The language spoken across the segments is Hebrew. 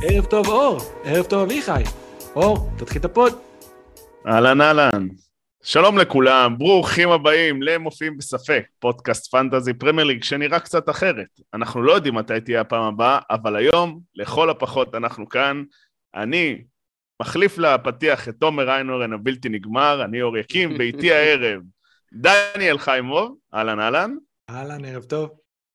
ערב טוב אור, ערב טוב אביחי. אור, תתחיל את הפוד. אהלן אהלן. שלום לכולם, ברוכים הבאים למופיעים בספק, פודקאסט פנטזי פרמייר ליג שנראה קצת אחרת. אנחנו לא יודעים מתי תהיה הפעם הבאה, אבל היום, לכל הפחות אנחנו כאן. אני מחליף לפתיח את תומר איינורן הבלתי נגמר, אני אור יקים, ואיתי הערב דניאל חיימוב, אהלן אהלן. אהלן, ערב טוב.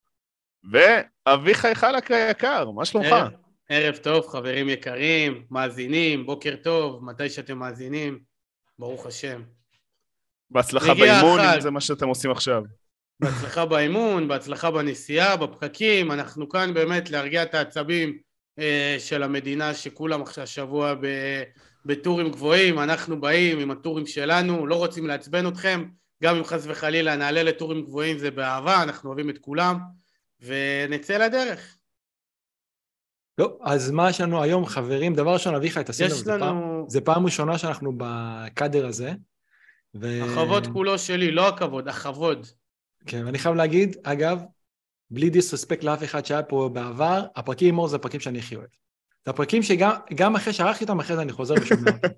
ואביחי חלק היקר, מה שלומך? ערב טוב, חברים יקרים, מאזינים, בוקר טוב, מתי שאתם מאזינים, ברוך השם. בהצלחה באימון, אם זה מה שאתם עושים עכשיו. בהצלחה באימון, בהצלחה בנסיעה, בפקקים, אנחנו כאן באמת להרגיע את העצבים של המדינה, שכולם עכשיו שבוע בטורים גבוהים, אנחנו באים עם הטורים שלנו, לא רוצים לעצבן אתכם, גם אם חס וחלילה נעלה לטורים גבוהים זה באהבה, אנחנו אוהבים את כולם, ונצא לדרך. לא, אז מה יש לנו היום, חברים? דבר ראשון, אביחי, תשים לנו, זה פעם ראשונה שאנחנו בקדר הזה. הכבוד כולו שלי, לא הכבוד, הכבוד. כן, ואני חייב להגיד, אגב, בלי דיסרספקט לאף אחד שהיה פה בעבר, הפרקים עם אור זה הפרקים שאני הכי אוהב. זה הפרקים שגם אחרי שערכתי אותם, אחרי זה אני חוזר ושומע אותם.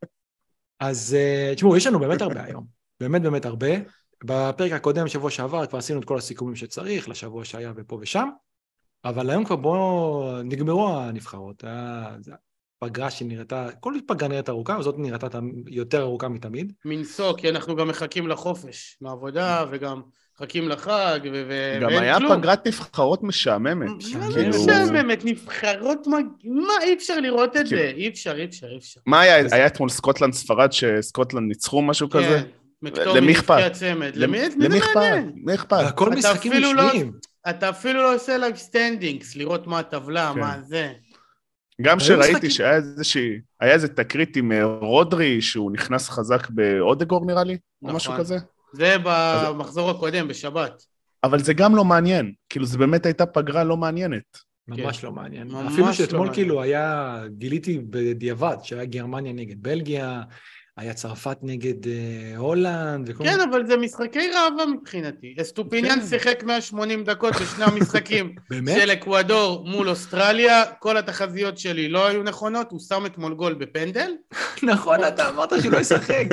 אז תשמעו, יש לנו באמת הרבה היום. באמת הרבה. בפרק הקודם, שבוע שעבר, כבר עשינו את כל הסיכומים שצריך, לשבוע שהיה ופה ושם. אבל היום כבר נגמרו הנבחרות, פגרה שנראתה, כל פגרה נראית ארוכה, וזאת נראתה יותר ארוכה מתמיד. מנסוק, כי אנחנו גם מחכים לחופש מהעבודה, וגם מחכים לחג, גם היה פגרת נבחרות משעממת. מה זה משעממת? נבחרות, מה אי אפשר לראות את זה? אי אפשר. מה היה? היה אתמול סקוטלנד ספרד, שסקוטלנד ניצחו משהו כזה? למי אכפת? למי אכפת? הכל משחקים משניים. אתה אפילו לא עושה לייב סטנדינגס, לראות מה הטבלה, מה זה. גם שראיתי שהיה איזה תקרית עם רודרי, שהוא נכנס חזק באודגור נראה לי, או משהו כזה. זה במחזור הקודם, בשבת. אבל זה גם לא מעניין, כאילו זה באמת הייתה פגרה לא מעניינת. ממש לא מעניין. אפילו שאתמול כאילו גיליתי בדיעבד, שהיה גרמניה נגד בלגיה, היה צרפת נגד הולנד. כן, אבל זה משחקי רעבה מבחינתי. אסטופיניאן שיחק 180 דקות בשני המשחקים של אקוודור מול אוסטרליה. כל התחזיות שלי לא היו נכונות, הוא שם אתמול גול בפנדל. נכון, אתה אמרת שהוא לא ישחק.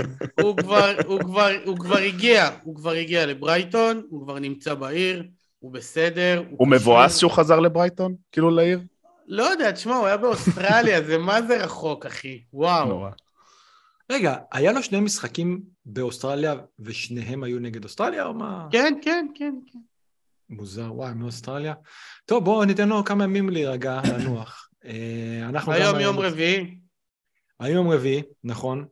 הוא כבר הגיע לברייטון, הוא כבר נמצא בעיר, הוא בסדר. הוא מבואס שהוא חזר לברייטון, כאילו לעיר? לא יודע, תשמע, הוא היה באוסטרליה, זה מה זה רחוק, אחי. וואו. נורא. רגע, היה לו שני משחקים באוסטרליה, ושניהם היו נגד אוסטרליה, או מה? כן. מוזר, וואי, מאוסטרליה. טוב, בואו ניתן לו כמה ימים להירגע, לנוח. היום יום רביעי. היום רביעי, נכון.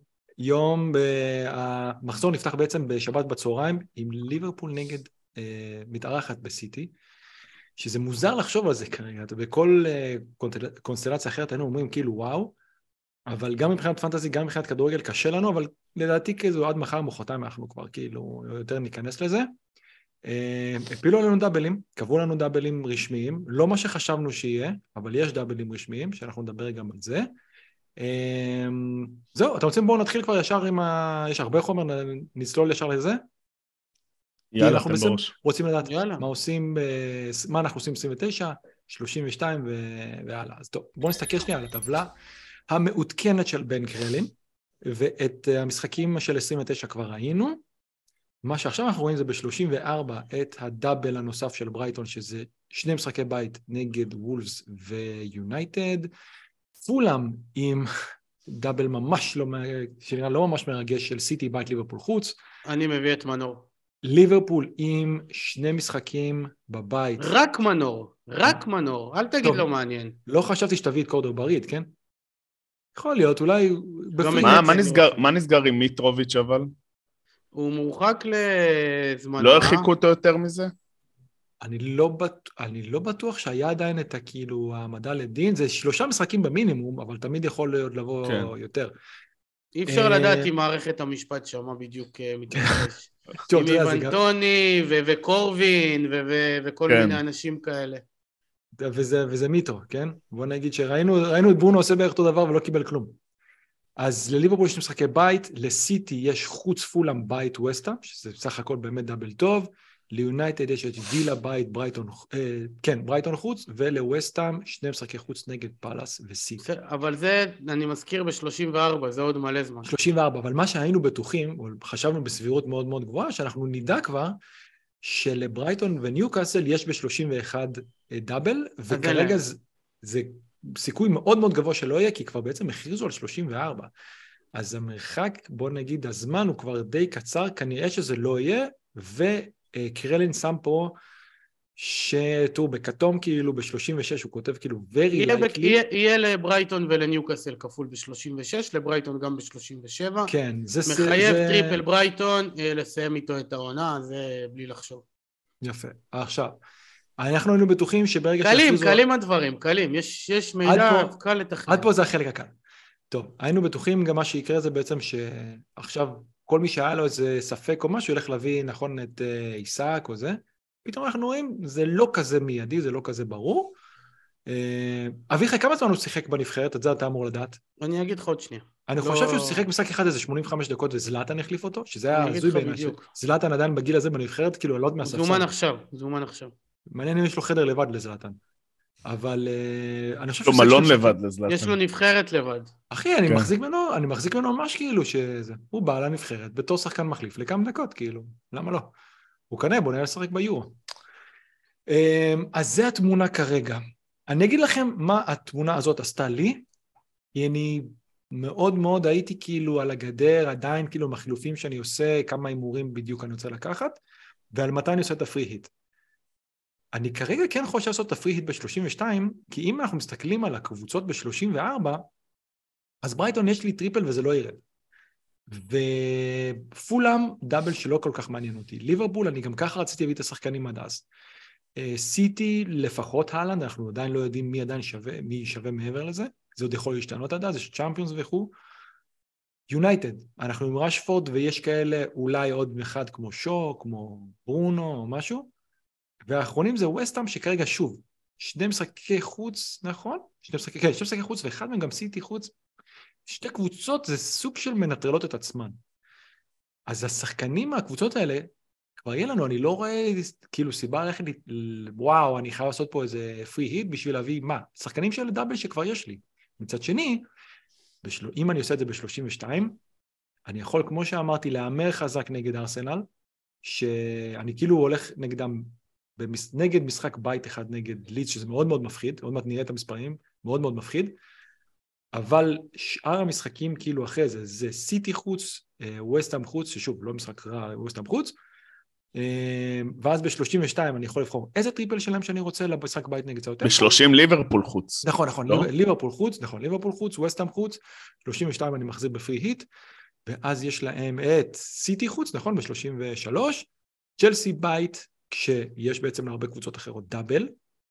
המחזור נפתח בעצם בשבת בצהריים, עם ליברפול נגד מתארחת בסיטי, שזה מוזר לחשוב על זה כרגע. בכל קונסטלציה אחרת היינו אומרים כאילו וואו, אבל גם מבחינת פנטזי, גם מבחינת כדורגל קשה לנו, אבל לדעתי כזו עד מחר מוחרתיים אנחנו כבר כאילו יותר ניכנס לזה. הפילו עלינו דאבלים, קבעו לנו דאבלים רשמיים, לא מה שחשבנו שיהיה, אבל יש דאבלים רשמיים, שאנחנו נדבר גם על זה. זהו, אתם רוצים בואו נתחיל כבר ישר יש הרבה חומר, נצלול ישר לזה? יאללה, אתם בראש. רוצים לדעת מה אנחנו עושים 29, 32 והלאה. אז טוב, בואו נסתכל שנייה על הטבלה. המעודכנת של בן קרלין, ואת המשחקים של 29 כבר ראינו. מה שעכשיו אנחנו רואים זה ב-34 את הדאבל הנוסף של ברייטון, שזה שני משחקי בית נגד וולפס ויונייטד. פולאם עם דאבל ממש לא ממש מרגש של סיטי בית ליברפול חוץ. אני מביא את מנור. ליברפול עם שני משחקים בבית. רק מנור, אל תגיד לו מעניין. לא חשבתי שתביא את קורדו בריד, כן? יכול להיות, אולי... מה נסגר עם מיטרוביץ' אבל? הוא מורחק לזמן. לא הרחיקו אותו יותר מזה? אני לא בטוח שהיה עדיין את כאילו העמדה לדין, זה 3 משחקים במינימום, אבל תמיד יכול לבוא יותר. אי אפשר לדעת אם מערכת המשפט שמה בדיוק מתרחש. עם איבנטוני וקורבין וכל מיני אנשים כאלה. וזה מיטרו, כן? בוא נגיד שראינו את ברונו עושה בערך אותו דבר ולא קיבל כלום. אז לליברפול יש משחקי בית, לסיטי יש חוץ פולאם בית וסטהאם, שזה בסך הכל באמת דאבל טוב, ליונייטד יש את וילה בית, ברייטון חוץ, ולווסטהאם 2 משחקי חוץ נגד פאלאס וסיטי. אבל זה, אני מזכיר ב-34, זה עוד מלא זמן. 34, אבל מה שהיינו בטוחים, או חשבנו בסבירות מאוד מאוד גבוהה, שאנחנו נדע כבר שלברייטון וניוקאסל יש ב-31 דאבל, וכרגע זה סיכוי מאוד מאוד גבוה שלא יהיה, כי כבר בעצם הכריזו על 34. אז המרחק, בוא נגיד, הזמן הוא כבר די קצר, כנראה שזה לא יהיה, וקרלין שם פה שטור בכתום כאילו ב-36, הוא כותב כאילו very likely. יהיה לברייטון ולניוקאסל כפול ב-36, לברייטון גם ב-37. כן, זה... מחייב טריפל ברייטון לסיים איתו את העונה, זה בלי לחשוב. יפה. עכשיו, אנחנו היינו בטוחים שברגע קלים הדברים, קלים. יש מידע קל לתכנן. עד פה זה החלק הקל. טוב, היינו בטוחים גם מה שיקרה זה בעצם שעכשיו כל מי שהיה לו איזה ספק או משהו ילך להביא נכון את עיסק או זה, פתאום אנחנו רואים, זה לא כזה מיידי, זה לא כזה ברור. אביחי, כמה זמן הוא שיחק בנבחרת? את זה אתה אמור לדעת. אני אגיד לך עוד שנייה. אני חושב שהוא שיחק משחק אחד איזה 85 דקות וזלאטן החליף אותו, שזה היה הזוי בעיניי. זלאטן עדיין בגיל הזה בנבחרת, כאילו עלות מהספסל. זומן עכשיו. מעניין אם יש לו חדר לבד לזלאטן. אבל אני חושב שהוא מלון לבד לזלאטן. יש לו נבחרת לבד. אחי, אני מחזיק ממנו ממש כאילו שזה. הוא בא לנבחרת בתור שחקן מחליף לכמה דקות, כאילו. למה לא? הוא קנה, בוא נהיה לשחק ביורו. אז זה התמונה כרגע. אני אגיד לכם מה התמונה הזאת עשתה לי. אני מאוד מאוד הייתי כאילו על הגדר, עדיין כאילו מחילופים שאני עושה, כמה הימורים בדיוק אני רוצה לקחת, ועל מתי אני עושה את הפרי היט. אני כרגע כן חושב לעשות את הפרי היט ב-32, כי אם אנחנו מסתכלים על הקבוצות ב-34, אז ברייטון יש לי טריפל וזה לא ירד. ופולאם דאבל שלא כל כך מעניין אותי. ליברפול, אני גם ככה רציתי להביא את השחקנים עד אז. סיטי, לפחות הלנד, אנחנו עדיין לא יודעים מי שווה מעבר לזה. זה עוד יכול להשתנות עד אז, יש צ'אמפיונס וכו'. יונייטד, אנחנו עם רשפורד ויש כאלה אולי עוד אחד כמו שו, כמו ברונו או משהו. והאחרונים זה ווסטהאם שכרגע שוב, 2 משחקי חוץ, נכון? 2 משחקי חוץ ואחד מהם גם סיטי חוץ. 2 קבוצות זה סוג של מנטרלות את עצמן. אז השחקנים מהקבוצות האלה, כבר יהיה לנו, אני לא רואה כאילו סיבה ללכת, וואו, אני חייב לעשות פה איזה פרי היט בשביל להביא מה? שחקנים של דאבל שכבר יש לי. מצד שני, אם אני עושה את זה ב-32, אני יכול, כמו שאמרתי, להאמר חזק נגד ארסנל, שאני כאילו הולך נגדם, נגד משחק בית אחד נגד לידס, שזה מאוד מאוד מפחיד, עוד מעט נראה את המספרים, מאוד מאוד מפחיד, אבל שאר המשחקים כאילו אחרי זה, זה סיטי חוץ, ווסטהאם חוץ, ששוב, לא משחק רע, ווסטהאם חוץ, ואז ב-32 אני יכול לבחור איזה טריפל שלהם שאני רוצה למשחק בית נגד סאות'המפטון. ב-30 ליברפול חוץ. נכון, לא? ליברפול חוץ, ווסטהאם חוץ, 32 אני מחזיר בפרי היט, ואז יש להם את סיטי חוץ, נכון, ב-33, צ'לסי בית, כשיש בעצם להרבה קבוצות אחרות דאבל,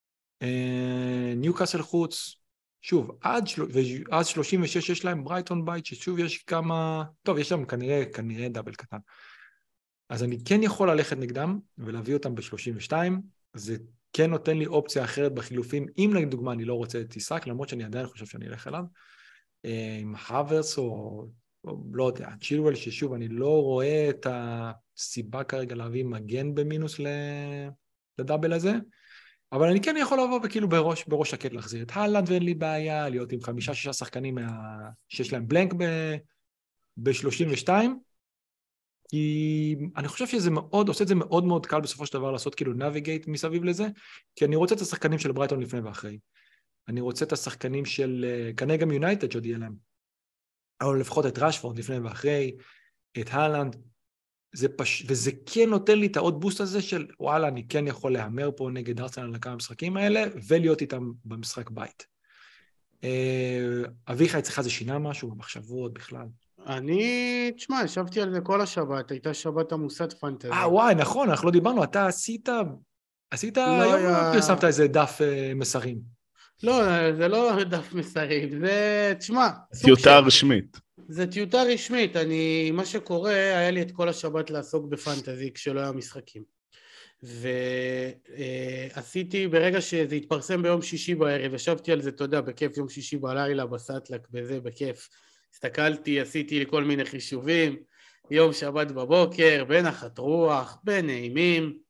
ניוקאסל חוץ, שוב, עד 36 יש להם ברייטון בית, ששוב יש כמה, טוב, יש להם כנראה דאבל קטן. אז אני כן יכול ללכת נגדם ולהביא אותם ב-32, זה כן נותן לי אופציה אחרת בחילופים, אם לדוגמה אני לא רוצה את עיסק, למרות שאני עדיין חושב שאני אלך אליו, עם הוורס או לא יודע, צ'ילואל ששוב אני לא רואה את הסיבה כרגע להביא מגן במינוס לדאבל הזה, אבל אני כן יכול לבוא וכאילו בראש שקט להחזיר את הלנד ואין לי בעיה, להיות עם 5-6 שחקנים שיש להם בלנק ב-32, כי אני חושב שזה מאוד, עושה את זה מאוד מאוד קל בסופו של דבר לעשות כאילו נאביגייט מסביב לזה, כי אני רוצה את השחקנים של ברייטון לפני ואחרי. אני רוצה את השחקנים של, כנראה גם יונייטד שעוד יהיה להם, אבל לפחות את רשפורד לפני ואחרי, את הלנד, וזה כן נותן לי את העוד בוסט הזה של וואלה, אני כן יכול להמר פה נגד ארסנל לכמה המשחקים האלה, ולהיות איתם במשחק בית. אביחי אצלך זה שינה משהו, במחשבות בכלל? תשמע, ישבתי על זה כל השבת, הייתה שבת עמוסת פנטזי. וואי, נכון, אנחנו לא דיברנו, אתה עשית היום פרסמת איזה דף מסרים. לא, זה לא דף מסרים, זה, תשמע, טיוטה רשמית. זה טיוטה רשמית, מה שקורה, היה לי את כל השבת לעסוק בפנטזי כשלא היה משחקים. ועשיתי, ברגע שזה התפרסם ביום שישי בערב, ישבתי על זה, אתה יודע, בכיף יום שישי בלילה, בסטלק, בזה, בכיף. הסתכלתי, עשיתי כל מיני חישובים, יום שבת בבוקר, בנחת רוח, בנעימים,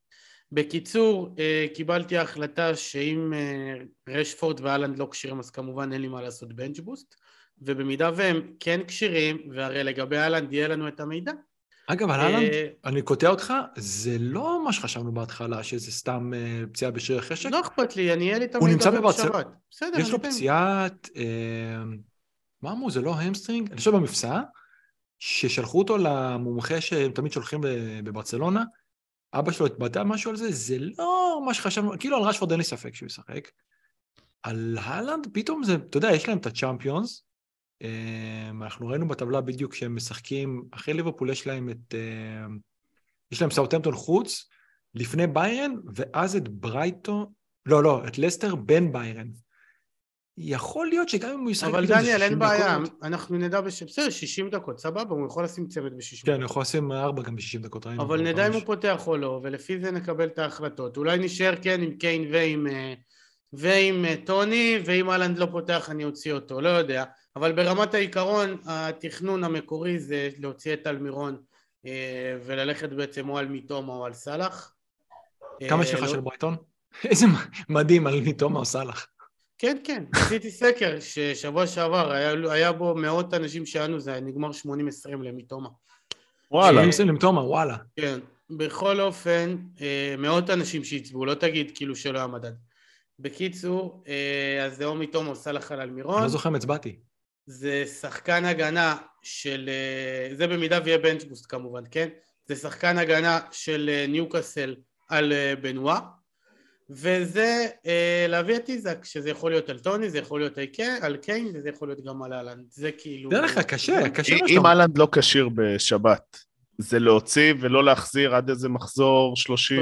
בקיצור, קיבלתי ההחלטה שאם רשפורד ואלנד לא קשירים, אז כמובן אין לי מה לעשות בנץ' בוסט, ובמידה והם כן קשירים, והרי לגבי אלנד יהיה לנו את המידע. אגב, על אלנד, אני קוטע אותך, זה לא מה שחשבנו בהתחלה, שזה סתם פציעה בשריר החשק. לא אכפת לי, אני אהיה לי את הוא המידע נמצא בשבת. בסדר, יש לו פציעת, מה אמרו, זה לא המסטרינג? אני חושב במפסע, ששלחו אותו למומחה שהם תמיד שולחים בברצלונה, אבא שלו התבטא משהו על זה, זה לא מה שחשבנו, כאילו על רשפורד אין לי ספק שהוא ישחק. על הלנד, פתאום זה, אתה יודע, יש להם את הצ'אמפיונס, אנחנו ראינו בטבלה בדיוק שהם משחקים, אחרי ליברפול יש להם יש להם סאות'המפטון חוץ, לפני ביירן, ואז את ברייטון, לא, את לסטר בין ביירן. יכול להיות שגם אם הוא ישחק... אבל דניאל, אין בעיה, אנחנו נדע בסדר, 60 דקות, סבבה, הוא יכול לשים צמד ב-60 דקות. כן, הוא יכול לשים 4 גם ב-60 דקות. אבל נדע אם הוא פותח או לא, ולפי זה נקבל את ההחלטות. אולי נשאר כן עם קיין ועם טוני, ואם אלנד לא פותח אני אוציא אותו, לא יודע. אבל ברמת העיקרון, התכנון המקורי זה להוציא את אלמירון, וללכת בעצם או על מיטומה או על סלח. כמה שלך של ברייטון? איזה מדהים על מיטומה או סלח. כן, עשיתי סקר ששבוע שעבר היה בו מאות אנשים שענו, זה נגמר 80-20 למיטומה. וואלה. 80-20 למיטומה, וואלה. כן, בכל אופן, מאות אנשים שהצבעו, לא תגיד כאילו שלא המדד. בקיצור, אז זה או מיטומה או סלח על אלמירון. אני לא זוכר מצבעתי. זה שחקן הגנה של, זה במידה ויהיה בנץ' בוסט כמובן, כן? זה שחקן הגנה של ניוקאסל על בנואה. וזה להביא את איזק, שזה יכול להיות על טוני, זה יכול להיות על קיין, וזה יכול להיות גם על אלנד. זה כאילו... זה לך קשה. אם אלנד לא קשיר בשבת, זה להוציא ולא להחזיר עד איזה מחזור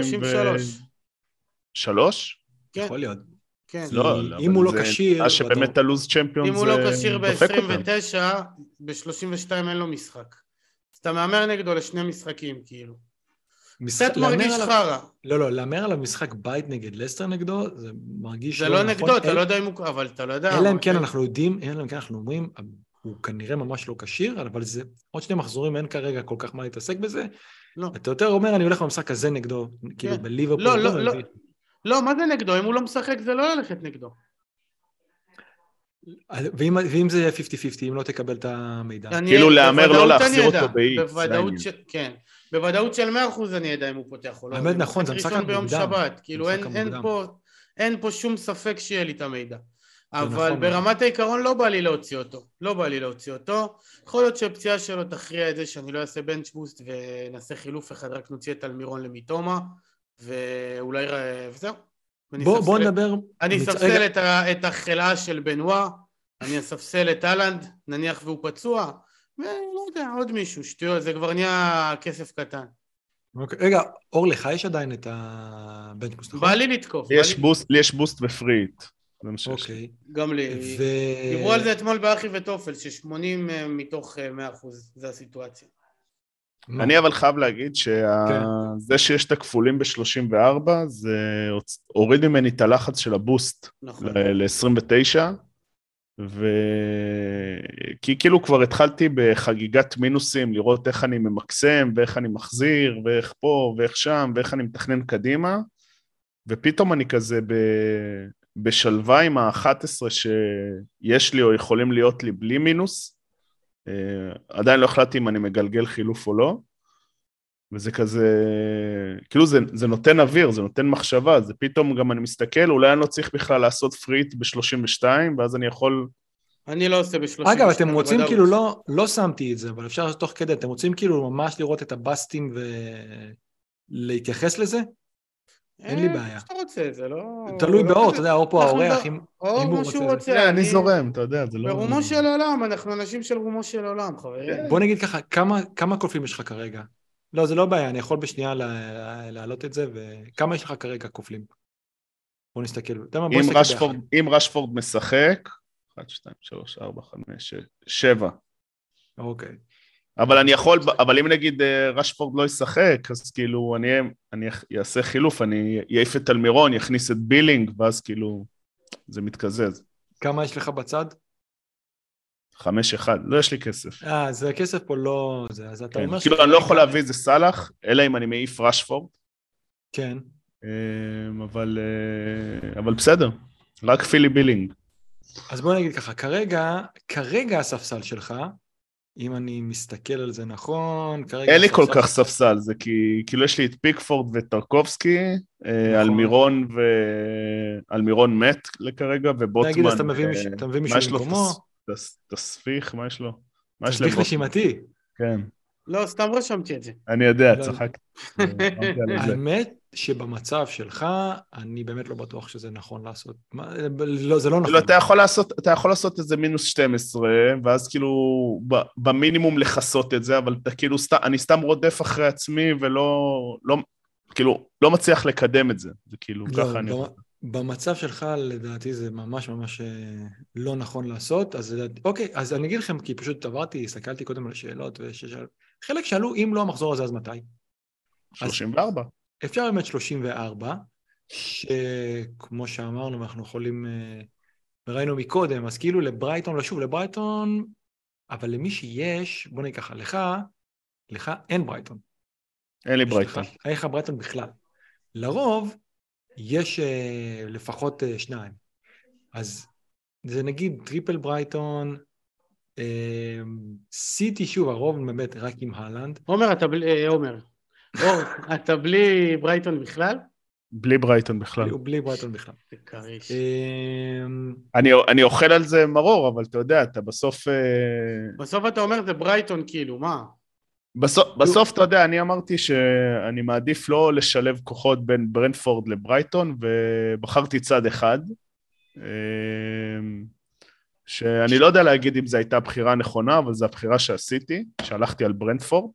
33? כן. יכול להיות. כן. לא, אם הוא לא קשיר... אז שבאמת הלוז צ'מפיון אם הוא לא קשיר ב-29, ב-32 אין לו משחק. אז אתה מאמר נגדו לשני משחקים, כאילו. קצת מרגיש חרא. לא, לאמר עליו משחק בית נגד לסטר נגדו, זה מרגיש זה לא נגדו, אתה לא יודע אם הוא... אבל אתה לא יודע... אלא אם כן אנחנו יודעים, אנחנו אומרים, הוא כנראה ממש לא קשיר, אבל זה עוד שני מחזורים, אין כרגע כל כך מה להתעסק בזה. אתה יותר אומר, אני הולך במשחק הזה נגדו, כאילו בליברפול. לא, מה זה נגדו? אם הוא לא משחק, זה לא ללכת נגדו. ואם זה יהיה 50-50, אם לא תקבל את המידע. כאילו לאמר לא להחזיר אותו באי. בוודאות של 100% אני יודע אם הוא פותח או לא. האמת נכון, זה משחק מוקדם. ביום שבת, כאילו אין פה שום ספק שיהיה לי את המידע. אבל ברמת העיקרון לא בא לי להוציא אותו. יכול להיות שהפציעה שלו תכריע את זה שאני לא אעשה בנץ' בוסט ונעשה חילוף אחד, רק נוציא את אלמירון למיטומה, ואולי... וזהו. בוא נדבר... אני אספסל את החלאה של בנואה, אני אספסל את אלנד, נניח והוא פצוע, ולא יודע, עוד מישהו, שטויות, זה כבר נהיה כסף קטן. רגע, אור, לך יש עדיין את הבנץ' בוסט, נכון? בא לי לתקוף. לי יש בוסט בפריט. אוקיי. גם לי. דיברו על זה אתמול באחי וטופל, ש80 מתוך 100%, זה הסיטואציה. אני אבל חייב להגיד שזה שיש את הכפולים ב-34, זה הוריד ממני את הלחץ של הבוסט ל-29, כי כאילו כבר התחלתי בחגיגת מינוסים, לראות איך אני ממקסם, ואיך אני מחזיר, ואיך פה, ואיך שם, ואיך אני מתכנן קדימה, ופתאום אני כזה בשלווה עם ה-11 שיש לי או יכולים להיות לי בלי מינוס, עדיין לא החלטתי אם אני מגלגל חילוף או לא, וזה כזה, כאילו זה נותן אוויר, זה נותן מחשבה, זה פתאום גם אני מסתכל, אולי אני לא צריך בכלל לעשות פריט ב-32, ואז אני יכול... אני לא עושה ב-32. אגב, אתם רוצים כאילו, לא שמתי את זה, אבל אפשר תוך כדי, אתם רוצים כאילו ממש לראות את הבאסטים ולהתייחס לזה? אין לי בעיה. שאתה רוצה, זה לא... תלוי באור, אתה יודע, אור פה האורח, אם הוא רוצה. אני זורם, אתה יודע, זה לא... ברומו של עולם, אנחנו אנשים של רומו של עולם, חברים. בוא נגיד ככה, כמה קולפים יש לך כרגע? לא, זה לא בעיה, אני יכול בשנייה להעלות את זה, וכמה יש לך כרגע קופלים? בוא נסתכל. אם רשפורד משחק, 1, 2, 3, 4, 5, 6, 7. אוקיי. אבל אם נגיד רשפורד לא ישחק, אז כאילו אני אעשה חילוף, אני אעיף את אלמירון, יכניס את בילינג, ואז כאילו זה מתקזז. כמה יש לך בצד? 5-1, לא יש לי כסף. זה הכסף פה לא... אז אתה אומר כאילו אני לא יכול להביא איזה סלח, אלא אם אני מעיף רשפורד. כן. אבל בסדר, רק פילי בילינג. אז בוא נגיד ככה, כרגע הספסל שלך, אם אני מסתכל על זה נכון, כרגע אין לי כל הספסל כך שלך... ספסל, זה כי כאילו יש לי את פיקפורד וטרקובסקי, נכון. על מירון מת לכרגע, נגיד, אז ובוטמן, אתה מביא מה מישהו יש לו? במקומו, תספיך, מה יש לו? מה יש תסביך לבוטמן? נשימתי. כן, לא, סתם רשמתי את זה. אני יודע, לא, צחקתי. אמרתי על זה. האמת שבמצב שלך, אני באמת לא בטוח שזה נכון לעשות. לא, זה לא כאילו, נכון. אתה יכול לעשות איזה מינוס 12, ואז כאילו במינימום לחסות את זה, אבל כאילו אני סתם רודף אחרי עצמי כאילו לא מצליח לקדם את זה. זה כאילו ככה אני... במצב שלך לדעתי זה ממש ממש לא נכון לעשות, אז אוקיי, אז אני אגיד לכם, כי פשוט עברתי, הסתכלתי קודם על השאלות, חלק שאלו, אם לא המחזור הזה, אז מתי? 34. אפשר באמת 34, שכמו שאמרנו, אנחנו יכולים, וראינו מקודם, אז כאילו לברייטון, לברייטון, אבל למי שיש, בוא נגיד ככה, לך אין ברייטון. אין לי ברייטון. אין לך ברייטון בכלל. לרוב, יש לפחות שניים. אז זה נגיד טריפל ברייטון, סיטי שוב, הרוב באמת רק עם הלנד. עומר, אתה בלי ברייטון בכלל? בלי ברייטון בכלל. בלי ברייטון בכלל. זה קריש. אני אוכל על זה מרור, אבל אתה יודע, אתה בסוף... בסוף אתה אומר זה ברייטון כאילו, מה? בסוף אתה יודע, אני אמרתי שאני מעדיף לא לשלב כוחות בין ברנפורד לברייטון, ובחרתי צד אחד, שאני לא יודע להגיד אם זו הייתה בחירה נכונה, אבל זו הבחירה שעשיתי, שהלכתי על ברנפורד,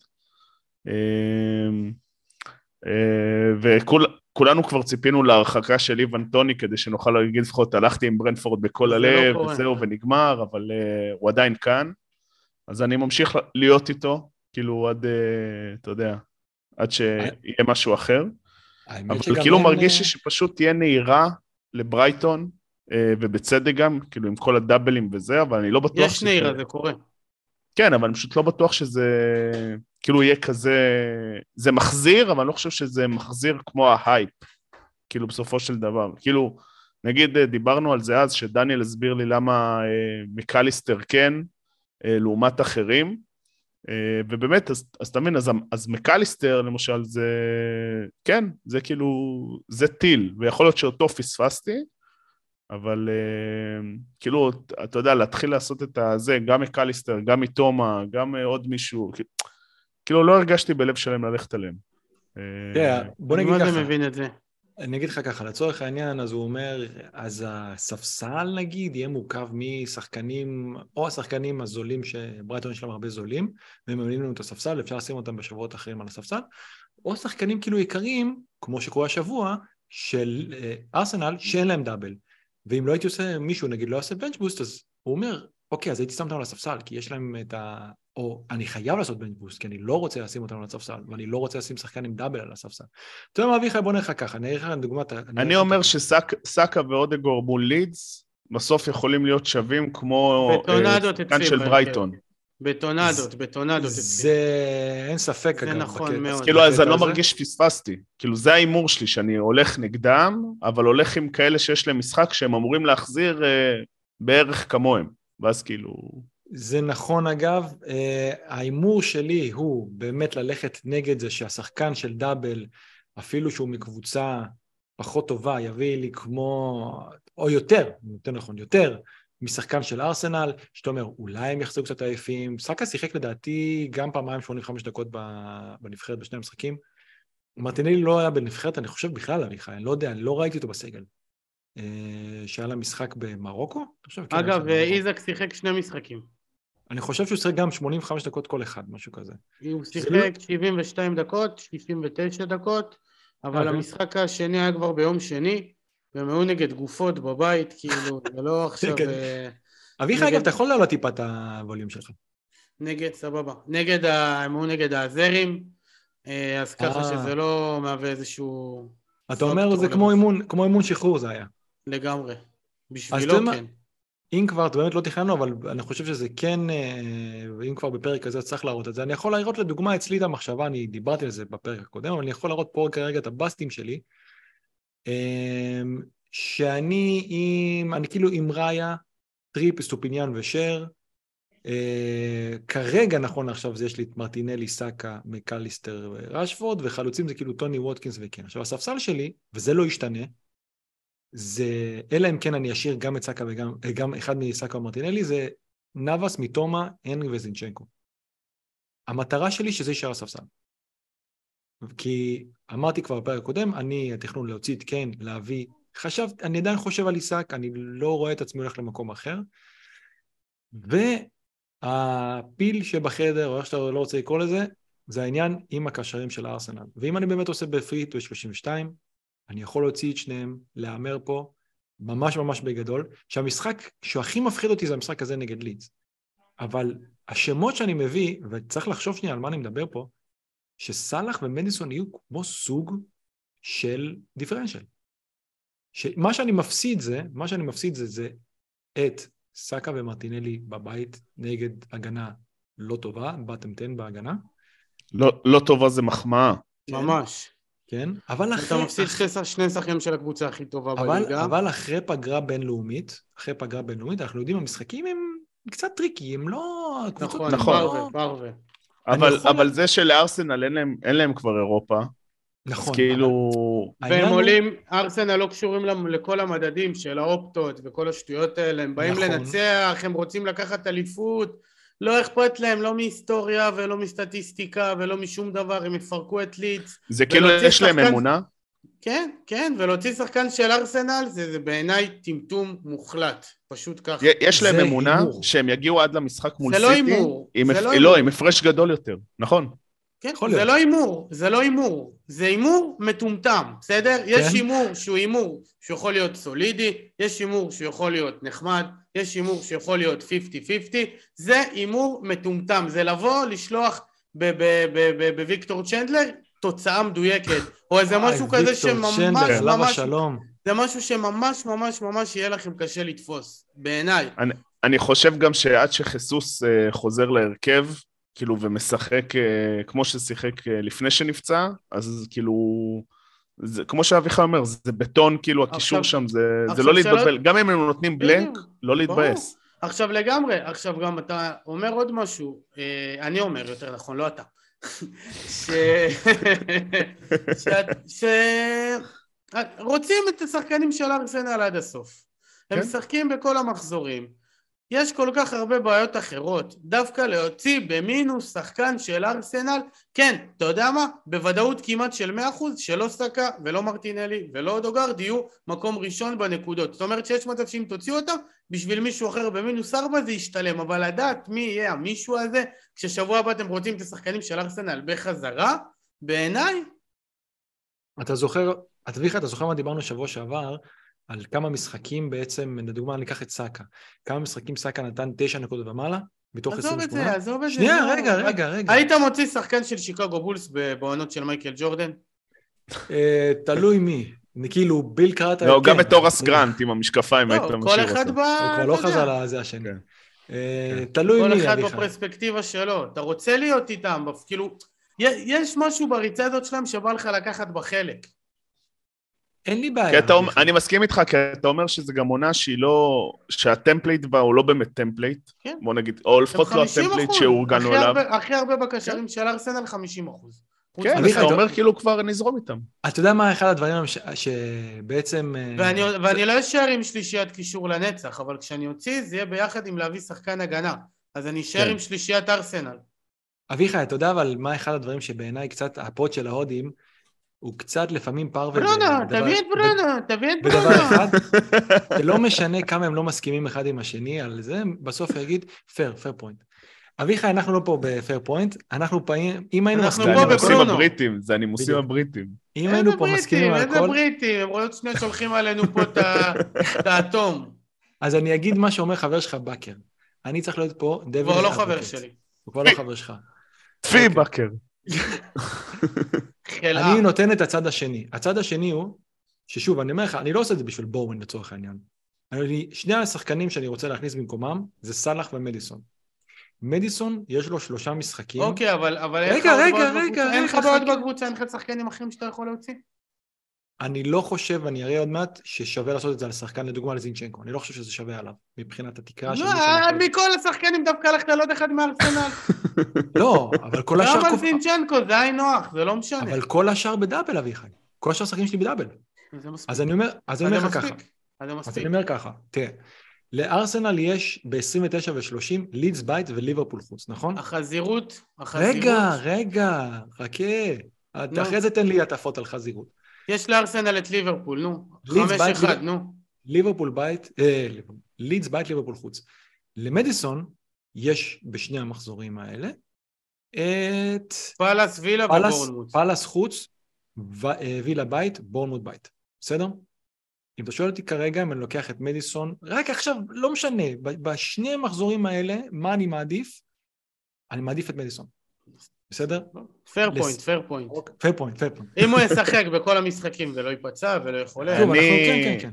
וכולנו כבר ציפינו להרחקה של איוון טוני, כדי שנוכל להגיד לפחות, הלכתי עם ברנפורד בכל הלב, וזהו ונגמר, אבל הוא עדיין כאן, אז אני ממשיך להיות איתו, כאילו עד, אתה יודע, עד שיהיה משהו אחר, אבל כאילו מרגיש לי שפשוט תהיה נהירה לברייטון, ובצדק גם, כאילו עם כל הדאבלים וזה, אבל אני לא בטוח יש נהירה, זה קורה. כן, אבל אני פשוט לא בטוח שזה, כאילו יהיה כזה, זה מחזיר, אבל אני לא חושב שזה מחזיר כמו ההייפ, כאילו בסופו של דבר, כאילו, נגיד דיברנו על זה אז, שדניאל הסביר לי למה מקליסטר כן, לעומת אחרים, ובאמת, אז תמיד, אז מקליסטר למשל זה, כן, זה כאילו, זה טיל, ויכול להיות שאותו פספסתי, אבל כאילו, אתה יודע, להתחיל לעשות את זה, גם מקליסטר, גם מתומה, גם עוד מישהו, כאילו לא הרגשתי בלב שלהם ללכת עליהם. בוא נגיד ככה. אני מה מבין את זה? אני אגיד לך ככה, לצורך העניין, אז הוא אומר, אז הספסל נגיד יהיה מורכב משחקנים, או השחקנים הזולים שברייטון יש להם הרבה זולים, והם ממנים לנו את הספסל, אפשר לשים אותם בשבועות אחרים על הספסל, או שחקנים כאילו יקרים, כמו שקורה השבוע, של ארסנל, שאין להם דאבל. ואם לא הייתי עושה מישהו, נגיד לא עושה בנץ' בוסט, אז הוא אומר, אוקיי, אז הייתי שם אותם על הספסל, כי יש להם את או אני חייב לעשות בנץ' בוסט, כי אני לא רוצה לשים אותם על הספסל, ואני לא רוצה לשים שחקן עם דאבל על הספסל. אתה יודע מה, אביחי, בוא נלך ככה, אני אראה לך דוגמת... אני אומר שסאקה ואודגור מול לידס, בסוף יכולים להיות שווים כמו שחקן של ברייטון. בטונדות. זה אין ספק, זה נכון מאוד. אז כאילו, אז אני לא מרגיש פספסתי. כאילו, זה האימור שלי, שאני הולך נגדם, אבל הולך עם כאלה שיש להם משחק, שהם אמורים להחזיר בערך כמוהם. ואז כאילו... זה נכון אגב, האימור שלי הוא באמת ללכת נגד זה שהשחקן של דאבל, אפילו שהוא מקבוצה פחות טובה, יביא לי כמו, או יותר נכון, יותר משחקן של ארסנל, שאתה אומר, אולי הם יחזרו קצת עייפים, סאקה שיחק לדעתי גם פעמיים 85 דקות בנבחרת בשני המשחקים, מרטינלי לא היה בנבחרת, אני חושב בכלל אביחי, אני לא יודע, אני לא ראיתי אותו בסגל. שהיה לה משחק במרוקו? אגב, איזק שיחק שני משחקים. אני חושב שהוא שיחק גם 85 דקות כל אחד, משהו כזה. הוא שיחק 72 דקות, 69 דקות, אבל המשחק השני היה כבר ביום שני, והם היו נגד גופות בבית, כאילו, זה לא עכשיו... אביחי, אגב, אתה יכול לעלות טיפה את הווליום שלך. סבבה. הם היו נגד האזרים, אז ככה שזה לא מהווה איזשהו... אתה אומר, זה כמו אימון שחרור זה היה. לגמרי. בשבילו כן. אם כבר, באמת לא תכננו, אבל אני חושב שזה כן, ואם כבר בפרק הזה צריך להראות את זה, אני יכול להראות לדוגמה אצלי את המחשבה, אני דיברתי על זה בפרק הקודם, אבל אני יכול להראות פה כרגע את הבאסטים שלי, אני כאילו עם ראיה, טריפ, סטופיניאן ושר, כרגע נכון עכשיו זה יש לי את מרטינלי, סאקה, מקליסטר ורשפורד, וחלוצים זה כאילו טוני ווטקינס וכן. עכשיו הספסל שלי, וזה לא ישתנה, זה, אלא אם כן אני אשאיר גם את סאקה וגם אחד מסאקה ומרטינלי, זה נאבס, מיטומה, הנרי וזינצ'נקו. המטרה שלי שזה יישאר הספסל. כי אמרתי כבר בפרק הקודם, התכנון להוציא את קיין, להביא, אני עדיין חושב על איסק, אני לא רואה את עצמי הולך למקום אחר, והפיל שבחדר, או איך שאתה לא רוצה לקרוא לזה, זה העניין עם הקשרים של הארסנל. ואם אני באמת עושה בפריט ב-32, אני יכול להוציא את שניהם, להאמר פה, ממש ממש בגדול, שהמשחק שהכי מפחיד אותי זה המשחק הזה נגד לידס. אבל השמות שאני מביא, וצריך לחשוב שנייה על מה אני מדבר פה, שסלח ומדיסון יהיו כמו סוג של דיפרנציאל. מה שאני מפסיד זה את סאקה ומרטינלי בבית נגד הגנה לא טובה, באתם 10 בהגנה. לא טובה זה מחמאה. ממש. כן, אבל אתה מפסיד שני שחקנים של הקבוצה הכי טובה בליגה. אבל אחרי פגרה בינלאומית, אנחנו יודעים, המשחקים הם קצת טריקי, הם לא... נכון, פרווה. אבל זה שלארסנל אין להם כבר אירופה. נכון. כאילו... והם עולים, ארסנל לא קשורים לכל המדדים של האופטות וכל השטויות האלה, הם באים לנצח, הם רוצים לקחת אליפות, לא אכפת להם, לא מהיסטוריה ולא מסטטיסטיקה ולא משום דבר, הם יפרקו את ליץ. זה כאילו יש להם אמונה? כן, ולהוציא שחקן של ארסנל זה בעיניי טמטום מוחלט, פשוט ככה. יש להם אמונה שהם יגיעו עד למשחק מול סיטי? זה לא אימור. לא, עם הפרש גדול יותר, נכון? כן, זה לא אימור, זה אימור מטומטם, בסדר? יש אימור שהוא אימור שיכול להיות סולידי, יש אימור שיכול להיות נחמד, יש אימור שיכול להיות 50-50, זה אימור מטומטם, זה לבוא לשלוח בוויקטור צ'נדלר תוצאה מדויקת, או איזה משהו כזה זה משהו שממש ממש ממש יהיה לכם קשה לתפוס, בעיניי. אני חושב גם שעד שחיסוס חוזר להרכב, כאילו, ומשחק כמו ששיחק לפני שנפצע, אז כאילו, כמו שאביחי אומר, זה בטון, כאילו, הקישור שם, זה לא להתבלבל, גם אם הם נותנים בלנק, לא להתבאס. עכשיו לגמרי, עכשיו גם אתה אומר עוד משהו, אני אומר יותר נכון, לא אתה, רוצים את השחקנים של ארסנל עד הסוף, הם משחקים בכל המחזורים, יש כל כך הרבה בעיות אחרות, דווקא להוציא במינוס שחקן של ארסנל, כן, אתה יודע מה? בוודאות כמעט של 100% שלא סאקה ולא מרטינלי ולא אודוגרד יהיו מקום ראשון בנקודות. זאת אומרת שיש מצב שאם תוציאו אותם, בשביל מישהו אחר במינוס 4 זה ישתלם, אבל לדעת מי יהיה המישהו הזה, כששבוע הבא אתם רוצים את השחקנים של ארסנל בחזרה, בעיניי. אתה זוכר מה דיברנו שבוע שעבר, על כמה משחקים בעצם, לדוגמה, אני אקח את סאקה. כמה משחקים סאקה נתן 9 נקודות ומעלה, מתוך 28? עזוב את זה. שנייה, רגע. היית מוציא שחקן של שיקגו בולס בעונות של מייקל ג'ורדן? תלוי מי. כאילו, ביל קראטה... לא, גם את אורס גרנט עם המשקפיים היית משאיר אותו. כל אחד הוא כבר לא חזר לזה השני. תלוי מי. כל אחד בפרספקטיבה שלו. אתה רוצה להיות איתם, כאילו, יש משהו בריצה הזאת שלהם שבא לך לקחת בחלק. אין לי בעיה. אני מסכים איתך, כי אתה אומר שזה גם עונה שהיא לא, שהטמפלייט בה הוא לא באמת טמפלייט, בוא נגיד, או לפחות לא הטמפלייט שהורגלנו אליו. הכי הרבה בקשרים של ארסנל 50%. כן, אתה אומר כאילו כבר נזרום איתם. אתה יודע מה אחד הדברים שבעצם... ואני לא אשאר עם שלישיית קישור לנצח, אבל כשאני אוציא זה יהיה ביחד עם להביא שחקן הגנה, אז אני אשאר עם שלישיית ארסנל. אביחי, אתה יודע אבל מה אחד הדברים שבעיניי קצת הפוד של ההודים, הוא קצת לפעמים פרווה... תביא את ברונו. בדבר אחד, זה לא משנה כמה הם לא מסכימים אחד עם השני, על זה בסוף יגיד, fair point. אביחי, אנחנו לא פה ב-fair point, אנחנו פעמים, אם היינו מסכימים... זה הנימוסים הבריטים. אם היינו פה מסכימים על כל... איזה בריטים, הם רואים שני שולחים עלינו פה את האטום. אז אני אגיד מה שאומר חבר שלך בקר. אני צריך להיות פה דביל... הוא כבר לא חבר שלי. הוא כבר לא חבר שלך. תפי בקר. אני נותן את הצד השני. הצד השני הוא, ששוב, אני אומר לך, אני לא עושה את זה בשביל בורמן לצורך העניין. שני השחקנים שאני רוצה להכניס במקומם, זה סלח ומדיסון. מדיסון, יש לו 3 משחקים. אוקיי, אבל רגע. אין לך בעוד בקבוצה, אין לך שחקנים אחרים שאתה יכול להוציא? אני לא חושב, אני אראה עוד מעט, ששווה לעשות את זה על שחקן, לדוגמה לזינצ'נקו. אני לא חושב שזה שווה עליו, מבחינת התקרה של לא, מכל השחקנים דווקא הלכת על עוד אחד מארסנל. לא, אבל כל השאר... גם על זינצ'נקו, זה היה נוח, זה לא משנה. אבל כל השאר בדאבל, אביחי. כל השאר שחקנים שלי בדאבל. זה מספיק. אז אני אומר לך ככה. אז אני אומר ככה, תראה, לארסנל יש ב-29 ו-30 לידס בית וליברפול חוץ, נכון? החזירות. רגע, חכה. אחרי זה תן לי הטפות על חזירות. יש לארסנל את ליברפול, נו. 5-1, נו. ליברפול בית, לידס בית, ליברפול חוץ. למדיסון יש בשני המחזורים האלה את... פלאס, וילה ובורנמוט. פלאס חוץ, וילה בית, בורנמוט בית. בסדר? אם אתה שואל אותי כרגע, אם אני לוקח את מדיסון, רק עכשיו, לא משנה, בשני המחזורים האלה, מה אני מעדיף? אני מעדיף את מדיסון. בסדר? פייר פוינט. פייר פוינט. אם הוא ישחק בכל המשחקים ולא ייפצע ולא יכולה... כן.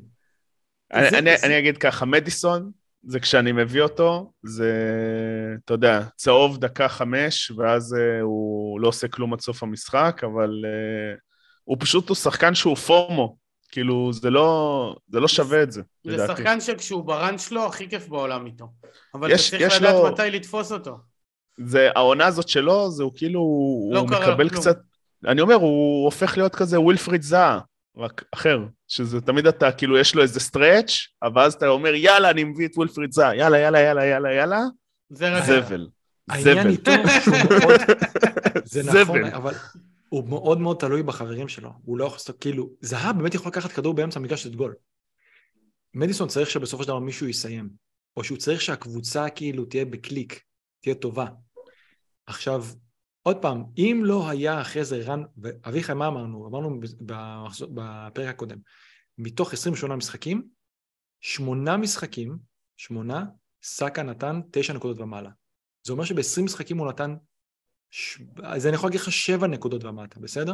אני אגיד ככה, מדיסון, זה כשאני מביא אותו, זה, אתה יודע, צהוב דקה 5, ואז הוא לא עושה כלום עד סוף המשחק, אבל הוא פשוט שחקן שהוא פורמו, כאילו זה לא שווה את זה. זה שחקן שכשהוא ברן שלו, הכי כיף בעולם איתו. אבל אתה צריך לדעת מתי לתפוס אותו. זה, העונה הזאת שלו, זה הוא כאילו, הוא מקבל קצת, אני אומר, הוא הופך להיות כזה ווילפריד זהה, רק אחר, שזה תמיד אתה, כאילו, יש לו איזה סטרץ', אבל אז אתה אומר, יאללה, אני מביא את ווילפריד זהה, יאללה, זבל. העניין איתו שהוא מאוד, זה נכון, אבל הוא מאוד מאוד תלוי בחברים שלו, הוא לא יכול לעשות, כאילו, זהה באמת יכול לקחת כדור באמצע המגרש את גול. מדיסון צריך שבסופו של דבר מישהו יסיים, או שהוא צריך שהקבוצה כאילו תהיה בקליק, תהיה טובה. עכשיו, עוד פעם, אם לא היה אחרי זה רן, ואביחי מה אמרנו? אמרנו בפרק הקודם, מתוך 28 משחקים, 8 משחקים, סאקה נתן 9 נקודות ומעלה. זה אומר שב-20 משחקים הוא נתן, אז אני יכול להגיד לך 7 נקודות ומטה, בסדר?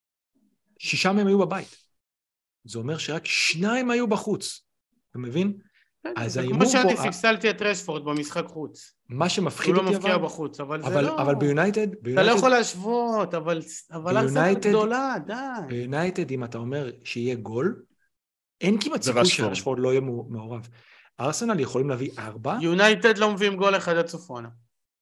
6 מהם היו בבית. זה אומר שרק 2 היו בחוץ. אתה מבין? זה כמו שאני פיקסלתי את רשפורד במשחק חוץ. מה שמפחיד אותי הוא לא מפקיע בחוץ, אבל זה לא... אבל ביונייטד... אתה לא יכול להשוות, אבל ארסנל גדולה, די. ביונייטד, אם אתה אומר שיהיה גול, אין כמעט סיכוי שרשפורד לא יהיה מעורב. ארסנל יכולים להביא 4. יונייטד לא מביאים גול אחד עד סוף העונה.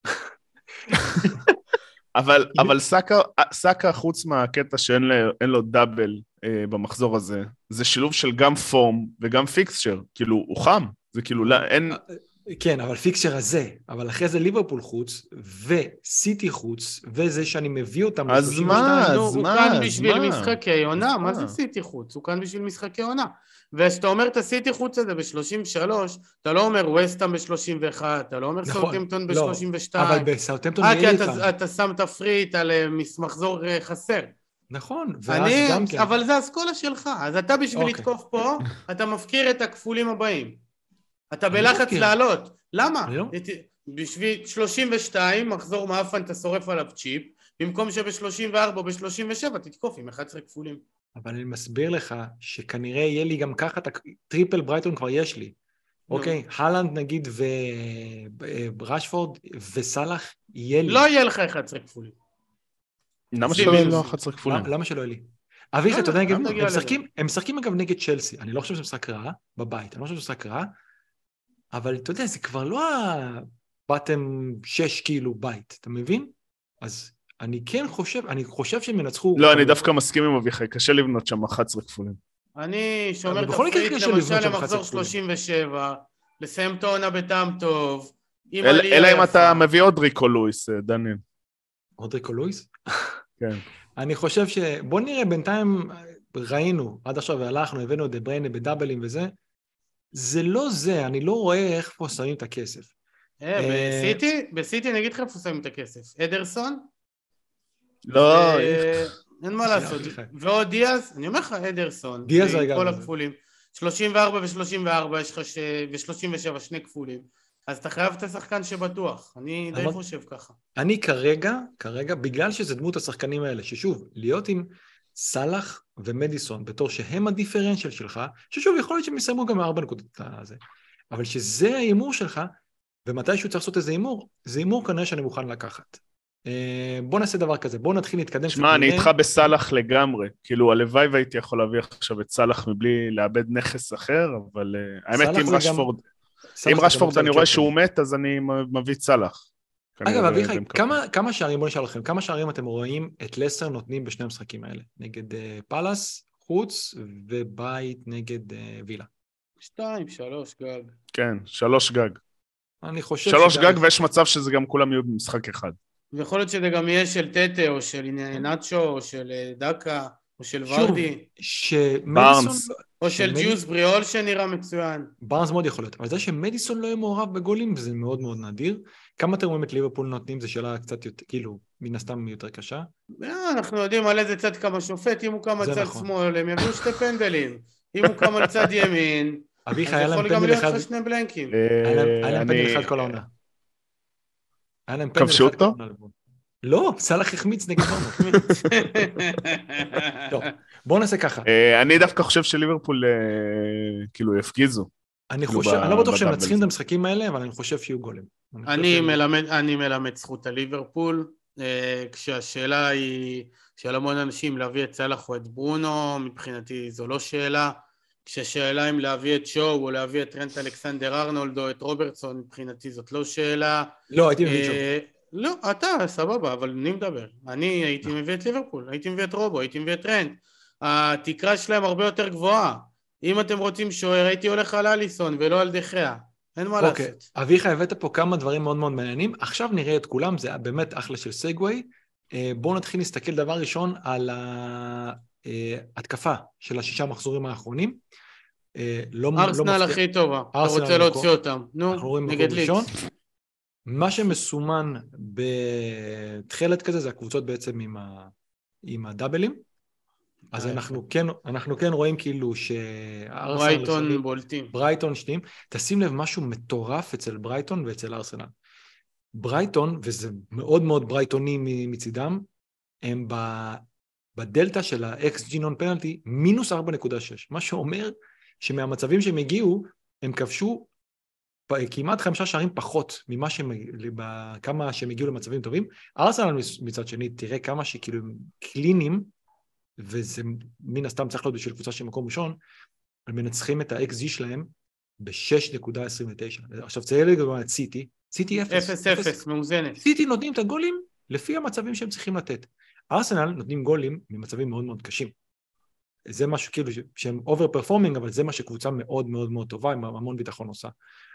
אבל סאקה חוץ מהקטע שאין לו דאבל במחזור הזה, זה שילוב של גם פורם וגם פיקסצ'ר, כאילו הוא חם, זה כאילו אין... כן, אבל פיקסצ'ר הזה, אבל אחרי זה ליברפול חוץ, וסיטי חוץ, וזה שאני מביא אותם... אז מה? הוא כאן בשביל משחקי עונה, מה זה סיטי חוץ? הוא כאן בשביל משחקי עונה. וכשאתה אומר את הסיטי חוץ הזה ב-33, אתה לא אומר ווסטהאם ב-31, אתה לא אומר סאות'המפטון ב-32. אבל בסאות'המפטון יהיה לי איתם. אתה שם תפריט על מחזור חסר. נכון, ואז גם כן. אבל זה אסכולה שלך, אז אתה בשביל לתקוף פה, אתה מפקיר את הכפולים הבאים. אתה בלחץ לעלות. למה? בשביל 32, מחזור מאפן אתה שורף עליו צ'יפ, במקום שב-34 או ב-37 תתקוף עם 11 כפולים. אבל אני מסביר לך שכנראה יהיה לי גם ככה, טריפל ברייטון כבר יש לי. אוקיי, הלנד נגיד ורשפורד וסלח יהיה לי. לא יהיה לך 11 כפולים. למה שלא יהיה לו 11 כפולים? למה שלא יהיה לי? אביחי, אתה יודע, הם משחקים אגב נגד צ'לסי, אני לא חושב שזה משחק רע בבית, אני לא חושב שזה משחק רע, אבל אתה יודע, זה כבר לא הבטם 6 כאילו בית, אתה מבין? אז אני כן חושב שהם ינצחו... לא, אני דווקא מסכים עם אביחי, קשה לבנות שם 11 כפולים. אני שומר תפריט למשל למחזור 37, לסיים את העונה בטעם טוב, אלא אם אתה מביא עוד ריקו לואיס, דניאל. עוד ריקו לואיס? כן. אני חושב בוא נראה, בינתיים ראינו, עד עכשיו והלכנו, הבאנו את דבריינה בדאבלים וזה, זה לא זה, אני לא רואה איך פה שמים את הכסף. בסיטי אני אגיד לך איפה שמים את הכסף. אדרסון? לא. אין מה לעשות. ועוד דיאז, אני אומר לך אדרסון. דיאז רגע. כל הכפולים. 34 ו-34, יש לך ו-37 2 כפולים. אז אתה חייב את השחקן שבטוח. אני די חושב ככה. אני כרגע, בגלל שזה דמות השחקנים האלה, ששוב, להיות עם סלח ומדיסון, בתור שהם הדיפרנציאל שלך, ששוב, יכול להיות שהם יסיימו גם 4 נקודות הזה, אבל שזה האימור שלך, ומתישהו צריך לעשות איזה אימור, זה אימור כנראה שאני מוכן לקחת. בוא נעשה דבר כזה, בוא נתחיל להתקדם. שמע, אני איתך בסלח לגמרי, כאילו הלוואי והייתי יכול להביא עכשיו את סלח מבלי לאבד נכס אחר, אבל האמת אם רשפורד אני רואה שהוא מת, אז אני מביא את סלח. אגב, אביחי, כמה שערים, בוא נשאל לכם, כמה שערים אתם רואים את לסטר נותנים בשני המשחקים האלה? נגד פלאס, חוץ, ובית נגד וילה. 2, 3 גג. כן, 3 גג. אני חושב 3 גג, ויש מצב שזה גם כולם יהיו במשחק אחד. ויכול להיות שזה גם יהיה של טטה, או של נאצ'ו, או של דקה, או של ורדי. בארנס. או של ג'יוס בריאול שנראה מצוין. בארנס מאוד יכול להיות, אבל זה שמדיסון לא יהיה מעורב בגולים, זה מאוד מאוד נדיר. כמה אתם רואים את ליברפול נותנים? זו שאלה קצת יותר, כאילו, מן הסתם יותר קשה. אנחנו יודעים על איזה צד כמה שופט, אם הוא קם על צד שמאל, הם יביאו 2 פנדלים. אם הוא קם על צד ימין, אז יכול גם להיות לך 2 בלנקים. היה להם פנדל אחד כל העונה. כבשו אותו? לא, סלח החמיץ נגד ברמות. טוב, בואו נעשה ככה. אני דווקא חושב שליברפול כאילו יפגיזו. אני לא בטוח שהם מנצחים את המשחקים האלה, אבל אני חושב שיהיו גולים. אני מלמד זכות על ליברפול, כשהשאלה היא של המון אנשים להביא את סלח או את ברונו, מבחינתי זו לא שאלה. כשהשאלה אם להביא את שואו או להביא את טרנט אלכסנדר ארנולד או את רוברטסון, מבחינתי זאת לא שאלה. לא, הייתי מביא את שואו. לא, אתה, סבבה, אבל אני מדבר. אני הייתי מביא את ליברפול, הייתי מביא את רובו, הייתי מביא את טרנט. התקרה שלהם הרבה יותר גבוהה. אם אתם רוצים שוער, הייתי הולך על אליסון ולא על דחיה. אין מה לעשות. אביחי, הבאת פה כמה דברים מאוד מאוד מעניינים. עכשיו נראה את כולם, זה באמת אחלה של סגווי. בואו נתחיל להסתכל דבר ראשון על ההתקפה של 6 מחזורים האחרונים. ארסנל הכי טובה, אתה רוצה להוציא אותם. נו, נגד לידס. מה שמסומן בתחילת כזה, זה הקבוצות בעצם עם הדאבלים. אז אנחנו כן רואים כאילו ברייטון בולטים. ברייטון שתיים. תשים לב משהו מטורף אצל ברייטון ואצל ארסנל. ברייטון, וזה מאוד מאוד ברייטוני מצידם, הם בדלטה של ה-XG non-penalty מינוס 4.6. מה שאומר שמהמצבים שהם הגיעו, הם כבשו כמעט 5 שערים פחות כמה שהם הגיעו למצבים טובים. ארסנל מצד שני, תראה כמה שכאילו הם קלינים, וזה מן הסתם צריך להיות בשביל קבוצה של מקום ראשון, הם מנצחים את ה-XG שלהם ב-6.29. עכשיו צריך לגבי את סיטי, סיטי 0-0, מאוזנת. סיטי נותנים את הגולים לפי המצבים שהם צריכים לתת. ארסנל נותנים גולים ממצבים מאוד מאוד קשים. זה משהו כאילו שהם אובר פרפורמינג, אבל זה מה שקבוצה מאוד מאוד מאוד טובה, עם המון ביטחון עושה.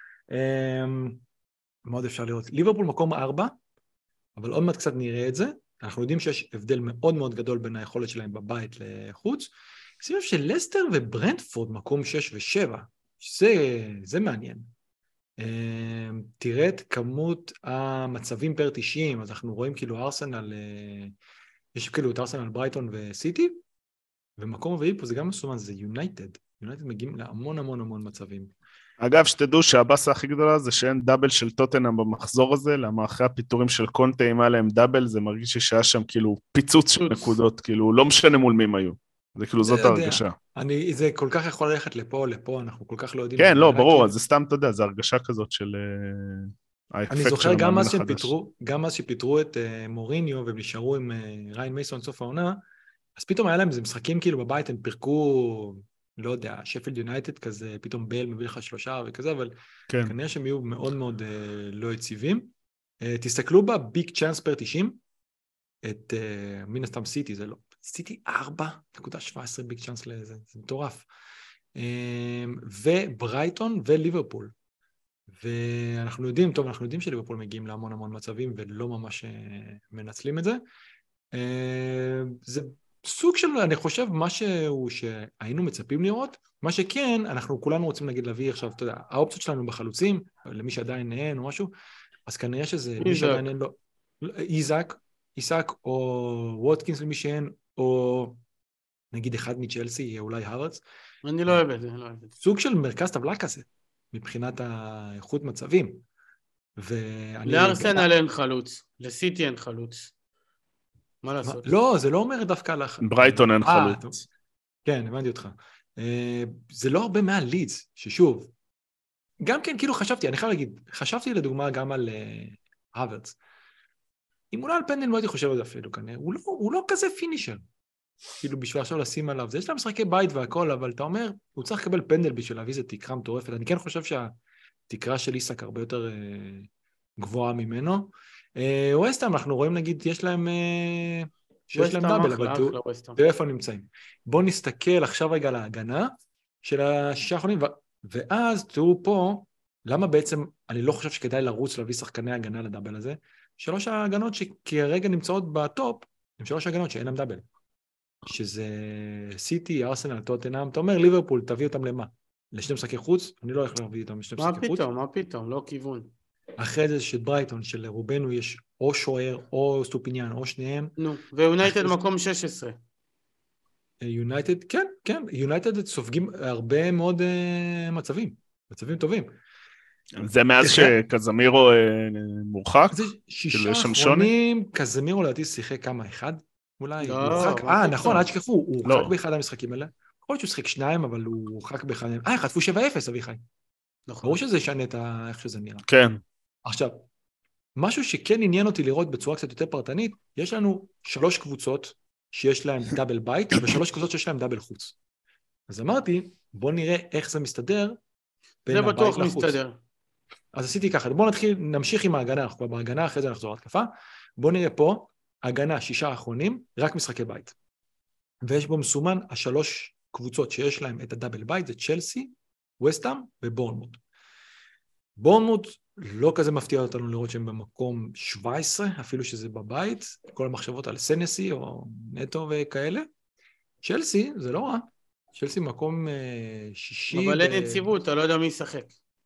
מאוד אפשר לראות. ליברפול מקום 4, אבל עוד מעט קצת נראה את זה. אנחנו יודעים שיש הבדל מאוד מאוד גדול בין היכולת שלהם בבית לחוץ. שימו של לסטר וברנטפורד מקום 6 ו7. זה מעניין. תראה את כמות המצבים פר 90, אז אנחנו רואים כאילו ארסנל, יש כאילו את ארסנל, ברייטון וסיטי, ומקום רביעי פה זה גם מסומן, זה יונייטד. יונייטד מגיעים להמון המון המון מצבים. אגב, שתדעו שהבאסה הכי גדולה זה שאין דאבל של טוטנהאם במחזור הזה, למה אחרי הפיטורים של קונטה אם היה להם דאבל, זה מרגיש שהיה שם כאילו פיצוץ של נקודות, כאילו לא משנה מול מי הם היו. זה כאילו זאת ההרגשה. זה כל כך יכול ללכת לפה, אנחנו כל כך לא יודעים. כן, לא, ברור, אז זה סתם, אתה יודע, זה הרגשה כזאת של אני זוכר גם אז שפיטרו את מוריניו, והם נשארו עם ריין מייסון סוף העונה, אז פתאום היה להם איזה משחקים כאילו בבית, הם פירקו, לא יודע, שפילד יונייטד כזה, פתאום בל מביא לך 3 וכזה, אבל כנראה שהם יהיו מאוד מאוד לא יציבים. תסתכלו בביג צ'אנס פר 90, את מן הסתם סיטי, זה לא, סיטי 4.17 ביג צ'אנס לזה, זה מטורף. וברייטון וליברפול. ואנחנו יודעים, טוב, אנחנו יודעים שליברפול מגיעים להמון המון מצבים, ולא ממש מנצלים את זה. זה סוג של, אני חושב, משהו שהיינו מצפים לראות, מה שכן, אנחנו כולנו רוצים להגיד להביא עכשיו, אתה יודע, האופציות שלנו בחלוצים, למי שעדיין אין או משהו, אז כנראה שזה, מי שעדיין אין לו, איזק, או ווטקינס למי שאין, או נגיד אחד מצ'לסי, אולי הארץ. אני לא אוהב את זה, סוג של מרכז טבלה כזה, מבחינת האיכות מצבים. לארסנל אין חלוץ, לסיטי אין חלוץ. מה לעשות? לא, זה לא אומר דווקא לך. ברייטון אין חלוץ. כן, הבנתי אותך. זה לא הרבה מעל לידס, ששוב, גם כן, כאילו חשבתי, אני חייב להגיד, חשבתי לדוגמה גם על האברץ. אם הוא לא על פנדל, לא הייתי חושב על זה אפילו, כנראה. הוא לא כזה פינישר. כאילו בשביל עכשיו לשים עליו. זה יש לה משחקי בית והכל, אבל אתה אומר, הוא צריך לקבל פנדל בשביל להביא איזה תקרה מטורפת. אני כן חושב שהתקרה של איסק הרבה יותר גבוהה ממנו. ווסטהאם, אנחנו רואים, נגיד, יש להם דאבל, אבל תראה איפה נמצאים. בואו נסתכל עכשיו רגע על ההגנה של השישה האחרונים, ואז תראו פה, למה בעצם אני לא חושב שכדאי לרוץ להביא שחקני הגנה לדאבל הזה? 3 ההגנות שכרגע נמצאות בטופ, הם 3 הגנות שאין להם דאבל. שזה סיטי, ארסנל, טוטנהאם. אתה אומר, ליברפול, תביא אותם למה? לשני משחקי חוץ? אני לא הולך להביא אותם לשני משחקי חוץ. מה פתאום? לא כיוון. אחרי זה של ברייטון, של רובנו, יש או שוער, או סטופיניאן, או שניהם. נו, ויונייטד מקום 16. יונייטד, כן. יונייטד סופגים הרבה מאוד מצבים טובים. זה מאז שקזמירו מורחק? זה 6 האחרונים, קזמירו לדעתי שיחק כמה? 1? אולי, הוא הורחק, נכון, עד שכחו, הוא הורחק באחד המשחקים האלה. יכול להיות שהוא שחק 2, אבל הוא הורחק באחד. חטפו 7-0, אביחי. ברור שזה ישנה את איך שזה נראה. כן. עכשיו, משהו שכן עניין אותי לראות בצורה קצת יותר פרטנית, יש לנו 3 קבוצות שיש להם דאבל בית, ו3 קבוצות שיש להם דאבל חוץ. אז אמרתי, בוא נראה איך זה מסתדר בין הבית לחוץ. זה בטוח מסתדר. אז עשיתי ככה, בואו נמשיך עם ההגנה, אנחנו כבר בהגנה, אחרי זה נחזור להתקפה. בואו נראה פה, הגנה 6 האחרונים, רק משחקי בית. ויש בו מסומן 3 קבוצות שיש להם את הדאבל בית, זה צ'לסי, ווסטהאם ובורנמוט. בורנמוט לא כזה מפתיע אותנו לראות שהם במקום 17, אפילו שזה בבית, כל המחשבות על סנסי או נטו וכאלה. צ'לסי זה לא רע, צ'לסי מקום 60. אבל אין יציבות, אתה לא יודע מי ישחק.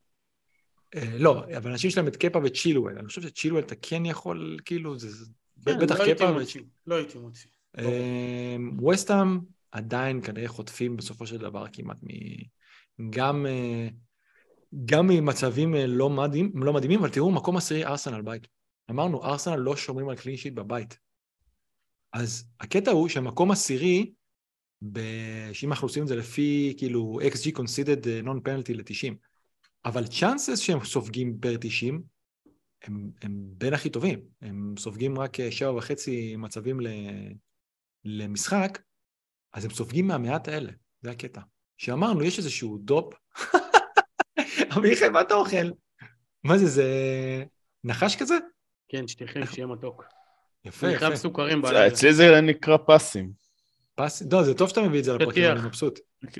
לא, אבל אנשים שלהם את קפה וצ'ילואל, אני חושב שצ'ילואל אתה כן יכול, כאילו, זה בטח קפה. לא הייתי מוציא. ווסטהאם עדיין כנראה חוטפים בסופו של דבר כמעט גם ממצבים לא מדהימים, אבל תראו, מקום 10 ארסנל בית. אמרנו, ארסנל לא שומרים על קלין שיט בבית. אז הקטע הוא שהמקום 10, שאם אנחנו עושים את זה לפי, כאילו, XG considered non-penalty ל-90, אבל chances שהם סופגים פר 90, הם בין הכי טובים. הם סופגים רק 7.5 מצבים למשחק, אז הם סופגים מהמעט האלה. זה הקטע. שאמרנו, יש איזשהו דופ, אביחי, מה אתה אוכל? מה זה נחש כזה? כן, שתיכם, שיהיה מתוק. יפה. אני חייב סוכרים בלילה. אצלי זה נקרא פסים. לא, זה טוב שאתה מביא את זה לפרקים, אני מבסוט.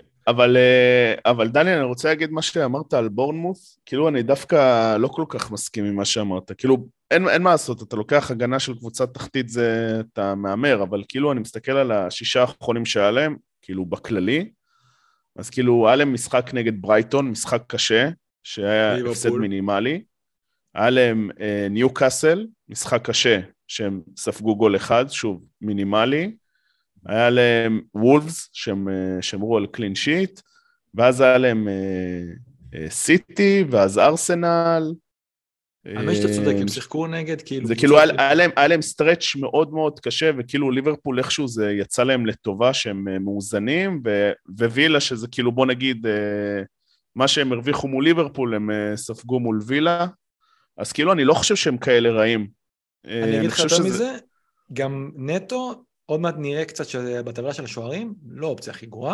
אבל דניאל, אני רוצה להגיד מה שאמרת על בורנמוס, כאילו אני דווקא לא כל כך מסכים עם מה שאמרת, כאילו אין מה לעשות, אתה לוקח הגנה של קבוצת תחתית, זה אתה מאמר, אבל כאילו אני מסתכל על 6 האחרונים שהיה להם, כאילו בכללי, אז כאילו היה להם משחק נגד ברייטון, משחק קשה, שהיה הפסד מינימלי, היה להם ניוקאסל, משחק קשה, שהם ספגו גול אחד, שוב, מינימלי, היה להם וולפס, שהם שמרו על קלין שיט, ואז היה להם סיטי, ואז ארסנל. האמת שאתה צודק, הם שיחקו נגד, כאילו... זה כאילו, היה להם סטרץ' מאוד מאוד קשה, וכאילו ליברפול איכשהו זה יצא להם לטובה, שהם מאוזנים, ווילה, שזה כאילו, בוא נגיד, מה שהם הרוויחו מול ליברפול, הם ספגו מול וילה, אז כאילו, אני לא חושב שהם כאלה רעים. אני אגיד לך יותר מזה, גם נטו, עוד מעט נראה קצת שבטבלה של השוערים, לא אופציה הכי גרועה.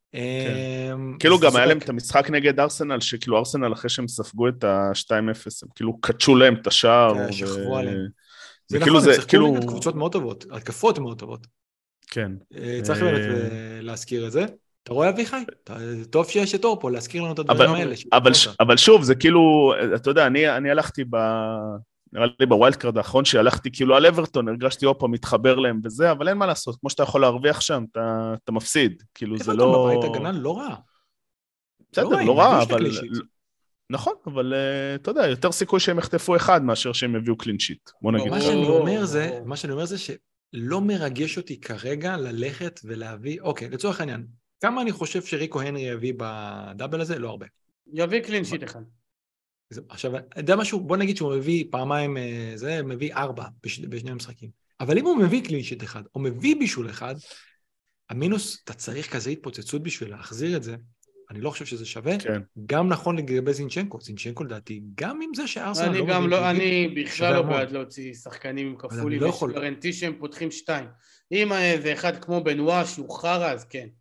כאילו גם היה להם את המשחק נגד ארסנל, שכאילו ארסנל אחרי שהם ספגו את ה-2-0, הם כאילו קדשו להם את השער. שכבו עליהם. זה נכון, הם שיחקו נגד קבוצות מאוד טובות, התקפות מאוד טובות. כן. צריך באמת להזכיר את זה. אתה רואה אביחי? טוב שיש את אור פה, להזכיר לנו את הדברים האלה. אבל שוב, זה כאילו, אתה יודע, אני הלכתי נראה לי בווילד קארד האחרון שהלכתי כאילו על אברטון, הרגשתי אופה מתחבר להם וזה, אבל אין מה לעשות, כמו שאתה יכול להרוויח שם, אתה מפסיד, כאילו זה לא... אברטון בבית הגנה לא רע. בסדר, לא רע, אבל... נכון, אבל אתה יודע, יותר סיכוי שהם יחטפו אחד מאשר שהם יביאו קלין שיט, בוא נגיד. מה שאני אומר זה שלא מרגש אותי כרגע ללכת ולהביא, אוקיי, לצורך העניין, כמה אני חושב שריקו הנרי יביא בדאבל הזה? לא הרבה. יביא קלין שיט אחד. עכשיו, יודע משהו, בוא נגיד שהוא מביא פעמיים, זה מביא 4 בשני המשחקים. אבל אם הוא מביא קלין שיט אחד, או מביא בישול אחד, המינוס, אתה צריך כזה התפוצצות בשביל להחזיר את זה, אני לא חושב שזה שווה. כן. גם נכון לגבי זינצ'נקו לדעתי, גם עם זה שארסנל לא מבין. אני בכלל לא בעד להוציא שחקנים עם כפולים, יש גרנטי שהם פותחים 2. אם זה אחד כמו בנווה שהוא חרא, אז כן.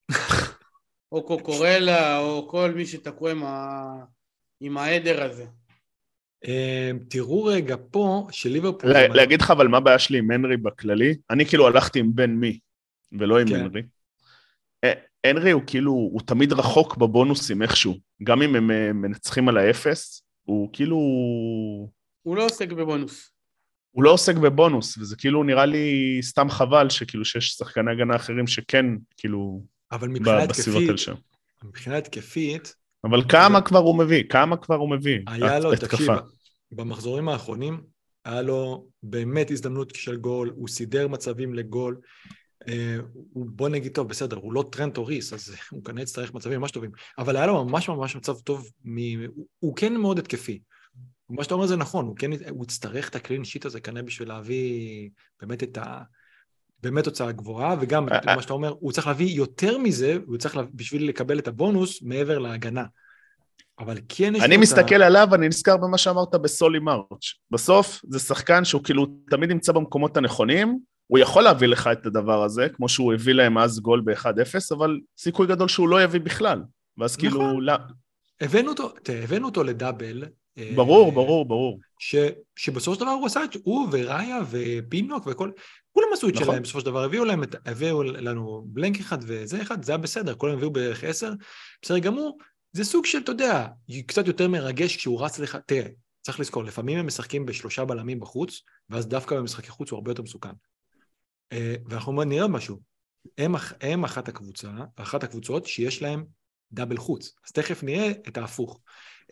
או קוקורלה, או כל מי שתקוע עם העדר הזה. תראו רגע פה שליברפול... להגיד לך אבל מה הבעיה שלי עם הנרי בכללי? אני כאילו הלכתי עם בן מי, ולא עם הנרי. הנרי הוא כאילו, הוא תמיד רחוק בבונוסים איכשהו. גם אם הם מנצחים על האפס, הוא כאילו... הוא לא עוסק בבונוס. הוא לא עוסק בבונוס, וזה כאילו נראה לי סתם חבל שכאילו שיש שחקני הגנה אחרים שכן כאילו... אבל מבחינה התקפית... אבל כמה כבר הוא מביא? היה לו, תקשיב, במחזורים האחרונים, היה לו באמת הזדמנות של גול, הוא סידר מצבים לגול, בוא נגיד טוב, בסדר, הוא לא טרנט או ריס, אז הוא כנראה יצטרך מצבים ממש טובים, אבל היה לו ממש ממש מצב טוב, הוא כן מאוד התקפי. מה שאתה אומר זה נכון, הוא יצטרך את הקלין שיט הזה כנראה בשביל להביא באמת באמת הוצאה גבוהה, וגם מה שאתה אומר, הוא צריך להביא יותר מזה, הוא צריך בשביל לקבל את הבונוס מעבר להגנה. אבל כן יש... אני מסתכל עליו, אני נזכר במה שאמרת בסולי מרץ'. בסוף זה שחקן שהוא כאילו תמיד נמצא במקומות הנכונים, הוא יכול להביא לך את הדבר הזה, כמו שהוא הביא להם אז גול ב-1-0, אבל סיכוי גדול שהוא לא יביא בכלל. ואז כאילו... הבאנו אותו לדאבל. ברור. שבסופו של דבר הוא עשה את... הוא וראיה ופינוק וכל... כולם עשו את שלהם, בסופו של דבר הביאו לנו בלנק אחד וזה אחד, זה היה בסדר, כולם הביאו בערך 10, בסדר גמור, זה סוג של, אתה יודע, קצת יותר מרגש כשהוא רץ לך, תראה, צריך לזכור, לפעמים הם משחקים ב3 בלמים בחוץ, ואז דווקא במשחקי חוץ הוא הרבה יותר מסוכן. ואנחנו נראה משהו, הם אחת הקבוצות שיש להם דאבל חוץ, אז תכף נראה את ההפוך.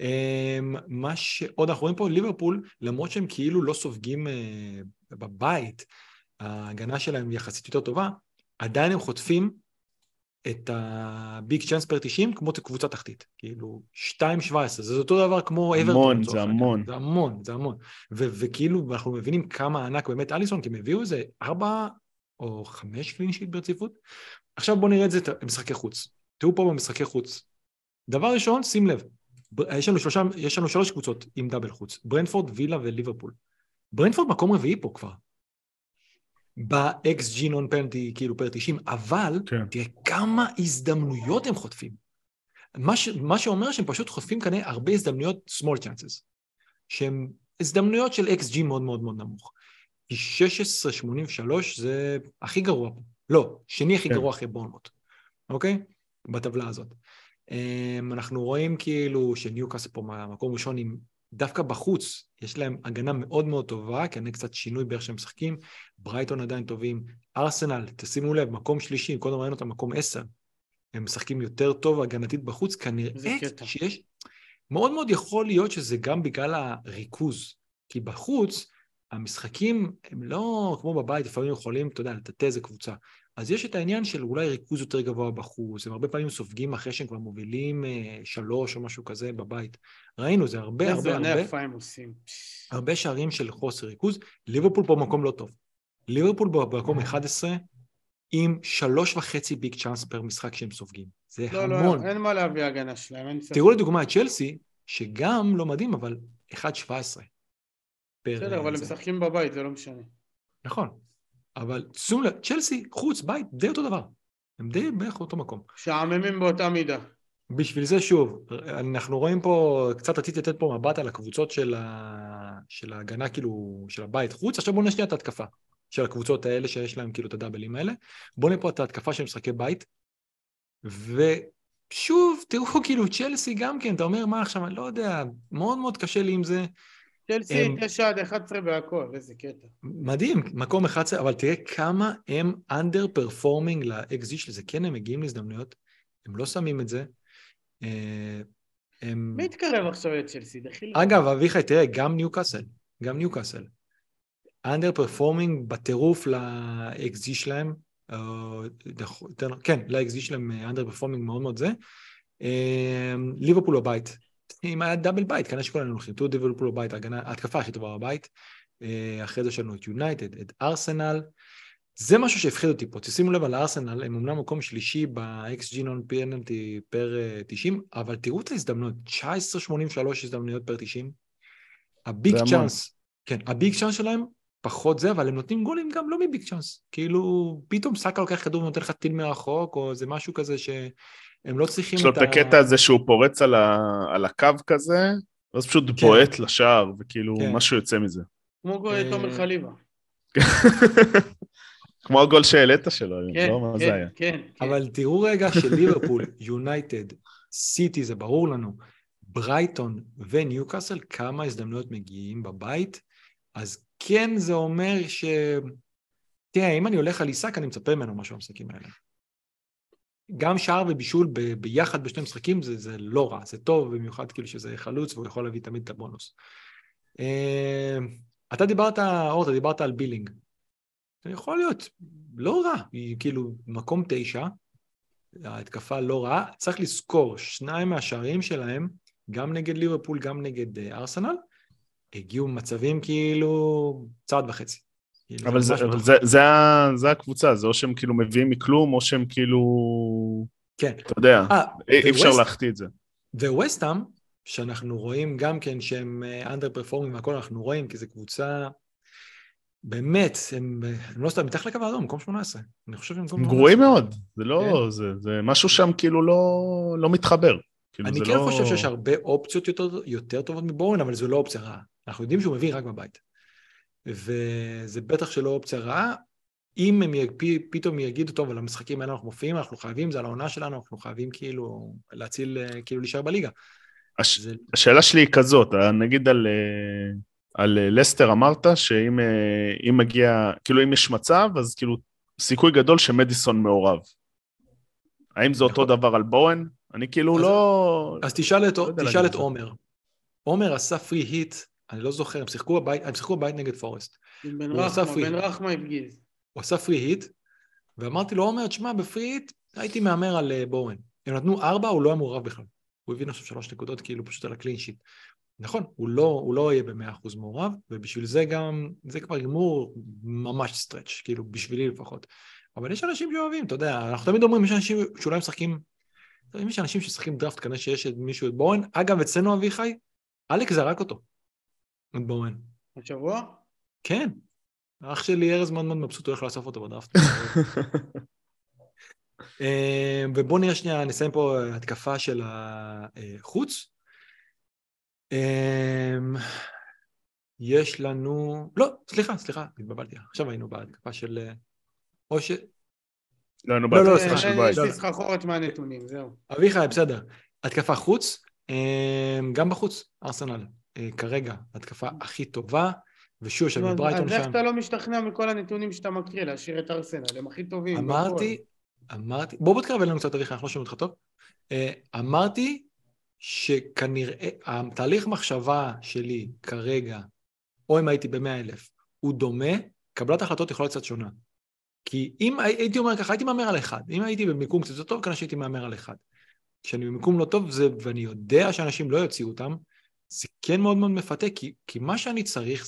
מה שעוד אנחנו רואים פה, ליברפול, למרות שהם כאילו לא סופגים בבית, ההגנה שלהם יחסית יותר טובה, עדיין הם חוטפים את הביג צ'אנס פר 90 כמו קבוצה תחתית, כאילו 2.17, זה אותו דבר כמו אברטון. זה המון. וכאילו אנחנו מבינים כמה ענק באמת אליסון, כי הם הביאו איזה 4 או 5 קלינשיט ברציפות. עכשיו בואו נראה את זה במשחקי חוץ. תראו פה במשחקי חוץ. דבר ראשון, שים לב, יש לנו 3 קבוצות עם דאבל חוץ, ברנפורד, וילה וליברפול. ברנפורד מקום רביעי פה כבר. ב-XG non-penalty כאילו פר 90, אבל תראה כמה הזדמנויות הם חוטפים. מה שאומר שהם פשוט חוטפים כנראה הרבה הזדמנויות small chances, שהן הזדמנויות של XG מאוד מאוד מאוד נמוך. 16.83 זה הכי גרוע פה. לא, שני הכי גרוע אחרי בורנמוט. אוקיי? בטבלה הזאת. אנחנו רואים כאילו שניוקאסל פה מקום ראשון עם דווקא בחוץ, יש להם הגנה מאוד מאוד טובה, כי אני קצת שינוי באיך שהם משחקים, ברייטון עדיין טובים, ארסנל, תשימו לב, מקום שלישי, קודם ראינו אותם מקום 10, הם משחקים יותר טוב הגנתית בחוץ, כנראה שיש, מאוד מאוד יכול להיות שזה גם בגלל הריכוז, כי בחוץ, המשחקים הם לא כמו בבית, לפעמים יכולים, אתה יודע, לתת איזה קבוצה, אז יש את העניין של אולי ריכוז יותר גבוה בחוץ, הם הרבה פעמים סופגים אחרי שהם כבר מובילים 3 או משהו כזה בבית. ראינו, זה הרבה שערים של חוסר ריכוז. ליברפול פה מקום לא טוב. ליברפול במקום 11 עם 3.5 ביג צ'אנס פר משחק שהם סופגים. זה המון. לא, אין מה להביא הגנה שלהם. תראו לדוגמה את צ'לסי, שגם לא מדהים, אבל 1.17. בסדר, אבל הם משחקים בבית, זה לא משנה. נכון. אבל צ'לסי, חוץ, בית, די אותו דבר. הם די בערך אותו מקום. שעממים באותה מידה. בשביל זה שוב, אנחנו רואים פה, קצת רציתי לתת פה מבט על הקבוצות של ההגנה, כאילו, של הבית חוץ. עכשיו בואו נשניע את ההתקפה של הקבוצות האלה שיש להם כאילו את הדאבלים האלה. בואו נראה פה את ההתקפה של משחקי בית. ושוב, תראו כאילו צ'לסי גם כן, אתה אומר מה עכשיו, אני לא יודע, מאוד מאוד קשה לי עם זה. צ'לסי 9-11 בהכל, איזה קטע. מדהים, מקום 11, אבל תראה כמה הם underperforming ל-XG של זה, כן הם מגיעים להזדמנויות, הם לא שמים את זה. מי התקרב עכשיו לצ'לסי? אגב, אביחי, תראה, גם ניוקאסל. underperforming בטירוף ל-XG שלהם, כן, ל-XG שלהם underperforming מאוד מאוד זה. ליברפול בבית. אם היה דאבל בית, כנראה שכולנו הולכים, תראו ליברפול בבית, ההתקפה הכי טובה בבית, אחרי זה שלנו את יונייטד, את ארסנל, זה משהו שהפחיד אותי פה. תשימו לב על הארסנל, הם אומנם מקום שלישי ב-XG non-penalty פר 90, אבל תראו את ההזדמנויות, 19.83 הזדמנויות פר 90. הביג צ'אנס, כן, הביג צ'אנס שלהם פחות זה, אבל הם נותנים גולים גם לא מביג צ'אנס. כאילו, פתאום סאקה לוקח כדור ונותן לך טיל מרחוק, או זה משהו כזה שהם לא צריכים יש לו את הקטע הזה שהוא פורץ על הקו כזה, אז פשוט בועט לשער, וכאילו משהו יוצא מזה. כמו גול תומר חליבה. כמו הגול שהעלית שלו, לא מה זה היה. כן. אבל תראו רגע שליברפול, יונייטד, סיטי, זה ברור לנו, ברייטון וניוקאסל, כמה הזדמנויות מגיעים בבית, אז כן זה אומר תראה, אם אני הולך על עיסק, אני מצפה ממנו משהו במשחקים האלה. גם שער ובישול ביחד בשני משחקים, זה לא רע, זה טוב, במיוחד כאילו שזה חלוץ, והוא יכול להביא תמיד את הבונוס. אתה דיברת על בילינג. זה יכול להיות לא רע, היא כאילו מקום 9, ההתקפה לא רע, צריך לזכור, 2 מהשערים שלהם, גם נגד ליברפול, גם נגד ארסנל, הגיעו מצבים כאילו צעד וחצי. אבל זה הקבוצה, זה או שהם כאילו מביאים מכלום, או שהם כאילו, כן. אתה יודע, אי אפשר להחטיא את זה. וווסטהאם, שאנחנו רואים גם כן שהם אנדר פרפורמינג והכל, אנחנו רואים כי זו קבוצה, באמת, הם לא סתם, מתחת לקו האדום, מקום 18. אני חושב שהם מקום 18. גרועים מאוד, זה לא, זה משהו שם כאילו לא מתחבר. אני כן חושב שיש הרבה אופציות יותר טובות מבורן, אבל זו לא אופציה רעה. אנחנו יודעים שהוא מביא רק בבית. וזה בטח שלא אופציה רעה. אם הם פתאום יגידו, טוב, על המשחקים האלה אנחנו מופיעים, אנחנו חייבים, זה על העונה שלנו, אנחנו חייבים כאילו להציל, כאילו להישאר בליגה. השאלה שלי היא כזאת, נגיד על לסטר אמרת, שאם מגיע, כאילו אם יש מצב, אז כאילו סיכוי גדול שמדיסון מעורב. האם זה אותו דבר על בורן? אני כאילו לא... אז תשאל את עומר. עומר עשה פרי היט, אני לא זוכר, הם שיחקו בבית נגד פורסט. בן רחמה הפגיז. הוא עשה פרי היט, ואמרתי לו, עומר, תשמע, בפרי היט הייתי מאמר על בורן. הם נתנו 4, הוא לא היה מעורב בכלל. הוא הביא עכשיו 3 נקודות, כאילו פשוט על הקלין שיט. נכון, הוא לא יהיה ב100% מעורב, ובשביל זה גם, זה כבר גמור ממש סטרץ', כאילו בשבילי לפחות. אבל יש אנשים שאוהבים, אתה יודע, אנחנו תמיד אומרים, יש אנשים שאולי משחקים, יש אנשים ששחקים דראפט, כנראה שיש מישהו את בורן, אגב, אצלנו אביחי, אלק זרק אותו, את בורן. השבוע? כן, האח שלי ארז מאוד מאוד מבסוט, הוא הולך לאסוף אותו בדראפט. ובואו נראה שנייה, נסיים פה התקפה של החוץ. יש לנו... לא, סליחה, התבלבלתי. עכשיו היינו בהתקפה של... או ש... לא, היינו בהתקפה של בית. יש לי סחרחורת מהנתונים, זהו. אביחי, בסדר. התקפה חוץ, גם בחוץ, ארסנל. כרגע, התקפה הכי טובה, ושוב, של ברייטון שם. אז איך אתה לא משתכנע מכל הנתונים שאתה מקריא, להשאיר את ארסנל, הם הכי טובים. אמרתי, בוא תקרב אלינו קצת אביחי, אנחנו לא שומעים אותך טוב. אמרתי שכנראה, התהליך מחשבה שלי כרגע, או אם הייתי ב100,000, הוא דומה, קבלת החלטות יכולה קצת שונה. כי אם הייתי אומר ככה, הייתי מאמר על אחד. אם הייתי במיקום קצת טוב, כנראה שהייתי מאמר על אחד. כשאני במיקום לא טוב, ואני יודע שאנשים לא יוציאו אותם, זה כן מאוד מאוד מפתה, כי מה שאני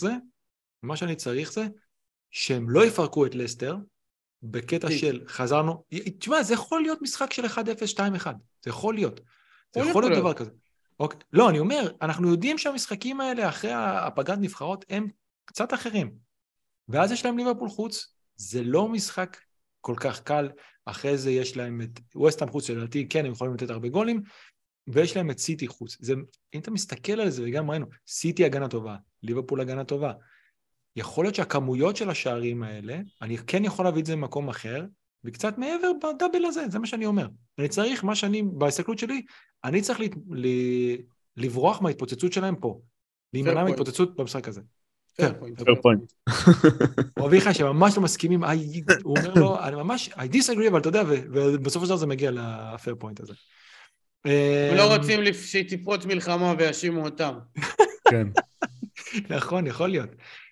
צריך זה, שהם לא יפרקו את לסטר, בקטע של חזרנו, תשמע, זה יכול להיות משחק של 1-0, 2-1, זה יכול להיות. זה יכול להיות דבר כזה. לא, אני אומר, אנחנו יודעים שהמשחקים האלה אחרי הפגרת נבחרות הם קצת אחרים. ואז יש להם ליברפול חוץ, זה לא משחק כל כך קל, אחרי זה יש להם את ווסטהאם חוץ שלדעתי, כן, הם יכולים לתת הרבה גולים, ויש להם את סיטי חוץ. זה, אם אתה מסתכל על זה, וגם ראינו, סיטי הגנה טובה, ליברפול הגנה טובה. יכול להיות שהכמויות של השערים האלה, אני כן יכול להביא את זה במקום אחר, וקצת מעבר בדאבל הזה, זה מה שאני אומר. אני צריך, מה שאני, בהסתכלות שלי, אני צריך לברוח מההתפוצצות שלהם פה. להימנע מההתפוצצות במשחק הזה. fair point. הוא אביחי שממש לא מסכימים, הוא אומר לו, אני ממש, I disagree, אבל אתה יודע, ובסוף השאר זה מגיע ל-fair point הזה. ולא רוצים שתפרוץ מלחמה וישימו אותם. כן. נכון, יכול להיות.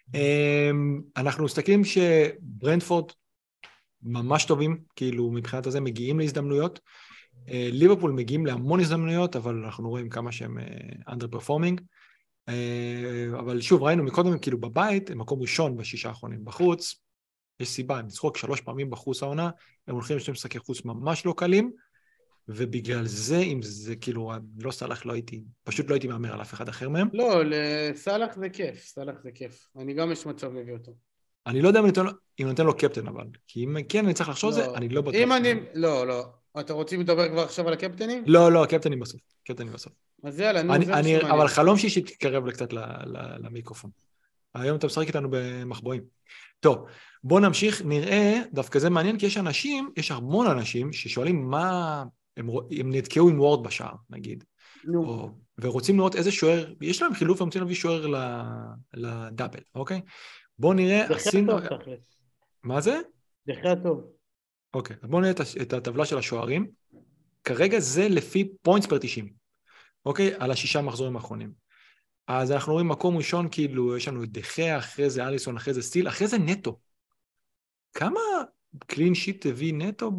אנחנו מסתכלים שברנדפורד ממש טובים, כאילו מבחינת הזה מגיעים להזדמנויות, ליברפול מגיעים להמון הזדמנויות, אבל אנחנו רואים כמה שהם underperforming, אבל שוב ראינו מקודם כאילו בבית, מקום ראשון ב6 האחרונים בחוץ, יש סיבה, הם נשחוק 3 פעמים בחוץ העונה, הם הולכים לשני משחקי חוץ ממש לא קלים, ובגלל זה, אם זה כאילו, לא סלח, פשוט לא הייתי מאמר על אף אחד אחר מהם. לא, לסלח זה כיף, סלח זה כיף. אני גם יש מצב להביא אותו. אני לא יודע אם נותן לו קפטן, אבל, כי אם כן אני צריך לחשוב על זה, אני לא בטוח. לא. אתה רוצים לדבר כבר עכשיו על הקפטנים? לא, הקפטנים בסוף. אז יאללה, נו, זה משהו אבל חלום שתתקרב קצת למיקרופון. היום אתה משחק איתנו במחבואים. טוב, בואו נמשיך, נראה, דווקא זה מעניין, כי יש המון אנשים ששואלים מה, הם נתקעו עם וורד בשער, נגיד. ורוצים לראות איזה שוער, יש להם חילוף, הם רוצים להביא שוער לדאבל, אוקיי? בואו נראה, עשינו... מה זה? דחיה טוב. אוקיי, אז בואו נראה את הטבלה של השוערים. כרגע זה לפי פוינטס פר 90, אוקיי? על 6 מחזורים האחרונים. אז אנחנו רואים מקום ראשון, כאילו, יש לנו את דחיה, אחרי זה אליסון, אחרי זה סטיל, אחרי זה נטו. כמה קלין שיט הביא נטו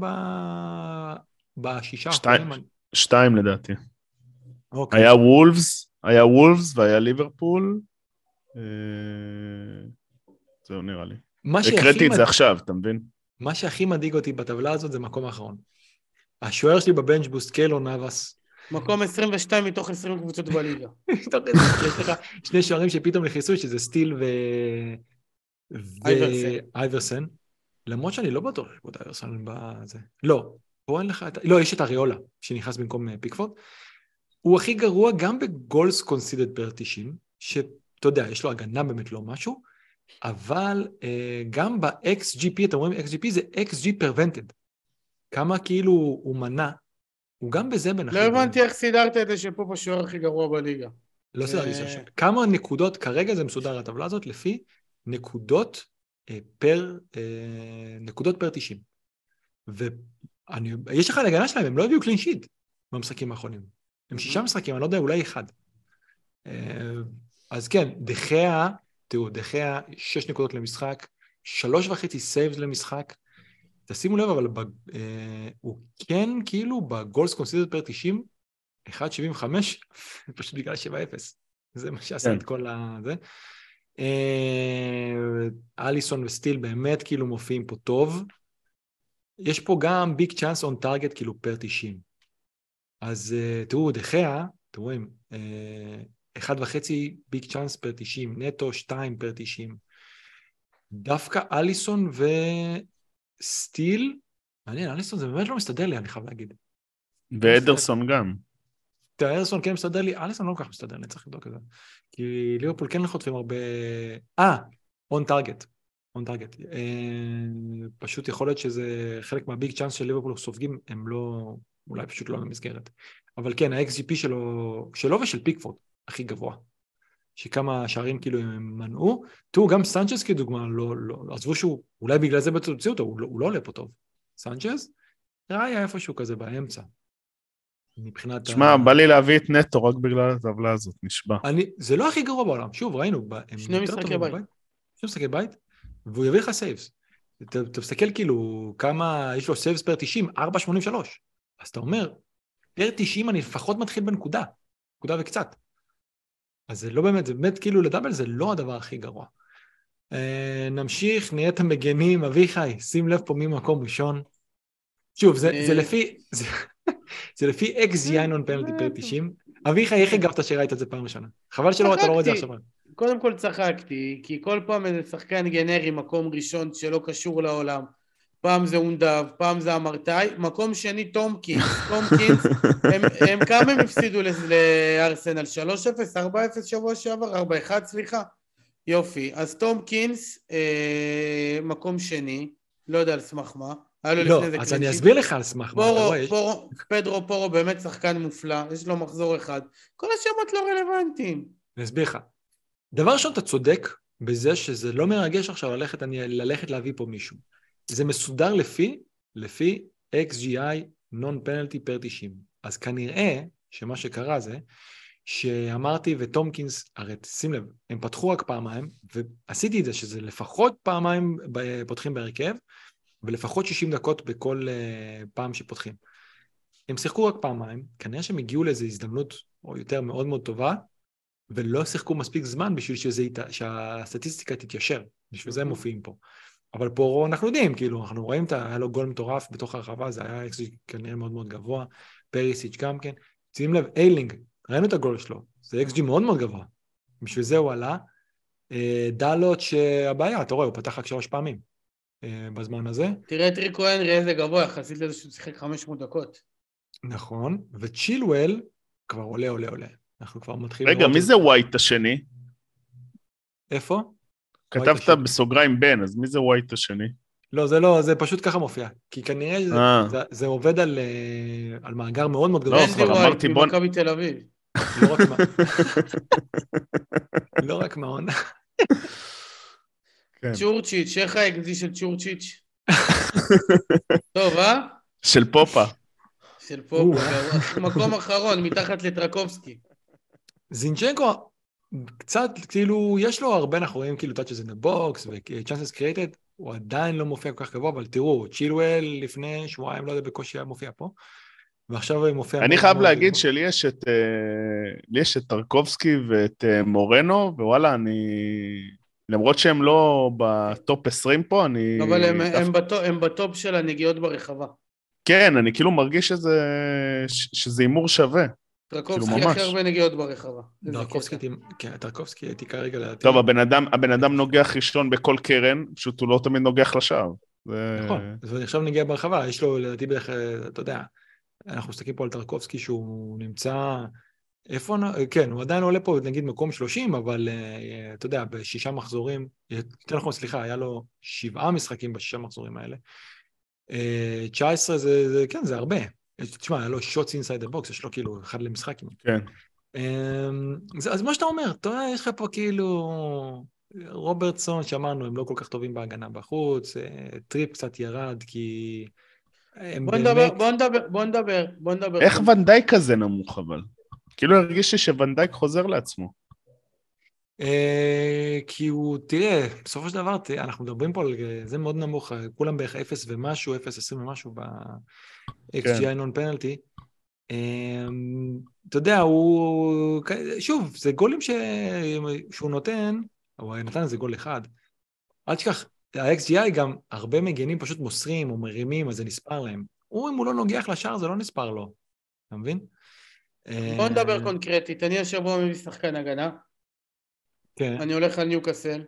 ב6 האחרונים? 2 לדעתי. אוקיי. היה וולפס והיה ליברפול. זהו נראה לי. הקראתי את זה עכשיו, אתה מבין? מה שהכי מדאיג אותי בטבלה הזאת זה מקום האחרון. השוער שלי בבנץ' בוסט קיילור נאבס. מקום 22 מתוך 20 קבוצות בליגה. יש לך 2 שוערים שפתאום נכנסו, שזה סטיל ואייברסן. למרות שאני לא בטוח שבוד אייברסן בזה. לא, פה אין לך את... לא, יש את אריולה, שנכנס במקום פיקפורד. הוא הכי גרוע גם בגולס קונסידד פר 90, שאתה יודע, יש לו הגנה באמת לא משהו, אבל גם ב-XGP, אתם רואים, XGP זה XG prevented. כמה כאילו הוא מנע, הוא גם בזה בין הכי לא הבנתי איך סידרת את זה שפה בשוער הכי גרוע בליגה. לא סידרתי זה. כמה נקודות, כרגע זה מסודר הטבלה הזאת, לפי נקודות פר 90. ויש לך להגנה שלהם, הם לא הביאו קלין שיט במשחקים האחרונים. הם 6 משחקים, אני לא יודע, אולי 1. אז כן, דחיה 6 נקודות למשחק, 3.5 סייבס למשחק, תשימו לב, אבל הוא כן כאילו בגולס קונסידרד פר 90, 1.75, פשוט בגלל 7-0. זה מה שעשה את כל הזה. אליסון וסטיל באמת כאילו מופיעים פה טוב. יש פה גם ביג צ'אנס און טארגט כאילו פר 90. אז תראו, דחיה, אתם רואים, 1.5 ביג צ'אנס פר 90, נטו 2 פר 90. דווקא אליסון וסטיל, מעניין, אליסון זה באמת לא מסתדר לי, אני חייב להגיד. ואדרסון גם. אדרסון כן מסתדר לי, אליסון לא כל כך מסתדר לי, צריך לבדוק את זה. כי ליברפול כן חוטפים הרבה... און טארגט. פשוט יכול להיות שזה חלק מהביג צ'אנס של ליברפול סופגים, הם לא, אולי פשוט לא במסגרת. אבל כן, ה-XGP שלו ושל פיקפורד, הכי גבוה. שכמה שערים כאילו הם מנעו. תראו, גם סנצ'ז כדוגמה, לא, עזבו שהוא, אולי בגלל זה בתוציא אותו, הוא לא עולה פה טוב. סנצ'ז, היה איפשהו כזה באמצע. מבחינת... תשמע, בא לי להביא את נטו רק בגלל הטבלה הזאת, נשבע. זה לא הכי גרוע בעולם, שוב, ראינו. 2 משחקי בית. 2 משחקי בית, והוא יביא לך סייבס. אתה מסתכל כאילו, כמה, יש לו סייבס פר 90, 4.83. אז אתה אומר, פר 90 אני לפחות מתחיל בנקודה, נקודה וקצת. אז זה לא באמת, זה באמת כאילו לדאבל, זה לא הדבר הכי גרוע. נמשיך, נהיית המגנים, אביחי, שים לב פה ממקום ראשון. שוב, זה לפי XGI non penalty פר 90. אביחי, איך הגבת שראית את זה פעם ראשונה? חבל שלא אתה לא רואה את זה עכשיו. קודם כל צחקתי, כי כל פעם איזה שחקן גנרי, מקום ראשון שלא קשור לעולם. פעם זה אונדב, פעם זה אמרתאי, מקום שני טומקינס, הם כמה הם הפסידו לארסנל? 3-0, 4-0 שבוע שעבר, 4-1 סליחה, יופי, אז טומקינס, מקום שני, לא יודע על סמך מה, לא, אז אני אסביר לך על סמך מה, פדרו פורו באמת שחקן מופלא, יש לו מחזור אחד, כל השמות לא רלוונטיים. אני אסביר לך, דבר ראשון אתה צודק בזה שזה לא מרגש עכשיו ללכת להביא פה מישהו, זה מסודר לפי XGI non-penalty פר 90. אז כנראה שמה שקרה זה, שאמרתי וטומקינס, הרי שים לב, הם פתחו רק פעמיים, ועשיתי את זה שזה לפחות פעמיים פותחים בהרכב, ולפחות 60 דקות בכל פעם שפותחים. הם שיחקו רק פעמיים, כנראה שהם הגיעו לאיזו הזדמנות, או יותר מאוד מאוד טובה, ולא שיחקו מספיק זמן בשביל שהסטטיסטיקה תתיישר, בשביל זה הם מופיעים פה. אבל פה אנחנו יודעים, כאילו, אנחנו רואים היה לו גול מטורף בתוך הרחבה, זה היה XG כנראה מאוד מאוד גבוה, פריסיץ' גם כן. שים לב, איילינג, ראינו את הגול שלו, זה XG מאוד מאוד גבוה. בשביל זה הוא עלה. דלות שהבעיה, אתה רואה, הוא פתח רק 3 פעמים בזמן הזה. תראה את ריקו הנרי, איזה גבוה, יחסית לזה שהוא שיחק 500 דקות. נכון, וצ'ילואל כבר עולה. אנחנו כבר מתחילים... רגע, מי זה ווייט השני? איפה? כתבת בסוגריים בן, אז מי זה ווייט השני? לא, זה פשוט ככה מופיע, כי כנראה זה עובד על מאגר מאוד מאוד גדול. אנדי ווייט ממכבי תל אביב. לא רק מעון. צ'ורצ'יץ', איך האקזי של צ'ורצ'יץ'? טוב, של פופה. של פופה, מקום אחרון, מתחת לטרקובסקי. זינצ'נקו, קצת, כאילו, יש לו הרבה, אנחנו רואים כאילו touches in the box ו-chances created, הוא עדיין לא מופיע כל כך גבוה, אבל תראו, צ'ילואל לפני שבועיים, לא יודע, בקושי היה מופיע פה, ועכשיו הוא מופיע... אני חייב להגיד שלי יש את טרקובסקי ואת מורנו, ווואלה, למרות שהם לא בטופ 20 פה, אבל הם בטופ של הנגיעות ברחבה. כן, אני כאילו מרגיש שזה אימור שווה. טרקובסקי הכי הרבה נגיעות ברחבה. טרקובסקי הייתי כרגע להטיל. טוב, הבן אדם נוגח ראשון בכל קרן, פשוט הוא לא תמיד נוגח לשער. נכון, ועכשיו נגיע ברחבה, יש לו לדעתי בערך, אתה יודע, אנחנו מסתכלים פה על טרקובסקי שהוא נמצא, איפה, כן, הוא עדיין עולה פה נגיד מקום 30, אבל אתה יודע, ב6 מחזורים, יותר נכון, סליחה, היה לו 7 משחקים ב6 מחזורים האלה. 19 זה, כן, זה הרבה. תשמע, היה לו shots inside the box, יש לו כאילו אחד למשחק. כן. אז מה שאתה אומר, אתה יודע, יש לך פה כאילו רוברטסון, שאמרנו, הם לא כל כך טובים בהגנה בחוץ, טריפ קצת ירד, כי הם באמת... בוא נדבר. איך ונדייק כזה נמוך אבל? כאילו הרגיש לי שוונדייק חוזר לעצמו. כי הוא, תראה, בסופו של דבר, אנחנו מדברים פה על זה מאוד נמוך, כולם בערך 0 ומשהו, 0.20 ומשהו ב-XGI non-penalty. אתה יודע, הוא, שוב, זה גולים שהוא נותן, הוא נתן איזה גול אחד. אל תשכח, ה-XGI גם הרבה מגנים פשוט מוסרים או מרימים, אז זה נספר להם. אם הוא לא נוגח לשער, זה לא נספר לו. אתה מבין? בוא נדבר קונקרטית, אני השבוע מביא שחקן הגנה. אני הולך על ניוקאסל,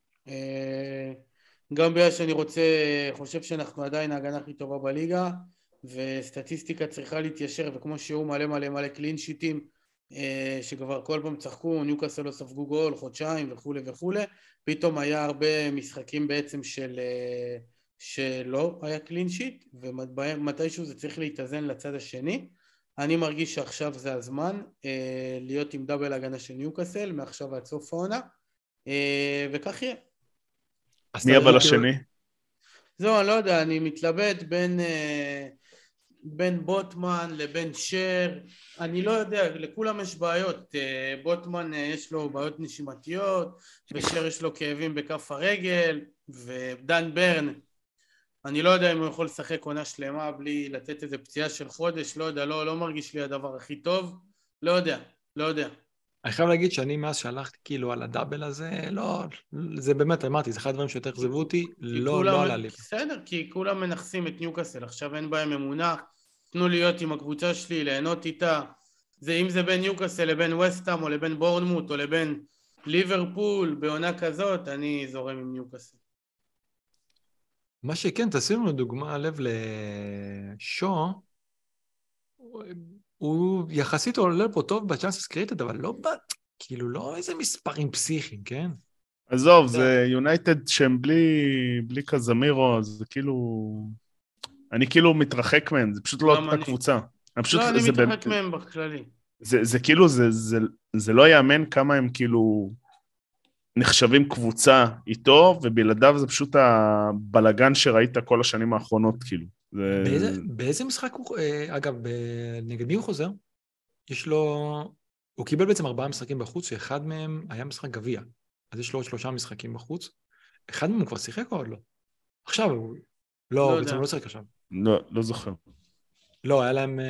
גם בגלל שאני חושב שאנחנו עדיין ההגנה הכי טובה בליגה, וסטטיסטיקה צריכה להתיישר, וכמו שהוא מלא קלין שיטים, שכבר כל פעם צחקו, ניוקאסל לא ספגו גול, חודשיים וכו', פתאום היה הרבה משחקים בעצם שלא היה קלין שיט, ומתישהו זה צריך להתאזן לצד השני. אני מרגיש שעכשיו זה הזמן להיות עם דאבל הגנה של ניוקאסל, מעכשיו עד סוף העונה, וכך יהיה. מי אבל השני? זהו, אני לא יודע, אני מתלבט בין בוטמן לבין שר, אני לא יודע, לכולם יש בעיות, בוטמן יש לו בעיות נשימתיות, ושר יש לו כאבים בכף הרגל, ודן ברן, אני לא יודע אם הוא יכול לשחק עונה שלמה בלי לתת איזה פציעה של חודש, לא יודע, לא מרגיש לי הדבר הכי טוב, לא יודע. אני חייב להגיד שאני מאז שהלכתי כאילו על הדאבל הזה, לא, זה באמת, אמרתי, זה אחד הדברים שיותר חזבו אותי, לא עלה לי. בסדר, כי כולם מנחסים את ניוקאסל, עכשיו אין בהם אמונה, תנו להיות עם הקבוצה שלי, ליהנות איתה, אם זה בין ניוקאסל לבין וסטהאם, או לבין בורנמוט, או לבין ליברפול, בעונה כזאת, אני זורם עם ניוקאסל. מה שכן, תשים לנו דוגמה לב לשו, הוא יחסית עולה פה טוב בצ'אנסס קריטד, אבל כאילו לא איזה מספרים פסיכיים, כן? עזוב, זה יונייטד שהם בלי קזמירו, זה כאילו... אני כאילו מתרחק מהם, זה פשוט לא אותה קבוצה. לא, אני מתרחק מהם בכללי. זה כאילו, זה לא יאמן כמה הם כאילו... נחשבים קבוצה איתו, ובלעדיו זה פשוט הבלגן שראית כל השנים האחרונות, כאילו. באיזה משחק הוא, אגב, נגד מי הוא חוזר? הוא קיבל בעצם 4 משחקים בחוץ, שאחד מהם היה משחק גביע. אז יש לו עוד 3 משחקים בחוץ. אחד מהם הוא כבר שיחק או עוד לא? עכשיו הוא... לא, בעצם הוא לא שיחק עכשיו. לא זוכר. לא, היה להם...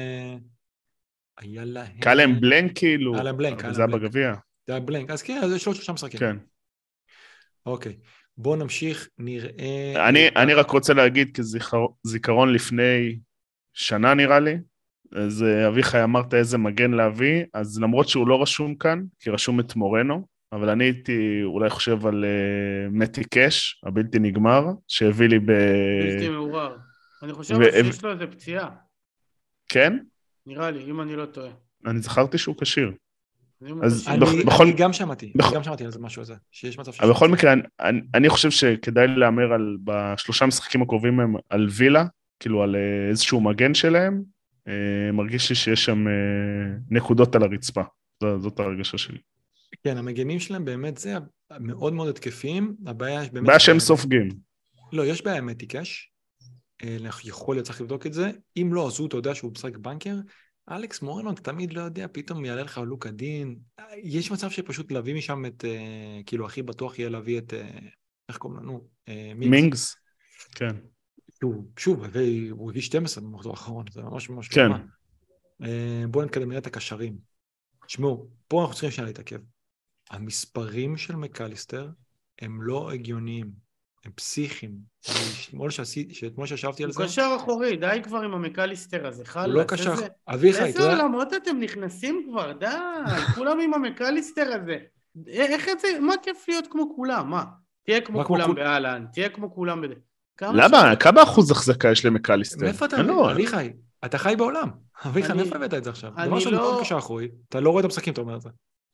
קל להם בלנק, כאילו. היה להם בלנק. זה היה בגביע. זה היה בלנק. אז כן, אז יש לו 3 משחקים. כן. אוקיי. בואו נמשיך, נראה... אני רק רוצה להגיד, כזיכרון לפני שנה נראה לי, אז אביחי אמרת איזה מגן להביא, אז למרות שהוא לא רשום כאן, כי רשום את מורנו, אבל אני הייתי אולי חושב על מתי קש, הבלתי נגמר, שהביא לי בלתי מעורר. אני חושב שיש לו איזה פציעה. כן? נראה לי, אם אני לא טועה. אני זכרתי שהוא כשיר. אני גם שמעתי על זה משהו הזה, שיש מצב אבל בכל מקרה, אני חושב שכדאי לאמר בשלושה משחקים הקרובים הם על וילה, כאילו על איזשהו מגן שלהם, מרגיש לי שיש שם נקודות על הרצפה, זאת הרגשה שלי. כן, המגנים שלהם באמת זה מאוד מאוד התקפיים, הבעיה שהם סופגים. לא, יש בעיה עם מתיקש, יכול להיות צריך לבדוק את זה, אם לא, אז הוא, אתה יודע שהוא משחק בנקר, אלכס מורנו, אתה תמיד לא יודע, פתאום יעלה לך לוק הדין, יש מצב שפשוט להביא משם את, כאילו הכי בטוח יהיה להביא את, איך קוראים לנו? מינגס, כן. שוב, הוא הביא 12 במחזור האחרון, זה ממש ממש כן. כמה. בואו נתקדם נראה את הקשרים. תשמעו, פה אנחנו צריכים שנייה להתעכב. המספרים של מקליסטר הם לא הגיוניים, הם פסיכיים. אתמול שישבתי על זה... הוא קשר אחורי, די כבר עם המקליסטר הזה, חלאס. הוא לא קשר... אביחי, איזה עולמות אתם נכנסים כבר, די, כולם עם המקליסטר הזה. איך את זה, מה כיף להיות כמו כולם, מה? תהיה כמו כולם באלן, תהיה כמו כולם בזה. למה? כמה אחוז החזקה יש למקליסטר? מאיפה אתה... אביחי, אתה חי בעולם. אביחי, מאיפה הבאת את זה עכשיו? דבר שאני לא קשר אחורי, אתה לא רואה את המשחקים, אתה אומר את זה.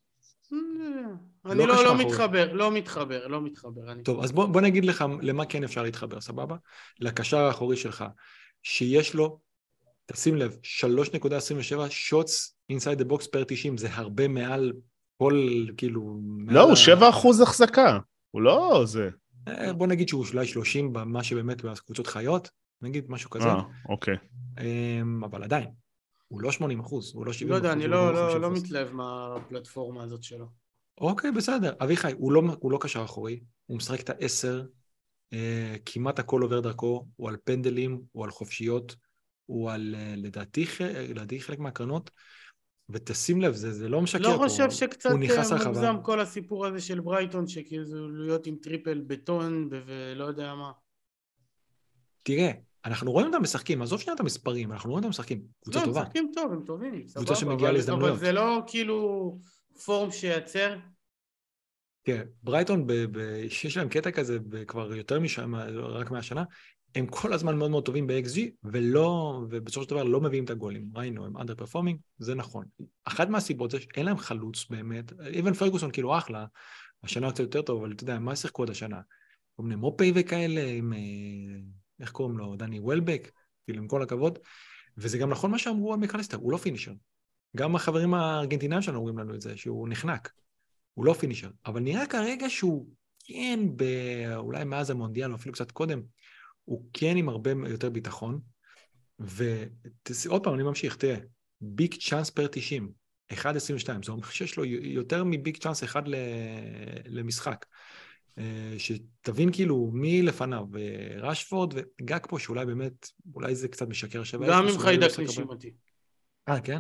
אני לא מתחבר. טוב, אז בוא נגיד לך למה כן אפשר להתחבר, סבבה? לקשר האחורי שלך, שיש לו, תשים לב, 3.27 שוטס inside the box per 90, זה הרבה מעל כל, כאילו... לא, הוא 7% החזקה, הוא לא זה. בוא נגיד שהוא אולי 30 במה שבאמת בקבוצות חיות, נגיד משהו כזה. אוקיי. אבל עדיין, הוא לא 80%, הוא לא 70%. לא יודע, אני לא מתלהב מהפלטפורמה הזאת שלו. אוקיי, בסדר. אביחי, הוא לא קשר אחורי, הוא משחק את ה-10, כמעט הכל עובר דרכו, הוא על פנדלים, הוא על חופשיות, הוא על, לדעתי חלק מהקרנות, ותשים לב, זה לא משקר פה. לא חושב שקצת מוגזם כל הסיפור הזה של ברייטון, שכאילו להיות עם טריפל בטון ולא יודע מה. תראה, אנחנו רואים אותם משחקים, עזוב שנייה את המספרים, אנחנו רואים אותם משחקים, קבוצה טובה. לא, משחקים טוב, הם טובים, קבוצה שמגיעה להזדמנויות. אבל זה לא כאילו פורם שייצר. כן, ברייטון, שיש להם קטע כזה כבר יותר רק מהשנה, הם כל הזמן מאוד מאוד טובים ב-XG, ובסופו של דבר לא מביאים את הגולים. ראינו, הם underperforming, זה נכון. אחת מהסיבות זה שאין להם חלוץ באמת, איבן פרגוסון כאילו אחלה, השנה קצת יותר טוב, אבל אתה יודע, מה שיחקו עוד השנה? כל מיני מופי וכאלה, עם, איך קוראים לו, דני וולבק, כאילו עם כל הכבוד, וזה גם נכון מה שאמרו על מקליסטר, הוא לא פינישר. גם החברים הארגנטינאים שלנו אומרים לנו את זה, שהוא נחנק. הוא לא פינישר, אבל נראה כרגע שהוא כן, אולי מאז המונדיאל, או אפילו קצת קודם, הוא כן עם הרבה יותר ביטחון, ועוד פעם אני ממשיך, תראה, ביג צ'אנס פר 90, 1.22, זה אומר שיש לו יותר מביג צ'אנס אחד למשחק, שתבין כאילו מי לפניו, רשפורד וגג פה, שאולי באמת, אולי זה קצת משקר שווה. גם עם חיידק נשימתי. כן?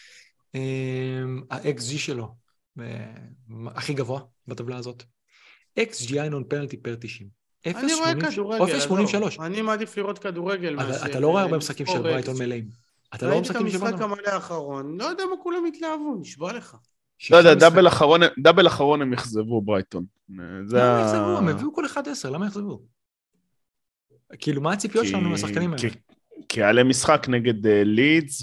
ה-XG שלו, הכי גבוה בטבלה הזאת. XGI non penalty per 90. אני רואה כדורגל, 0.83. אני מעדיף לראות כדורגל. אתה לא רואה הרבה משחקים של ברייטון מלאים. אתה לא רואה משחקים של ברייטון? ראיתי את המשחק המלא האחרון, לא יודע מה כולם התלהבו, נשבע לך. לא יודע, דאבל אחרון הם יחזבו ברייטון. למה יחזבו? הם הביאו כל 1-10, למה יחזבו? כאילו, מה הציפיות שלנו מהשחקנים האלה? כי היה להם משחק נגד לידס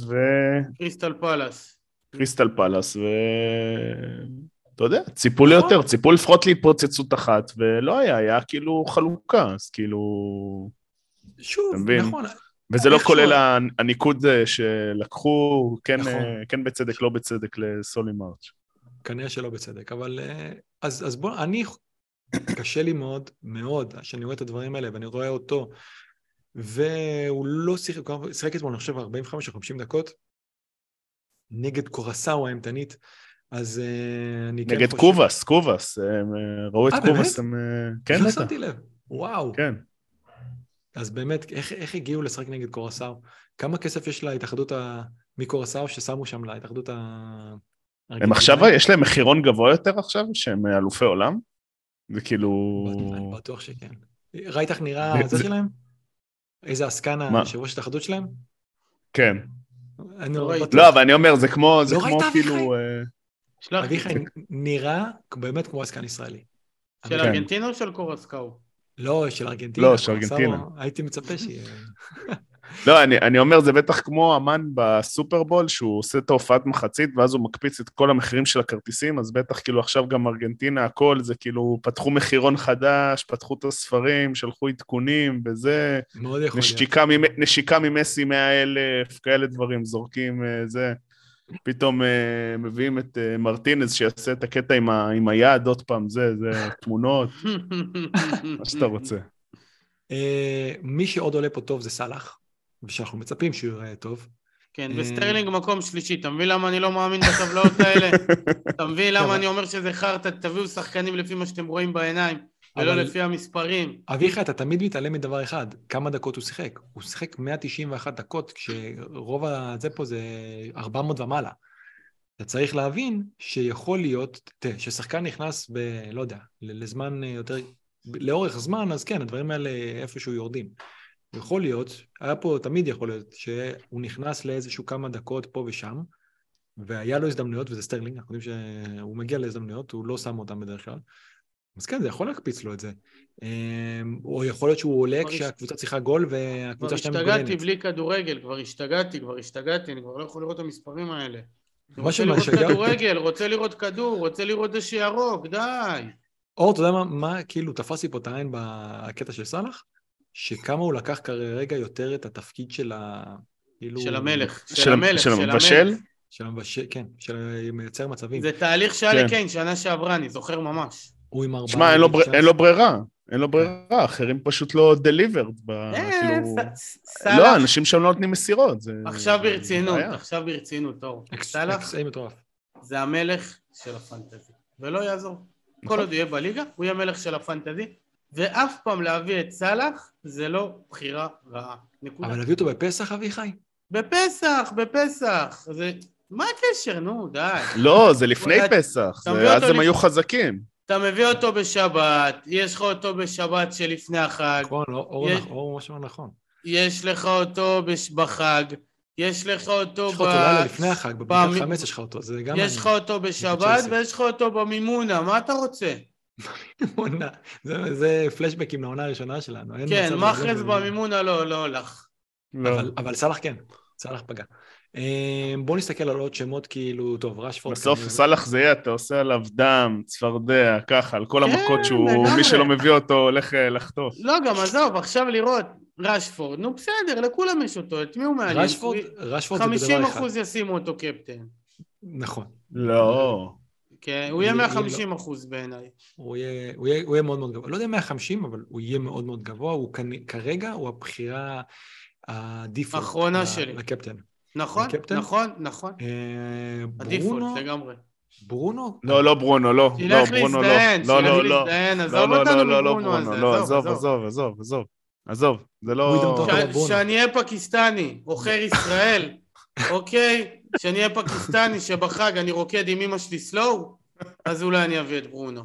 קריסטל פלאס, אתה יודע, ציפו ליותר, ציפו לפחות להתפוצצות אחת, ולא היה כאילו חלוקה, אז כאילו... שוב, נכון. וזה לא כולל הניקוד שלקחו, כן בצדק, לא בצדק לסולי מרץ'. כנראה שלא בצדק, אבל... אז בוא, קשה לי מאוד, מאוד, שאני רואה את הדברים האלה, ואני רואה אותו, והוא לא שיחק אתמול, אני חושב, 45 או 50 דקות, נגד קורסאו האמתנית, אז אני כן נגד קובס, ראו את קובס, כן, לא שמתי לב, וואו. כן. אז באמת, איך הגיעו לשחק נגד קורסאו? כמה כסף יש להתאחדות מקורסאו ששמו שם להתאחדות הם עכשיו, יש להם מחירון גבוה יותר עכשיו, שהם אלופי עולם? זה כאילו... אני בטוח שכן. ראית איך נראה זה שלהם? איזה עסקן היושב ראש התאחדות שלהם? כן. אני לא ראיתי. בטוח. לא, אבל אני אומר, זה כמו לא ראית כאילו... אביחי נראה באמת כמו עסקן ישראלי. של ארגנטינה או של קורסקאו? לא, של ארגנטינה. לא, של ארגנטינה. הייתי מצפה שיהיה... לא, אני אומר, זה בטח כמו אמן בסופרבול, שהוא עושה את ההופעת מחצית, ואז הוא מקפיץ את כל המחירים של הכרטיסים, אז בטח כאילו עכשיו גם ארגנטינה, הכל, זה כאילו, פתחו מחירון חדש, פתחו את הספרים, שלחו עדכונים, וזה... מאוד יכול נשיקה ממסי 100,000, כאלה דברים, זורקים זה. פתאום מביאים את מרטינז, שיעשה את הקטע עם היד, עוד פעם, זה תמונות, מה שאתה רוצה. מי שעוד עולה פה טוב זה סלאח, ושאנחנו מצפים שהוא יראה טוב. כן, וסטרלינג מקום שלישי, אתה מבין למה אני לא מאמין בטבלאות האלה? אתה מבין למה אני אומר שזה חרטא, תביאו שחקנים לפי מה שאתם רואים בעיניים, ולא לפי המספרים. אביחי, אתה תמיד מתעלם מדבר אחד, כמה דקות הוא שיחק. הוא שיחק 191 דקות, כשרוב הזה פה זה 400 ומעלה. אתה צריך להבין שיכול להיות, ששחקן נכנס לא יודע, לזמן יותר... לאורך זמן, אז כן, הדברים האלה איפשהו יורדים. יכול להיות, היה פה תמיד יכול להיות, שהוא נכנס לאיזשהו כמה דקות פה ושם, והיה לו הזדמנויות, וזה סטרלינג, אנחנו יודעים שהוא מגיע להזדמנויות, הוא לא שם אותם בדרך כלל. אז כן, זה יכול להקפיץ לו את זה. או יכול להיות שהוא עולה כשהקבוצה צריכה גול, והקבוצה שלהם מתגוננת. כבר השתגעתי בלי כדורגל, כבר השתגעתי, אני כבר לא יכול לראות את המספרים האלה. רוצה לראות כדורגל, רוצה לראות כדור, רוצה לראות דשא ירוק, די. אור, אתה יודע מה כאילו תפס לי פה את העין בקטע של סלאח? שכמה הוא לקח כרגע יותר את התפקיד של של המלך. של המבשל? של המבשל, כן, של מייצר מצבים. זה תהליך שהיה לקיין, שנה שעברה, אני זוכר ממש. הוא עם 4... שמע, אין לו ברירה. אין לו ברירה, אחרים פשוט לא דליברד. לא, אנשים שם לא נותנים מסירות. עכשיו ברצינות, אור. סלאח זה המלך של הפנטזי, ולא יעזור. כל עוד יהיה בליגה, הוא יהיה מלך של הפנטזי, ואף פעם להביא את סלאח, זה לא בחירה רעה. אבל להביא אותו בפסח, אביחי? בפסח. מה הקשר? נו, די. לא, זה לפני פסח, אז הם היו חזקים. אתה מביא אותו בשבת, יש לך אותו בשבת שלפני החג. נכון, אור משהו נכון. יש לך אותו בחג. יש לך אותו לפני החג, בבית חמץ יש לך אותו, זה גם... יש לך אותו בשבת ויש לך אותו במימונה, מה אתה רוצה? מימונה, זה פלשבקים לעונה הראשונה שלנו. כן, מחרז במימונה לא הולך. אבל סלאח כן, סלאח פגע. בוא נסתכל על עוד שמות כאילו, טוב, רשפורד... בסוף סלאח זה יהיה, אתה עושה עליו דם, צפרדע, ככה, על כל המכות שהוא, מי שלא מביא אותו הולך לחטוף. לא, גם עזוב, עכשיו לראות. רשפורד, נו בסדר, לכולם יש אותו, את מי הוא מעניין? רשפורד זה בדבר אחד. 50% ישימו אותו קפטן. נכון. לא. כן, הוא יהיה 150% בעיניי. הוא יהיה מאוד מאוד גבוה. לא יודע 150, אבל הוא יהיה מאוד מאוד גבוה, כרגע הוא הבחירה הדיפולט. האחרונה שלי. לקפטן. נכון. הדיפולט לגמרי. ברונו? לא ברונו, לא. תלך להזדהן, עזוב אותנו מברונו הזה. עזוב, זה לא... שאני אהיה פקיסטני, עוכר ישראל, אוקיי? שאני אהיה פקיסטני שבחג אני רוקד עם אמא שלי סלואו, אז אולי אני אביא את ברונו.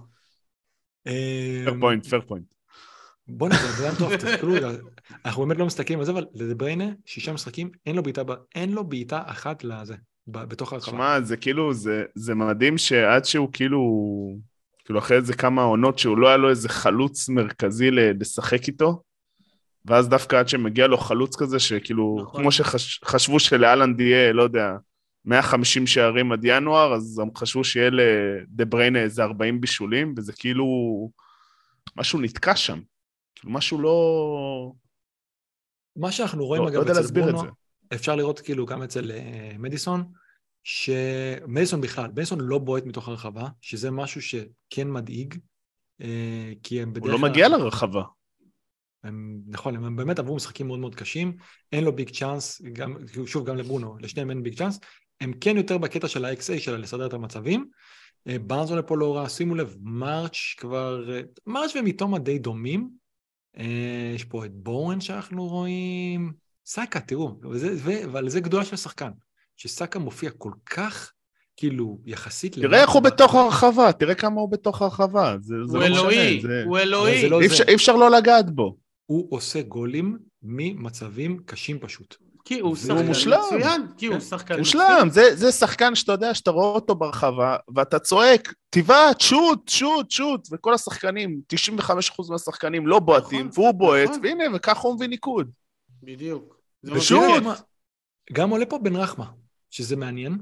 fair point. בוא נראה, זה היה טוב, תסתכלו, אנחנו באמת לא מסתכלים על זה, אבל לדבריינה, 6 משחקים, אין לו בעיטה אחת לזה, בתוך הרחבה. שמע, זה כאילו, זה מדהים שעד שהוא כאילו אחרי איזה כמה עונות שהוא לא היה לו איזה חלוץ מרכזי לשחק איתו, ואז דווקא עד שמגיע לו חלוץ כזה, שכאילו, נכון. כמו שחשבו שלאלן יהיה, לא יודע, 150 שערים עד ינואר, אז הם חשבו שיהיה לדבריינה איזה 40 בישולים, וזה כאילו, משהו נתקע שם. כאילו, משהו לא... מה שאנחנו רואים, אגב, אצל ברונו, אפשר לראות כאילו גם אצל מדיסון, שמדיסון בכלל, מדיסון לא בועט מתוך הרחבה, שזה משהו שכן מדאיג, כי הם בדרך כלל... הוא לא מגיע לרחבה. נכון, הם באמת עברו משחקים מאוד מאוד קשים, אין לו ביג צ'אנס, שוב גם לברונו, לשניהם אין ביג צ'אנס, הם כן יותר בקטע של ה-XA שלה לסדר את המצבים, ברנזון לפה לא רע, שימו לב, מרץ' ומיתומה די דומים, יש פה את בורן שאנחנו רואים, סאקה, תראו, אבל זה גדולה של השחקן, שסאקה מופיע כל כך כאילו, יחסית... תראה איך הוא בתוך הרחבה, תראה כמה הוא בתוך הרחבה. הוא אלוהי, הוא אלוהי. אי אפשר לא לגעת בו. הוא עושה גולים ממצבים קשים פשוט. כי הוא שחקן מצוין, כי הוא שחקן מושלם, זה שחקן שאתה יודע שאתה רואה אותו ברחבה, ואתה צועק, תיבט, שוט, שוט, שוט, וכל השחקנים, 95% מהשחקנים לא בועטים, והוא בועט, והנה, וככה הוא מביא ניקוד. בדיוק. ושוט. גם עולה פה בן רחמה, שזה מעניין,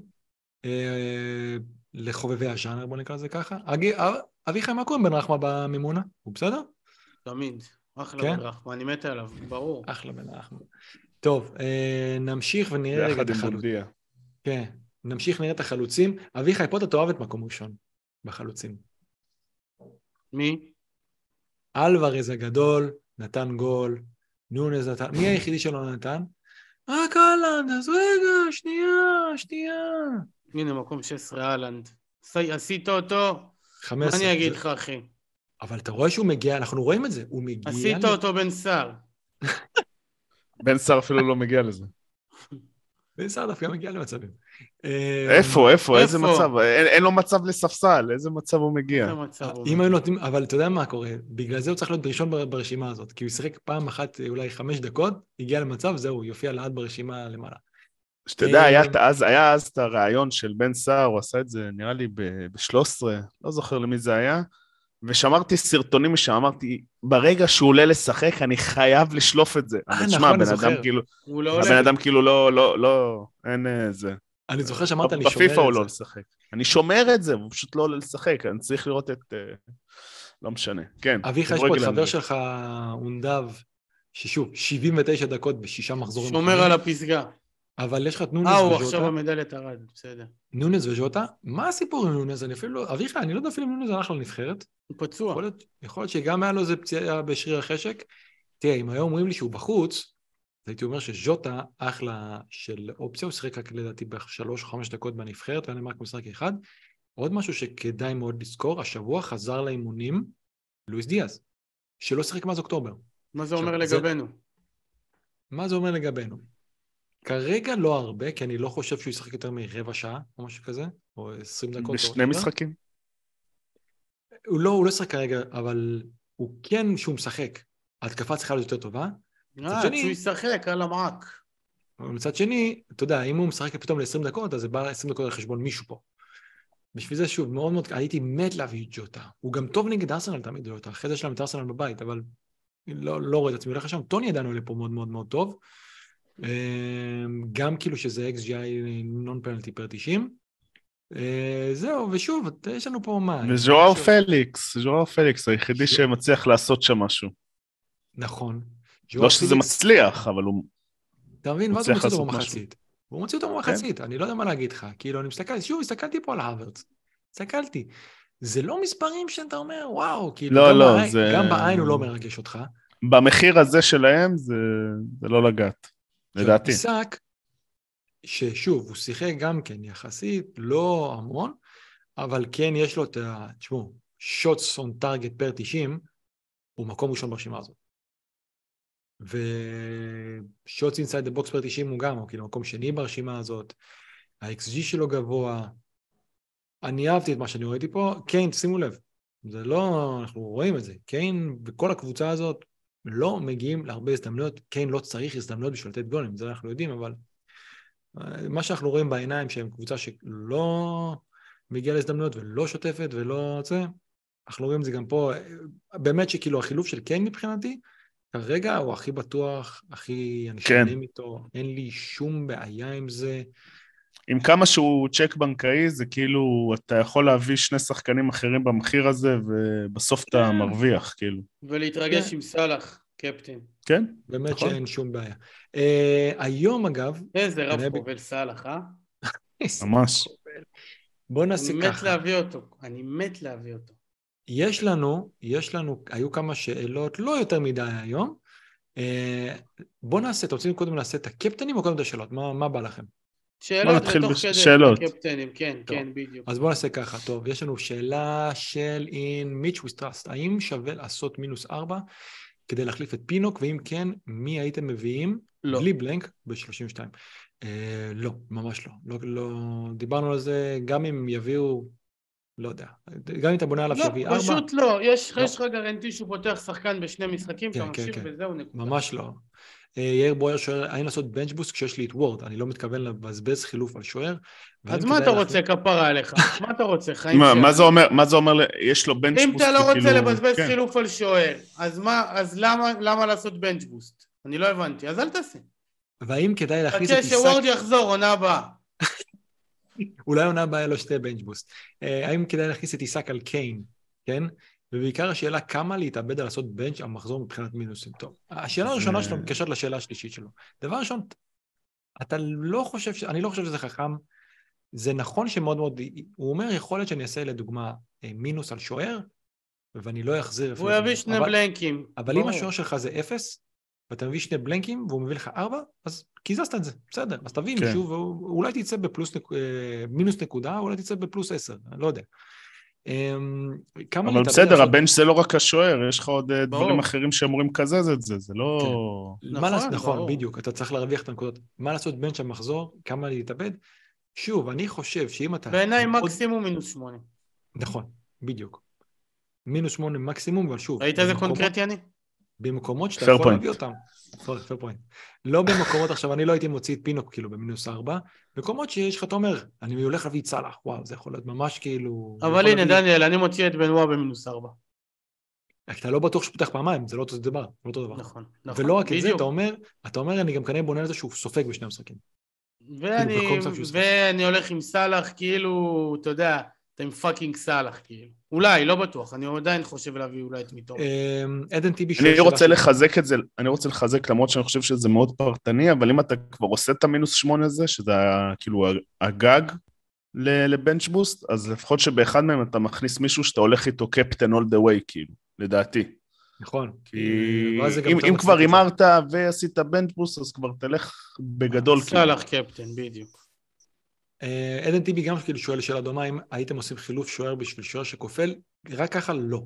לחובבי הז'אנר, בוא נקרא לזה ככה. אביחי, מה קוראים בן רחמה במימונה? הוא בסדר? תמיד, אחלה בן רחמה, אני מת עליו, ברור. אחלה בן רחמה. טוב, נמשיך ונראה רגע את החלוצים. כן, נמשיך נראה את החלוצים. אביחי, פה אתה תאהב את מקום ראשון בחלוצים. מי? אלוורז הגדול, נתן גול, נונז נתן, מי היחידי שלא נתן? רק אהלנד, אז רגע, שנייה. הנה, מקום 16, אהלנד. עשית אותו? 15. מה אני אגיד לך, אחי? אבל אתה רואה שהוא מגיע, אנחנו רואים את זה, הוא מגיע... עשית אותו בן שר. בן שר אפילו לא מגיע לזה. בן שר דווקא מגיע למצבים. איפה? איזה מצב? אין לו מצב לספסל, איזה מצב הוא מגיע? אם היו נותנים, אבל אתה יודע מה קורה, בגלל זה הוא צריך להיות ראשון ברשימה הזאת, כי הוא ישחק פעם אחת, אולי 5 דקות, הגיע למצב, זהו, יופיע לעד ברשימה למעלה. שתדע, היה אז את הרעיון של בן שר, הוא עשה את זה נראה לי ב-13, לא זוכר למי זה היה, ושמרתי סרטונים משם, אמרתי, ברגע שהוא עולה לשחק, אני חייב לשלוף את זה. אבל תשמע, הבן אדם כאילו לא, אין זה. אני זוכר שאמרת, אני שומר את זה. בפיפה הוא לא לשחק. אני שומר את זה, הוא פשוט לא עולה לשחק, אני צריך לראות את... לא משנה, כן. אביך, יש פה את חבר שלך, אונדב, ששוב, 79 דקות ב6 מחזורים. שומר על הפסגה. אבל יש לך את נונז וז'וטה. הוא עכשיו המדלת הרד, בסדר. נונז וז'וטה? מה הסיפור עם נונז? אני אפילו לא... אביך, אני לא יודע אפילו אם נונז הלך לנבחרת. הוא פצוע. יכול להיות שגם היה לו איזה פציעה בשריר החשק. תראה, אם היום אומרים לי שהוא בחוץ, הייתי אומר שז'וטה אחלה של אופציה, הוא שיחק רק לדעתי ב3 או 5 דקות בנבחרת, ואני רק משחק אחד. עוד משהו שכדאי מאוד לזכור, השבוע חזר לאימונים לואיס דיאז, שלא שיחק מאז אוקטובר. מה זה אומר לגבינו? מה זה אומר לגבינו? כרגע לא הרבה, כי אני לא חושב שהוא ישחק יותר מרבע שעה, או משהו כזה, או 20 דקות. בשני משחקים? הוא לא ישחק כרגע, אבל הוא כן שהוא משחק. ההתקפה צריכה להיות יותר טובה. שהוא ישחק על המעק. מצד שני, אתה יודע, אם הוא משחק פתאום ל-20 דקות, אז זה בא 20 דקות על חשבון מישהו פה. בשביל זה שוב, מאוד מאוד, הייתי מת להביא את ג'וטה. הוא גם טוב נגד ארסנל תמיד ג'וטה, אחרי זה שלהם את ארסנל בבית, אבל לא רואה את עצמי הולך לשם. טוני ידענו לפה מאוד מאוד מאוד טוב. גם כאילו שזה XGI נון פנלטי פר 90. זהו, ושוב, יש לנו פה מה? וז'ואר פליקס, היחידי שמצליח לעשות שם משהו. נכון. לא שזה מצליח, אבל הוא... אתה מבין, ואז הוא מוציא אותו במחצית. הוא מוציא אותו במחצית, אני לא יודע מה להגיד לך. כאילו, אני הסתכלתי פה על האברץ. הסתכלתי. זה לא מספרים שאתה אומר, וואו, כאילו, גם בעין הוא לא מרגש אותך. במחיר הזה שלהם זה לא לגעת. לדעתי. משחק ששוב, הוא שיחק גם כן יחסית, לא המון, אבל כן יש לו את תשמעו, shots on target per 90, הוא מקום ראשון ברשימה הזאת. ו-shots inside the box per 90 הוא גם, הוא כאילו מקום שני ברשימה הזאת, ה-XG שלו גבוה, אני אהבתי את מה שאני ראיתי פה, קיין, שימו לב, זה לא, אנחנו רואים את זה, קיין וכל הקבוצה הזאת, לא מגיעים להרבה הזדמנויות, כן לא צריך הזדמנויות בשביל לתת גולים, זה אנחנו יודעים, אבל מה שאנחנו רואים בעיניים שהם קבוצה שלא מגיעה להזדמנויות ולא שוטפת ולא זה, אנחנו רואים את זה גם פה, באמת שכאילו החילוף של קיין מבחינתי, כרגע הוא הכי בטוח, הכי אני שלם איתו, אין לי שום בעיה עם זה. עם כמה שהוא צ'ק בנקאי, זה כאילו, אתה יכול להביא 2 שחקנים אחרים במחיר הזה, ובסוף אתה מרוויח, כאילו. ולהתרגש עם סלאח, קפטן. כן. באמת שאין שום בעיה. היום, אגב... איזה רב קובל סלאח, אה? ממש. בוא נעשה ככה. אני מת להביא אותו. יש לנו, היו כמה שאלות, לא יותר מדי היום. בוא נעשה, אתם רוצים קודם נעשה את הקפטנים או קודם את השאלות? מה בא לכם? שאלות ותוך כדי הקפטנים, כן, בדיוק. אז בוא נעשה ככה, טוב, יש לנו שאלה של in Mitch with Trust, האם שווה לעשות -4 כדי להחליף את פינוק, ואם כן, מי הייתם מביאים? לא. בלי בלנק ב-32. לא, ממש לא. לא. דיברנו על זה, גם אם יביאו, לא יודע, גם אם אתה בונה עליו שיביא 4. לא, פשוט לא. יש לך גרנטי שהוא פותח שחקן בשני משחקים, אתה ממשיך וזהו נקודה. ממש לא. יאיר בויר שואל, האם לעשות בנץ' בוסט כשיש לי את וורד? אני לא מתכוון לבזבז חילוף על שוער. אז מה אתה רוצה כפרה עליך? מה אתה רוצה? מה זה אומר? יש לו בנץ' בוסט? אם אתה לא רוצה לבזבז חילוף על שוער, אז למה לעשות בנץ' בוסט? אני לא הבנתי, אז אל תעשה. והאם כדאי להכניס את חכה שוורד יחזור, עונה הבאה. אולי עונה הבאה לו שתי בנץ' בוסט. האם כדאי להכניס את עיסק על קיין, כן? ובעיקר השאלה כמה להתאבד על לעשות בנץ' המחזור מבחינת מינוסים. טוב, השאלה הראשונה שלו מקשרת לשאלה השלישית שלו. דבר ראשון, אני לא חושב שזה חכם, זה נכון שמאוד מאוד, הוא אומר, יכול להיות שאני אעשה לדוגמה מינוס על שוער, ואני לא אחזיר. הוא יביא שני בלנקים. אבל אם השוער שלך זה 0, ואתה מביא שני בלנקים, והוא מביא לך 4, אז קיזזת את זה, בסדר. אז תביא מישהו, ואולי תצא מינוס נקודה, אולי תצא בפלוס 10, אני לא יודע. אבל בסדר, הבנץ' זה לא רק השוער, יש לך עוד דברים אחרים שאמורים לקזז את זה, זה לא... נכון, בדיוק, אתה צריך להרוויח את הנקודות. מה לעשות בנץ' המחזור, כמה להתאבד? שוב, אני חושב שאם אתה... בעיניי מקסימום מינוס 8. נכון, בדיוק. מינוס 8 מקסימום, אבל שוב... ראית איזה קונקרטי אני? במקומות שאתה יכול להביא אותם. fair point. לא במקומות, עכשיו אני לא הייתי מוציא את פינוק כאילו במינוס 4, מקומות שיש לך, אתה אומר, אני הולך להביא את סלאח, וואו, זה יכול להיות ממש כאילו... אבל הנה, דניאל, אני מוציא את בנווה במינוס 4. אתה לא בטוח שפותח פעמיים, זה לא אותו דבר. נכון. ולא רק את זה, אתה אומר, אני גם כנראה בונה על זה שהוא סופג בשני המשחקים. ואני הולך עם סלאח, כאילו, אתה יודע, אתה עם פאקינג סלאח, כאילו. אולי, לא בטוח, אני עדיין חושב להביא אולי את מיתו. עדן טיבי שואל... אני רוצה לחזק את זה, למרות שאני חושב שזה מאוד פרטני, אבל אם אתה כבר עושה את המינוס 8 הזה, שזה כאילו הגג לבנץ' בוסט, אז לפחות שבאחד מהם אתה מכניס מישהו שאתה הולך איתו קפטן all the way, כאילו, לדעתי. נכון. כי אם כבר הימרת ועשית בנץ' בוסט, אז כבר תלך בגדול. סלאח קפטן, בדיוק. עדן טיבי גם כאילו שואל שאלה דומה, אם הייתם עושים חילוף שוער בשביל שוער שכופל, רק ככה לא.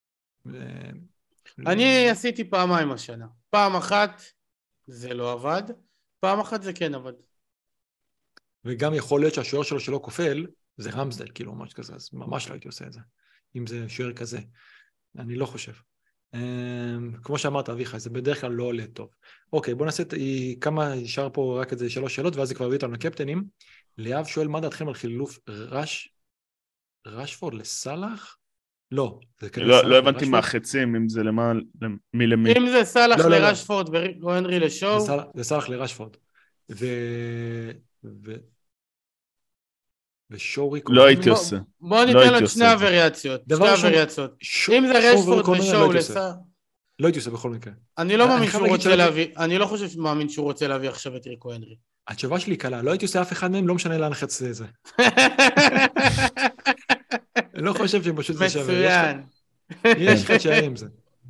אני עשיתי פעמיים השנה. פעם אחת זה לא עבד, פעם אחת זה כן עבד. וגם יכול להיות שהשוער שלו שלא כופל, זה רמסדל, כאילו ממש כזה, אז ממש לא הייתי עושה את זה, אם זה שוער כזה. אני לא חושב. כמו שאמרת אביחי, זה בדרך כלל לא עולה טוב. אוקיי, בוא נעשה כמה, נשאר פה רק איזה 3 שאלות, ואז זה כבר הביא אותנו לקפטנים. ליאב שואל, מה דעתכם על חילוף רשפורד לסלאח? לא. לא הבנתי מהחצים, אם זה מלמי. אם זה סלאח לרשפורד והנרי לשואו. זה סלאח לרשפורד. ושורי... לא הייתי עושה. בוא ניתן לו שני הווריאציות. אם זה רשפורד ושואו לסלאח... לא הייתי עושה בכל מקרה. אני לא מאמין שהוא רוצה להביא, אני לא חושב שמאמין שהוא רוצה להביא עכשיו את ריקו הנרי. התשובה שלי קלה, לא הייתי עושה אף אחד מהם, לא משנה לאן חץ זה. אני לא חושב שהם פשוט זה שווה. מצוין. יש חץ שהיה עם זה.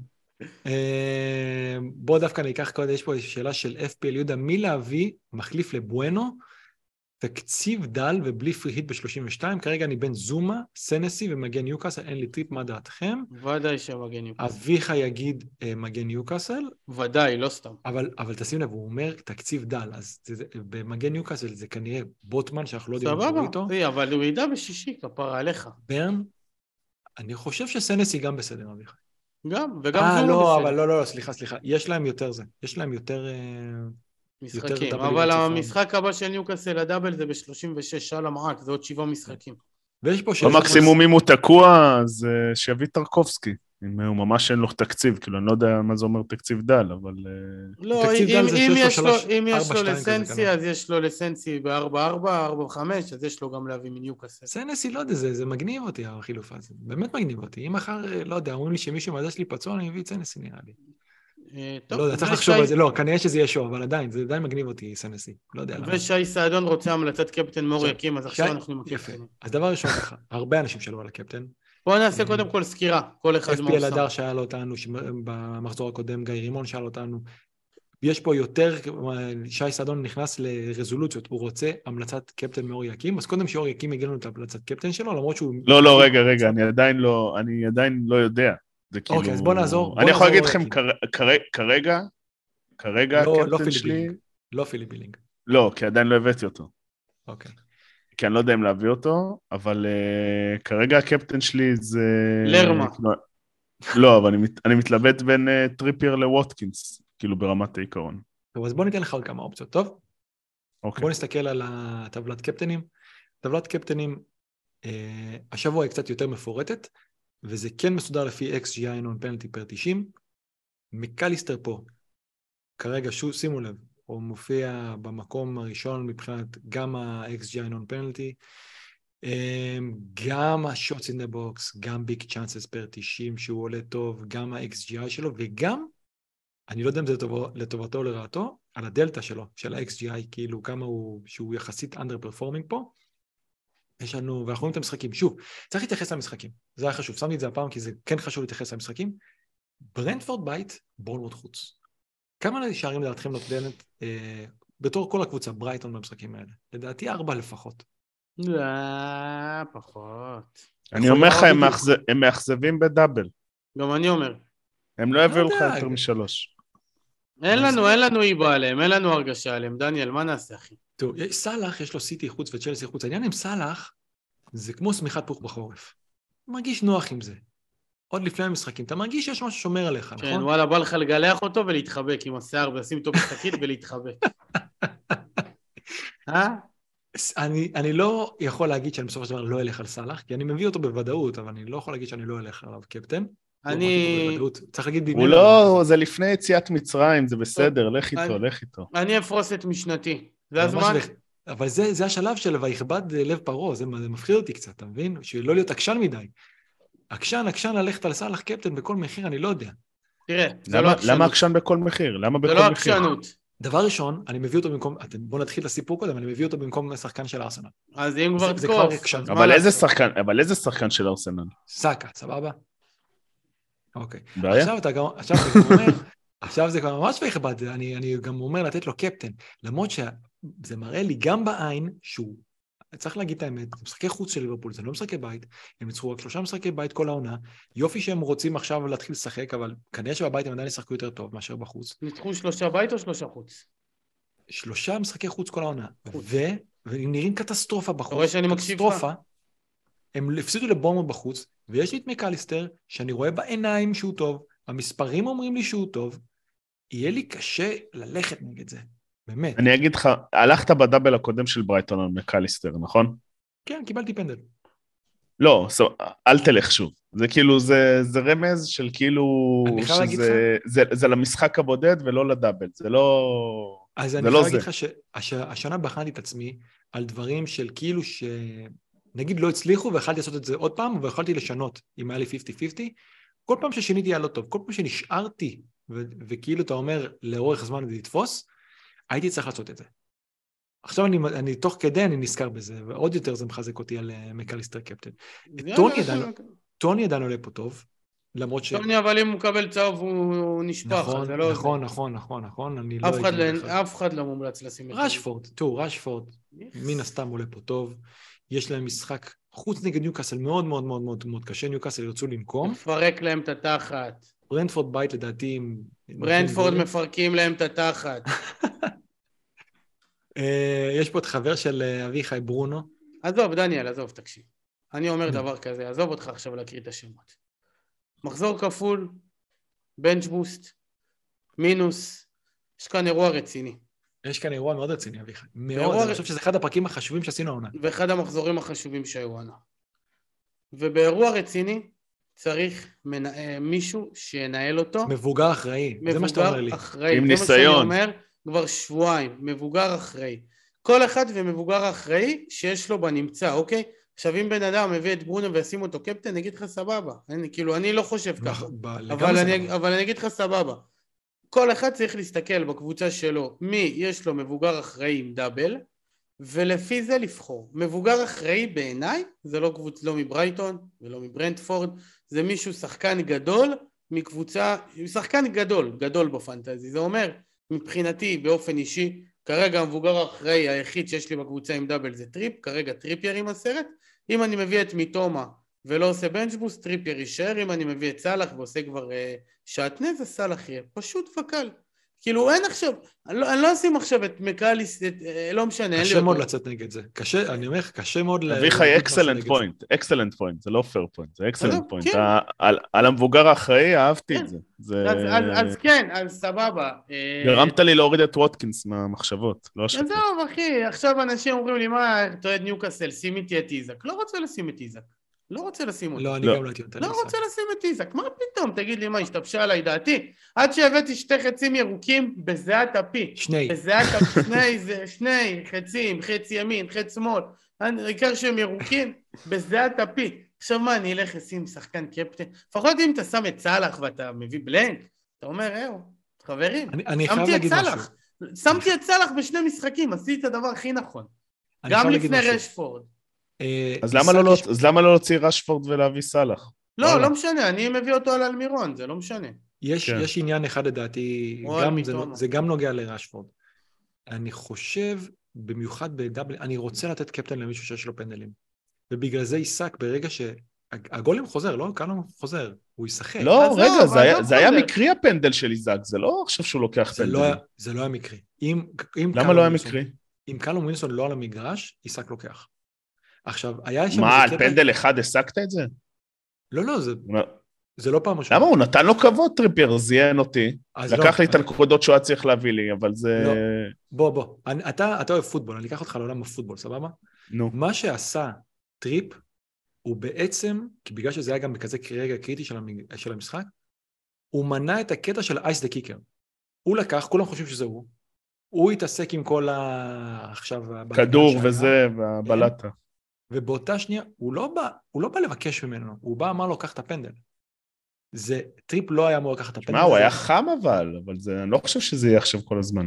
בוא דווקא ניקח קודם, יש פה שאלה של FPL יהודה, מי להביא מחליף לבואנו, תקציב דל ובלי פרי היט ב-32, כרגע אני בין זומה, סנסי ומגן ניוקאסל, אין לי טיפ, מה דעתכם? ודאי שמגן ניוקאסל. אביך יגיד מגן ניוקאסל. ודאי, לא סתם. אבל תשים לב, הוא אומר תקציב דל, אז במגן ניוקאסל זה כנראה בוטמן, שאנחנו לא יודעים מה איתו. סבבה, אבל הוא ידע בשישי, כפרה עליך. ברן, אני חושב שסנסי גם בסדר, אביך. גם, וגם זומה בסדר. לא, אבל לא, סליחה, יש להם יותר זה, יש להם יותר... משחקים, אבל המשחק הבא של ניוקאסל הדאבל זה ב-36 על המעק, זה עוד 7 משחקים. ויש פה במקסימום אם הוא תקוע, אז שיביא טרקובסקי, אם הוא ממש אין לו תקציב, כאילו אני לא יודע מה זה אומר תקציב דל, אבל... לא, אם יש לו לסנסי, אז יש לו לסנסי ב-4-4, 4-5, אז יש לו גם להביא מניוקאסל. סנסי, לא יודע, זה מגניב אותי החילוף הזה, באמת מגניב אותי, אם מחר, לא יודע, אומרים לי שמישהו מהדש לי פצוע, אני מביא את סנסי נראה לי. לא יודע, צריך לחשוב על זה, לא, כנראה שזה יהיה שוב, אבל עדיין, זה עדיין מגניב אותי, סנסי, לא יודע למה. ושי סעדון רוצה המלצת קפטן מור יקים, אז עכשיו אנחנו מקפטנים. אז דבר ראשון ככה, הרבה אנשים שאלו על הקפטן. בואו נעשה קודם כל סקירה, כל אחד מה עושה. FPL הדר שאל אותנו, במחזור הקודם גיא רימון שאל אותנו, יש פה יותר, שי סעדון נכנס לרזולוציות, הוא רוצה המלצת קפטן מאור יקים, אז קודם שאור יקים יגיע לנו את המלצת קפטן שלו, למרות שהוא... לא, רגע, אני עדיין לא יודע. זה כאילו... אוקיי, אז בוא נעזור. אני יכול להגיד לכם כרגע לא הקפטן פילי שלי... בילינג. לא פילי בילינג. לא, כי עדיין לא הבאתי אותו. אוקיי. כי אני לא יודע אם להביא אותו, אבל כרגע הקפטן שלי זה... לרמה. לא, אבל אני מתלבט בין טריפייר לווטקינס, כאילו ברמת העיקרון. טוב, אז בוא ניתן לך עוד כמה אופציות, טוב? אוקיי. בוא נסתכל על הטבלת קפטנים. טבלת קפטנים, השבוע היא קצת יותר מפורטת, וזה כן מסודר לפי XGI non-penalty per 90. מקליסטר פה, כרגע שימו לב, הוא מופיע במקום הראשון מבחינת גם ה-XGI non-penalty, גם ה-shots in the box, גם big chances per 90 שהוא עולה טוב, גם ה-XGI שלו, וגם, אני לא יודע אם זה לטובתו או לרעתו, על הדלטה שלו, של ה-XGI, כאילו כמה שהוא יחסית underperforming פה, יש לנו, ואנחנו רואים את המשחקים. שוב, צריך להתייחס למשחקים, זה היה חשוב, שמתי את זה הפעם, כי זה כן חשוב להתייחס למשחקים. ברנטפורד בית, בורנמוט חוץ. כמה שערים לדעתכם נותנת, בתור כל הקבוצה, ברייטון במשחקים האלה? לדעתי 4 לפחות. לא, פחות. אני אומר לך, הם מאכזבים בדאבל. גם אני אומר. הם לא יביאו לך יותר מ3. אין לנו איבה עליהם, אין לנו הרגשה עליהם. דניאל, מה נעשה, אחי? טוב, סלאח, יש לו סיטי חוץ וצ'לסי חוץ. העניין עם סלאח, זה כמו סמיכת פוך בחורף. מרגיש נוח עם זה. עוד לפני המשחקים, אתה מרגיש שיש משהו שומר עליך, נכון? כן, וואלה, בא לך לגלח אותו ולהתחבק עם השיער, ולשים אותו בשקית ולהתחבק. אני לא יכול להגיד שאני בסופו של דבר לא אלך על סלאח, כי אני מביא אותו בוודאות, אבל אני לא יכול להגיד שאני לא אלך עליו קפטן. צריך להגיד הוא לא, זה לפני יציאת מצרים, זה בסדר, לך איתו. אני אפרוס את משנתי, זה הזמן. אבל זה השלב של ויכבד לב פרעה, זה מפחיד אותי קצת, אתה מבין? שלא להיות עקשן מדי. עקשן ללכת על סלאח קפטן בכל מחיר, אני לא יודע. תראה, למה עקשן בכל מחיר? זה לא עקשנות. דבר ראשון, אני מביא אותו במקום, בוא נתחיל לסיפור קודם, אני מביא אותו במקום שחקן של ארסנל. אז אם כבר תקוף. אבל איזה שחקן של ארסנל? סאקה, סבבה? אוקיי. בעיה? עכשיו זה כבר ממש ויכבד, אני גם אומר לתת לו קפטן, למרות שזה מראה לי גם בעין שהוא, צריך להגיד את האמת, זה משחקי חוץ של ליברפול, זה לא משחקי בית, הם ניצחו רק 3 משחקי בית כל העונה, יופי שהם רוצים עכשיו להתחיל לשחק, אבל כנראה שבבית הם עדיין ישחקו יותר טוב מאשר בחוץ. ניצחו 3 בית או 3 חוץ? 3 משחקי חוץ כל העונה, והם נראים קטסטרופה בחוץ. אתה רואה שאני מקשיב לך? הם הפסידו לבורנמוט בחוץ, ויש לי את מקליסטר, שאני רואה בעיניים שהוא טוב, המספרים אומרים לי שהוא טוב, יהיה לי קשה ללכת נגד זה, באמת. אני אגיד לך, הלכת בדאבל הקודם של ברייטון על מקליסטר, נכון? כן, קיבלתי פנדל. לא, אל תלך שוב. זה כאילו, זה רמז של כאילו, זה למשחק הבודד ולא לדאבל, זה לא... אז אני חייב להגיד לך שהשנה בחנתי את עצמי על דברים של כאילו נגיד לא הצליחו, ויכלתי לעשות את זה עוד פעם, ויכולתי לשנות, אם היה לי 50-50, כל פעם ששיניתי היה לא טוב, כל פעם שנשארתי, וכאילו אתה אומר, לאורך הזמן זה יתפוס, הייתי צריך לעשות את זה. עכשיו אני תוך כדי אני נזכר בזה, ועוד יותר זה מחזק אותי על מקליסטר קפטן. טוני עדיין עולה פה טוב, למרות ש... טוני, אבל אם הוא מקבל צהוב, הוא נשפח, זה לא... נכון, אף אחד לא מומלץ לשים את זה. רשפורד, מן הסתם עולה פה טוב, יש להם משחק חוץ נגד ניוקאסל מאוד מאוד מאוד מאוד מאוד קשה, ניוקאסל ירצו לנקום. מפרק להם את התחת. ברנטפורד בית לדעתי... ברנטפורד מפרקים להם את התחת. יש פה את חבר של אביחי ברונו. עזוב, דניאל, עזוב, תקשיב. אני אומר דבר כזה, עזוב אותך עכשיו להקריא את השמות. מחזור כפול, בנץ' בוסט, מינוס, יש כאן אירוע רציני. יש כאן אירוע מאוד רציני, אביחי. מאוד, אני חושב שזה אחד הפרקים החשובים שעשינו העונה. ואחד המחזורים החשובים שהיו העונה. ובאירוע רציני צריך מישהו שינהל אותו. מבוגר אחראי, זה מה שאתה אומר לי. עם ניסיון. זה מה שאני אומר כבר שבועיים, מבוגר אחראי. כל אחד ומבוגר אחראי שיש לו בנמצא, אוקיי? עכשיו אם בן אדם מביא את ברונו וישים אותו קפטן, נגיד לך סבבה. כאילו אני לא חושב ככה. אבל אני אגיד לך סבבה. כל אחד צריך להסתכל בקבוצה שלו, מי יש לו מבוגר אחראי עם דאבל, ולפי זה לבחור. מבוגר אחראי בעיניי, זה לא לא מברייטון ולא מברנטפורד, זה מישהו שחקן גדול מקבוצה, שחקן גדול בפנטזי. זה אומר, מבחינתי באופן אישי, כרגע המבוגר האחראי היחיד שיש לי בקבוצה עם דאבל זה טריפ, כרגע טריפייר עם הסרט. אם אני מביא את מיטומה ולא עושה בנצ'בוס, טריפייר יישאר, אם אני מביא את סלאח ועושה כבר שעטנז, אז סלאח יהיה פשוט וקל. כאילו אין עכשיו, אני לא אשים עכשיו את מקליס, לא משנה, אין לי קשה אותו. מאוד לצאת נגד זה. קשה, אני אומר לך, קשה מאוד... אביחי אקסלנט פוינט, זה לא פייר פוינט, זה אקסלנט פוינט. כן. על המבוגר האחראי אהבתי את זה. אז כן, אז סבבה. גרמת לי להוריד את ווטקינס מהמחשבות, לא השקט. עזוב אחי, עכשיו אנשים אומרים לי, מה, אתה אוהד ניוקאסל, שים איתי את איזק. לא רוצה לשים את איזק. לא רוצה לשים אותו. לא, אני גם לא הייתי יותר לא רוצה לשים את איזק. מה פתאום? תגיד לי מה, השתבשה עליי דעתי. עד שהבאתי שתי חצים ירוקים בזיעת אפי. שני חצים, חצי ימין, חץ שמאל. העיקר שהם ירוקים בזיעת אפי. עכשיו מה, אני אלך לשים שחקן קפטן? לפחות אם אתה שם את סלאח ואתה מביא בלנק, אתה אומר, חברים, שמתי את סלאח. שמתי את סלאח בשני משחקים, עשיתי את הדבר הכי נכון. גם לפני רשפורד. אז למה לא להוציא רשפורד ולהביא סלאח? לא משנה, אני מביא אותו על אלמירון, זה לא משנה. יש עניין אחד לדעתי, זה גם נוגע לרשפורד. אני חושב, במיוחד בדאבל, אני רוצה לתת קפטן למישהו שיש לו פנדלים. ובגלל זה עיסק ברגע שהגולים חוזר, לא? קלום חוזר, הוא ישחק. לא, רגע, זה היה מקרי הפנדל של איזק, זה לא עכשיו שהוא לוקח פנדלים. זה לא היה מקרי. למה לא היה מקרי? אם קלום ווינסון לא על המגרש, עיסק לוקח. עכשיו, היה שם... מה, על פנדל אחד השגת את זה? לא, זה לא פעם משהו. למה? הוא נתן לו כבוד, טריפייר, זיין אותי. לקח לי את הנקודות שהוא היה צריך להביא לי, אבל זה... בוא. אתה אוהב פוטבול, אני אקח אותך לעולם הפוטבול, סבבה? נו. מה שעשה טריפ, הוא בעצם, כי בגלל שזה היה גם בכזה רגע קריטי של המשחק, הוא מנע את הקטע של אייס דה קיקר. הוא לקח, כולם חושבים שזה הוא התעסק עם כל עכשיו... כדור וזה, והבלטה. ובאותה שנייה, הוא לא בא לבקש ממנו, הוא בא, אמר לו, קח את הפנדל. טריפ לא היה אמור לקחת את הפנדל. מה, הוא היה חם אבל אני לא חושב שזה יהיה עכשיו כל הזמן.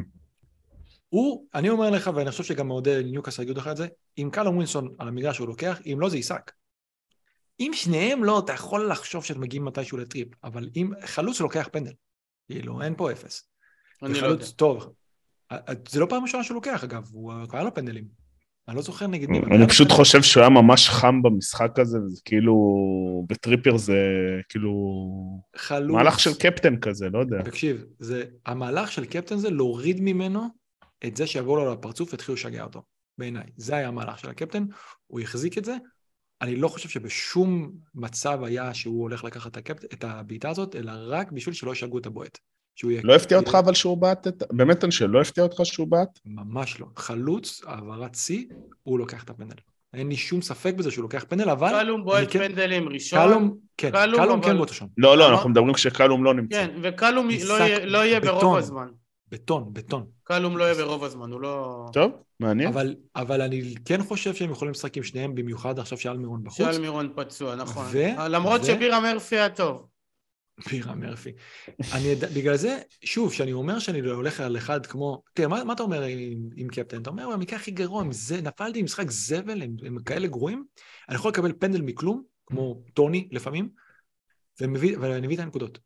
אני אומר לך, ואני חושב שגם מעודד ניוקאסל יגידו לך את זה, אם קלום ווינסון על המגרש הוא לוקח, אם לא זה עיסק. אם שניהם לא, אתה יכול לחשוב שאתם מגיעים מתישהו לטריפ, אבל אם חלוץ לוקח פנדל, כאילו, אין פה אפס. וחלוץ טוב. זה לא פעם ראשונה שהוא לוקח, אגב, הוא היה לו פנדלים. אני לא זוכר נגד מי. אני פשוט חושב שהוא היה ממש חם במשחק הזה, וזה כאילו, בטריפר זה כאילו, מהלך של קפטן כזה, לא יודע. תקשיב, המהלך של קפטן זה להוריד ממנו את זה שיבוא לו לפרצוף והתחילו לשגע אותו, בעיניי. זה היה המהלך של הקפטן, הוא יחזיק את זה. אני לא חושב שבשום מצב היה שהוא הולך לקחת את הבעיטה הזאת, אלא רק בשביל שלא ישגעו את הבועט. לא הפתיע אותך אבל שהוא בעט, באמת אנשי, לא הפתיע אותך שהוא בעט? ממש לא. חלוץ, העברת C, הוא לוקח את הפנדל. אין לי שום ספק בזה שהוא לוקח פנדל, אבל... קלום בועט פנדלים ראשון. קלום כן באותו שם. לא, אנחנו מדברים כשקלום לא נמצא. כן, וקלום לא יהיה ברוב הזמן. בטון. קלום לא יהיה ברוב הזמן, הוא לא... טוב, מעניין. אבל אני כן חושב שהם יכולים לשחק עם שניהם, במיוחד עכשיו שאלמירון בחוץ. שאלמירון פצוע, נכון. למרות שבירה מרפי היה טוב. בירה מרפי. בגלל זה, שוב, שאני אומר שאני לא הולך על אחד כמו... תראה, מה אתה אומר עם קפטן? אתה אומר, המקרה הכי גרוע, נפלתי עם משחק זבל, הם כאלה גרועים, אני יכול לקבל פנדל מכלום, כמו טוני לפעמים, ואני מביא את הנקודות.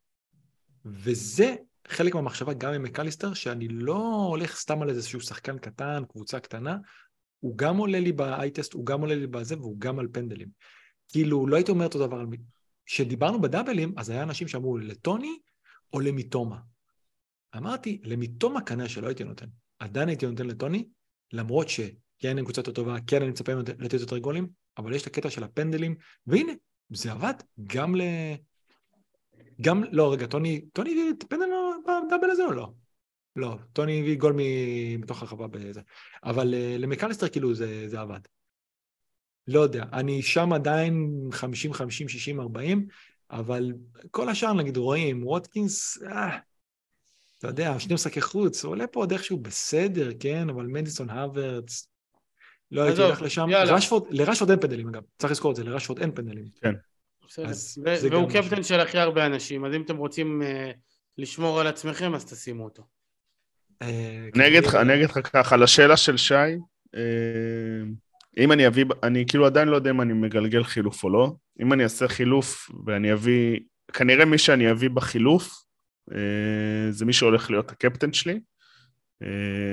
וזה חלק מהמחשבה גם עם מקליסטר, שאני לא הולך סתם על איזשהו שחקן קטן, קבוצה קטנה, הוא גם עולה לי באי-טסט, הוא גם עולה לי בזה, והוא גם על פנדלים. כאילו, לא הייתי אומר אותו דבר על מי. כשדיברנו בדאבלים, אז היה אנשים שאמרו לטוני או למיטומה. אמרתי, למיטומה כנראה שלא הייתי נותן. עדיין הייתי נותן לטוני, למרות שכן אין קבוצה יותר טובה, כן אני מצפה לתת יותר גולים, אבל יש את הקטע של הפנדלים, והנה, זה עבד לא, רגע, טוני הביא את פנדל בדאבל הזה או לא? לא, טוני הביא גול מתוך הרחבה בזה. אבל למקליסטר כאילו זה עבד. לא יודע, אני שם עדיין 50, 50, 60, 40, אבל כל השאר נגיד רואים, ווטקינס, אתה יודע, שני משחקי חוץ, עולה פה עוד איכשהו בסדר, כן, אבל מדיסון הוורץ, לא הייתי הולך לשם, לרשפורד אין פנדלים אגב, צריך לזכור את זה, לרשפורד אין פנדלים. כן. והוא קפטן של הכי הרבה אנשים, אז אם אתם רוצים לשמור על עצמכם, אז תשימו אותו. אני אגיד לך ככה, לשאלה של שי, אם אני כאילו עדיין לא יודע אם אני מגלגל חילוף או לא, אם אני אעשה חילוף ואני אביא, כנראה מי שאני אביא בחילוף, זה מי שהולך להיות הקפטן שלי.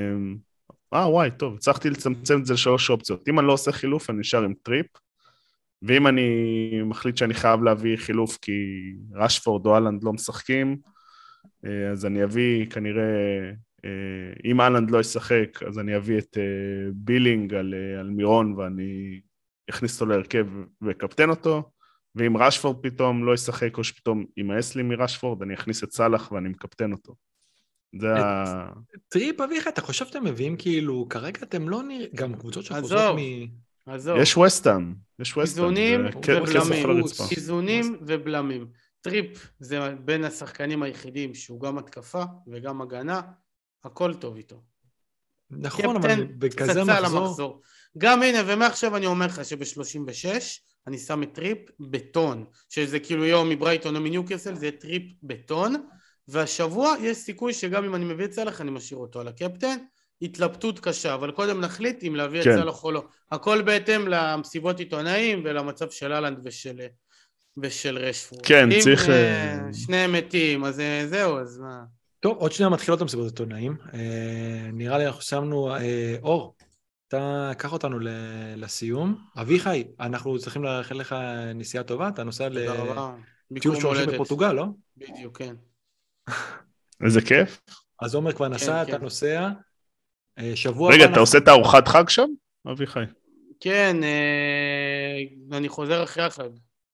וואי, טוב, צריכתי לצמצם את זה ל3 אופציות. אם אני לא עושה חילוף, אני נשאר עם טריפ, ואם אני מחליט שאני חייב להביא חילוף כי רשפורד או אלנד לא משחקים, אז אני אביא כנראה, אם אלנד לא ישחק, אז אני אביא את בילינג על מירון, ואני אכניס אותו להרכב וקפטן אותו, ואם רשפורד פתאום לא ישחק, או שפתאום ימאס לי מרשפורד, אני אכניס את סלאח ואני מקפטן אותו. זה טריפ, אביך, אתה חושב שאתם מביאים כאילו, כרגע אתם לא נראים, גם קבוצות שחוזרות עזוב. יש ווסטהאם, איזונים ובלמים, איזונים איזונים ובלמים. טריפ זה בין השחקנים היחידים שהוא גם התקפה וגם הגנה, הכל טוב איתו. נכון, אבל בכזה מחזור. גם הנה, ומעכשיו אני אומר לך שב-36 אני שם את טריפ בטון, שזה כאילו יום מברייטון או מניוקסל, זה טריפ בטון, והשבוע יש סיכוי שגם אם אני מביא את סלאח אני משאיר אותו על הקפטן, התלבטות קשה, אבל קודם נחליט אם להביא את סלאח או לא. הכל בהתאם למסיבות עיתונאים ולמצב של אלנד ושל רשפורד. כן, צריך... שניהם מתים, אז זהו, אז מה? טוב, עוד שנייה מתחילות המסיבות עיתונאים. נראה לי אנחנו שמנו אור. אתה קח אותנו לסיום. אביחי, אנחנו צריכים לאחל לך נסיעה טובה, אתה נוסע לטיול שורשים בפורטוגל, לא? בדיוק, כן. איזה כיף. אז עומר כבר נסע, אתה נוסע. שבוע... רגע, אתה עושה את הארוחת חג שם, אביחי? כן, אני חוזר אחרי החג.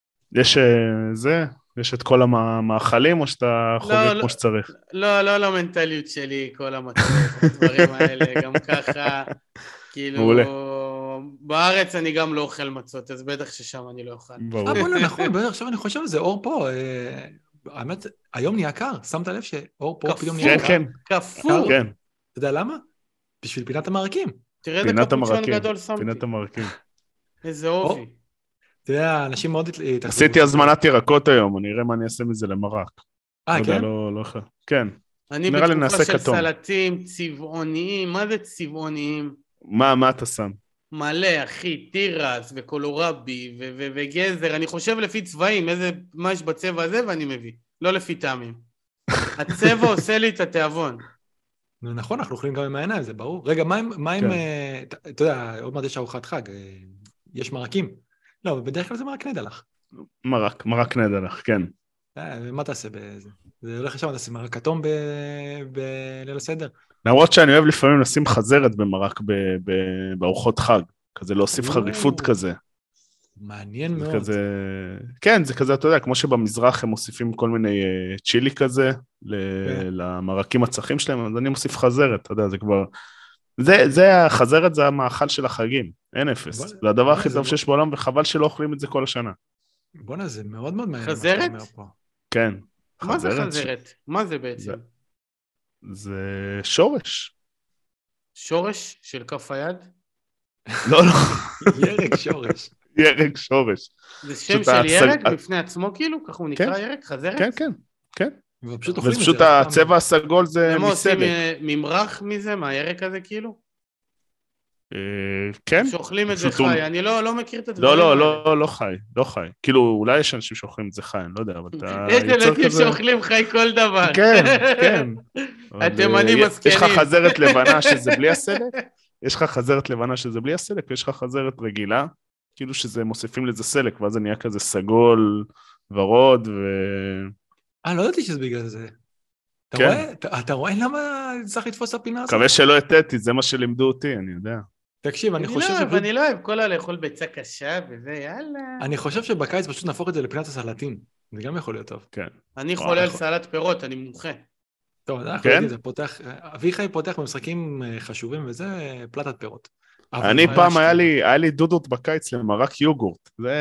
יש את כל המאכלים, או שאתה חוגג כמו שצריך? לא למנטליות שלי, כל המצב, הדברים האלה, גם ככה, כאילו, בארץ אני גם לא אוכל מצות, אז בטח ששם אני לא אוכל. בוא'נה, נכון, עכשיו אני חושב על זה, אור פה, האמת, היום נהיה קר, שמת לב שאור פה פתאום נהיה קר? כן, כפור. כן. אתה יודע למה? בשביל פינת המרקים. תראה איזה קפוצ'ון גדול שמתי. פינת המרקים. איזה אובי. אתה יודע, אנשים מאוד... עשיתי הזמנת ירקות היום, אני אראה מה אני אעשה מזה למרק. כן? כן. אני בתקופה של סלטים צבעוניים, מה זה צבעוניים? מה אתה שם? מלא, אחי, טירס וקולורבי וגזר, אני חושב לפי צבעים, מה יש בצבע הזה ואני מביא, לא לפי טעמים. הצבע עושה לי את התיאבון. נכון, אנחנו אוכלים גם עם העיניים, זה ברור. רגע, מה עם, אתה יודע, עוד מעט יש ארוחת חג, יש מרקים? לא, בדרך כלל זה מרק נדלך. מרק נדלך, כן. מה תעשה בזה? זה הולך לשם, תעשה מרק כתום בליל הסדר? למרות שאני אוהב לפעמים לשים חזרת במרק בארוחות חג, כזה להוסיף חריפות כזה. מעניין מאוד. כן, זה כזה, אתה יודע, כמו שבמזרח הם מוסיפים כל מיני צ'ילי כזה, למרקים הצחים שלהם, אז אני מוסיף חזרת, אתה יודע, זה כבר... החזרת זה המאכל של החגים, אין אפס. זה הדבר הכי טוב שיש בעולם, וחבל שלא אוכלים את זה כל השנה. בוא'נה, זה מאוד מאוד מעניין. חזרת? כן. מה זה חזרת? מה זה בעצם? זה שורש. שורש של כף היד? לא. ירק שורש. ירק שורש. זה שם של ירק בפני עצמו כאילו? ככה הוא נקרא ירק? חזרת? כן. ופשוט הצבע הסגול זה מסדק. עושים ממרח מזה, מהירק הזה כאילו? כן. שאוכלים את זה חי, אני לא מכיר את הדברים האלה. לא חי. כאילו אולי יש אנשים שאוכלים את זה חי, אני לא יודע, אבל אתה... יש ילדים שאוכלים חי כל דבר. כן. התימנים מסכנים. יש לך חזרת לבנה שזה בלי הסלק, ויש לך חזרת רגילה, כאילו שזה מוסיפים לזה סלק, ואז זה נהיה כזה סגול, ורוד, לא ידעתי שזה בגלל זה. אתה רואה למה צריך לתפוס הפינה הזאת? מקווה שלא התתי, זה מה שלימדו אותי, אני יודע. תקשיב, אני חושב... אני לא אוהב כל לאכול ביצה קשה וזה, יאללה. אני חושב שבקיץ פשוט נהפוך את זה לפינת הסלטים. זה גם יכול להיות טוב. כן. אני חולה על סלט פירות, אני מומחה. טוב, אנחנו יודעים, זה פותח... אביחי פותח במשחקים חשובים, וזה פלטת פירות. אני פעם היה לי דודות בקיץ למרק יוגורט. זה...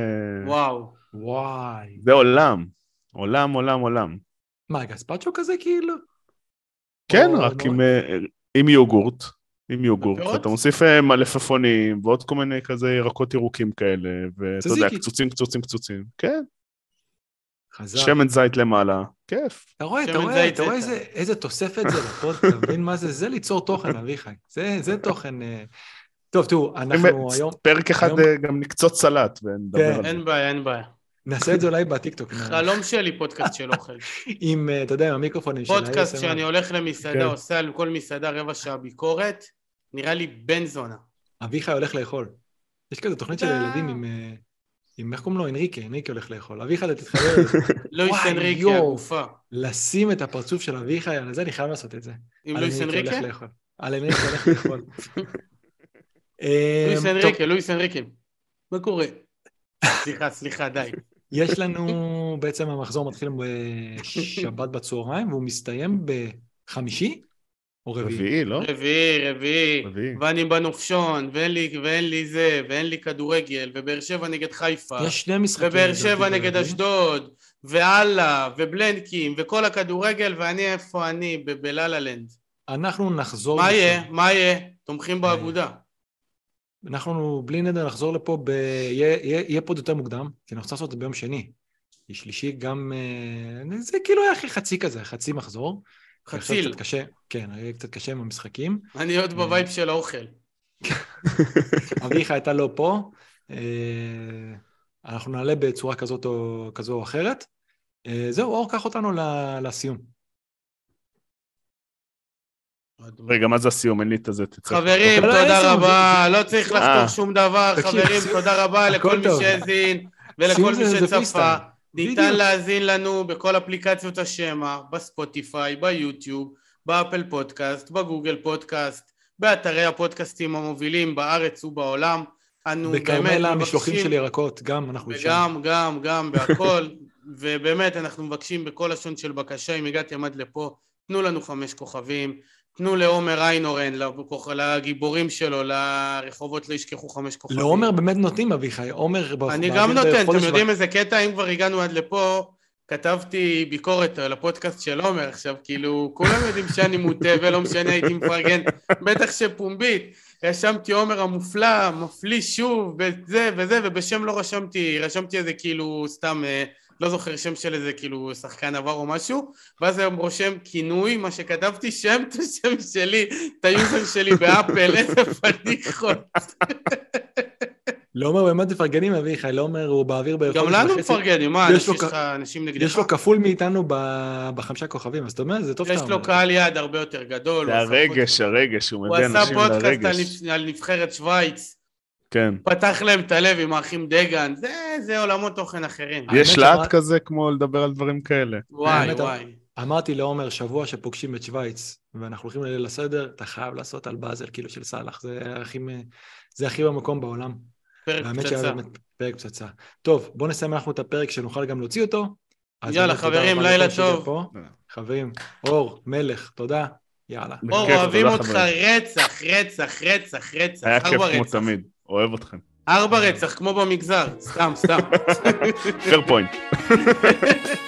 וואי. זה עולם. מה, גספצ'ו כזה כאילו? כן, רק עם יוגורט. אתה מוסיף מלפפונים, ועוד כל מיני כזה ירקות ירוקים כאלה, ואתה יודע, קצוצים. כן. שמן זית למעלה. כיף. אתה רואה איזה תוספת זה לפוד, אתה מבין מה זה? זה ליצור תוכן, אביחי. זה תוכן... טוב, תראו, אנחנו היום... פרק אחד גם נקצוץ סלט, ונדבר על זה. אין בעיה. נעשה את זה אולי בטיקטוק. חלום שלי פודקאסט של אוכל. עם, אתה יודע, עם המיקרופונים של פודקאסט שאני הולך למסעדה, עושה על כל מסעדה רבע שעה ביקורת, נראה לי בן זונה. אביחי הולך לאכול. יש כזה תוכנית של ילדים עם איך קוראים לו? אנריקה הולך לאכול. אביחי, אתה תתחבר. לואיס אנריקה, הגופה. לשים את הפרצוף של אביחי, על זה אני חייב לעשות את זה. עם לואיס אנריקה? על אנריקה הולך לאכול. לואיס אנריקה. מה קורה? סליחה, די. יש לנו, בעצם המחזור מתחיל בשבת בצהריים, והוא מסתיים בחמישי או רביעי? רביעי, לא? רביעי. ואני בנופשון, ואין לי זה, ואין לי כדורגל, ובאר שבע נגד חיפה. יש שני משחקים. ובאר שבע נגד אשדוד, ואללה, ובלנקים, וכל הכדורגל, ואני איפה אני? בללה-לנד. אנחנו נחזור... מה יהיה? תומכים באגודה. אנחנו בלי נדר נחזור לפה, יהיה פה יותר מוקדם, כי אנחנו צריכים לעשות את זה ביום שני. שלישי גם, זה כאילו היה חצי כזה, חצי מחזור. חציל. קצת קשה, כן, היה קצת קשה עם המשחקים. אני עוד בווייב של האוכל. אביחה הייתה לא פה, אנחנו נעלה בצורה כזו או אחרת. זהו, אור, קח אותנו לסיום. רגע, מה זה הסיום? אין לי את זה. חברים, תודה רבה, לא צריך לחתוך שום דבר, חברים, תודה רבה לכל מי שהזין ולכל מי שצפה. ניתן להזין לנו בכל אפליקציות השמע, בספוטיפיי, ביוטיוב, באפל פודקאסט, בגוגל פודקאסט, באתרי הפודקאסטים המובילים בארץ ובעולם. בכרמל המשלוחים של ירקות, גם אנחנו שם. גם, בהכל. ובאמת אנחנו מבקשים בכל לשון של בקשה, אם הגעתם עד לפה, תנו לנו 5 כוכבים. תנו לעומר איינורן, לגיבורים שלו, לרחובות לא ישכחו 5 כוכבים. לעומר באמת נותנים, אביחי, עומר... אני גם נותן, אתם יודעים איזה קטע, אם כבר הגענו עד לפה, כתבתי ביקורת על הפודקאסט של עומר, עכשיו כאילו, כולם יודעים שאני מוטה ולא משנה, הייתי מפרגן, בטח שפומבית, רשמתי עומר המופלא, מפליא שוב, וזה, ובשם לא רשמתי איזה כאילו סתם... לא זוכר שם של איזה כאילו שחקן עבר או משהו, ואז היום רושם כינוי, מה שכתבתי שם את השם שלי, את היוזר שלי באפל, איזה פדיחות. לא אומר באמת מפרגנים, אביחי, לא אומר הוא באוויר בחודש וחצי. גם לנו מפרגנים, מה, יש לך אנשים נגדך? יש לו כפול מאיתנו ב5 כוכבים, אז זאת אומרת, זה טוב שאתה אומר. יש לו קהל יד הרבה יותר גדול. זה הרגש, הוא מביא אנשים לרגש. הוא עשה פודקאסט על נבחרת שוויץ. כן. פתח להם את הלב עם האחים דגן, זה עולמות תוכן אחרים. יש לאט כזה כמו לדבר על דברים כאלה. וואי. אמרתי לעומר, שבוע שפוגשים את שוויץ, ואנחנו הולכים לליל הסדר, אתה חייב לעשות על באזל כאילו של סלח, זה הכי במקום בעולם. פרק פצצה. טוב, בוא נסיים אנחנו את הפרק שנוכל גם להוציא אותו. יאללה חברים, לילה טוב. חברים, אור, מלך, תודה. יאללה. אור, אוהבים אותך רצח. היה כיף כמו תמיד, אוהב אתכם. 4 רצח, כמו במגזר, סתם. Fair point.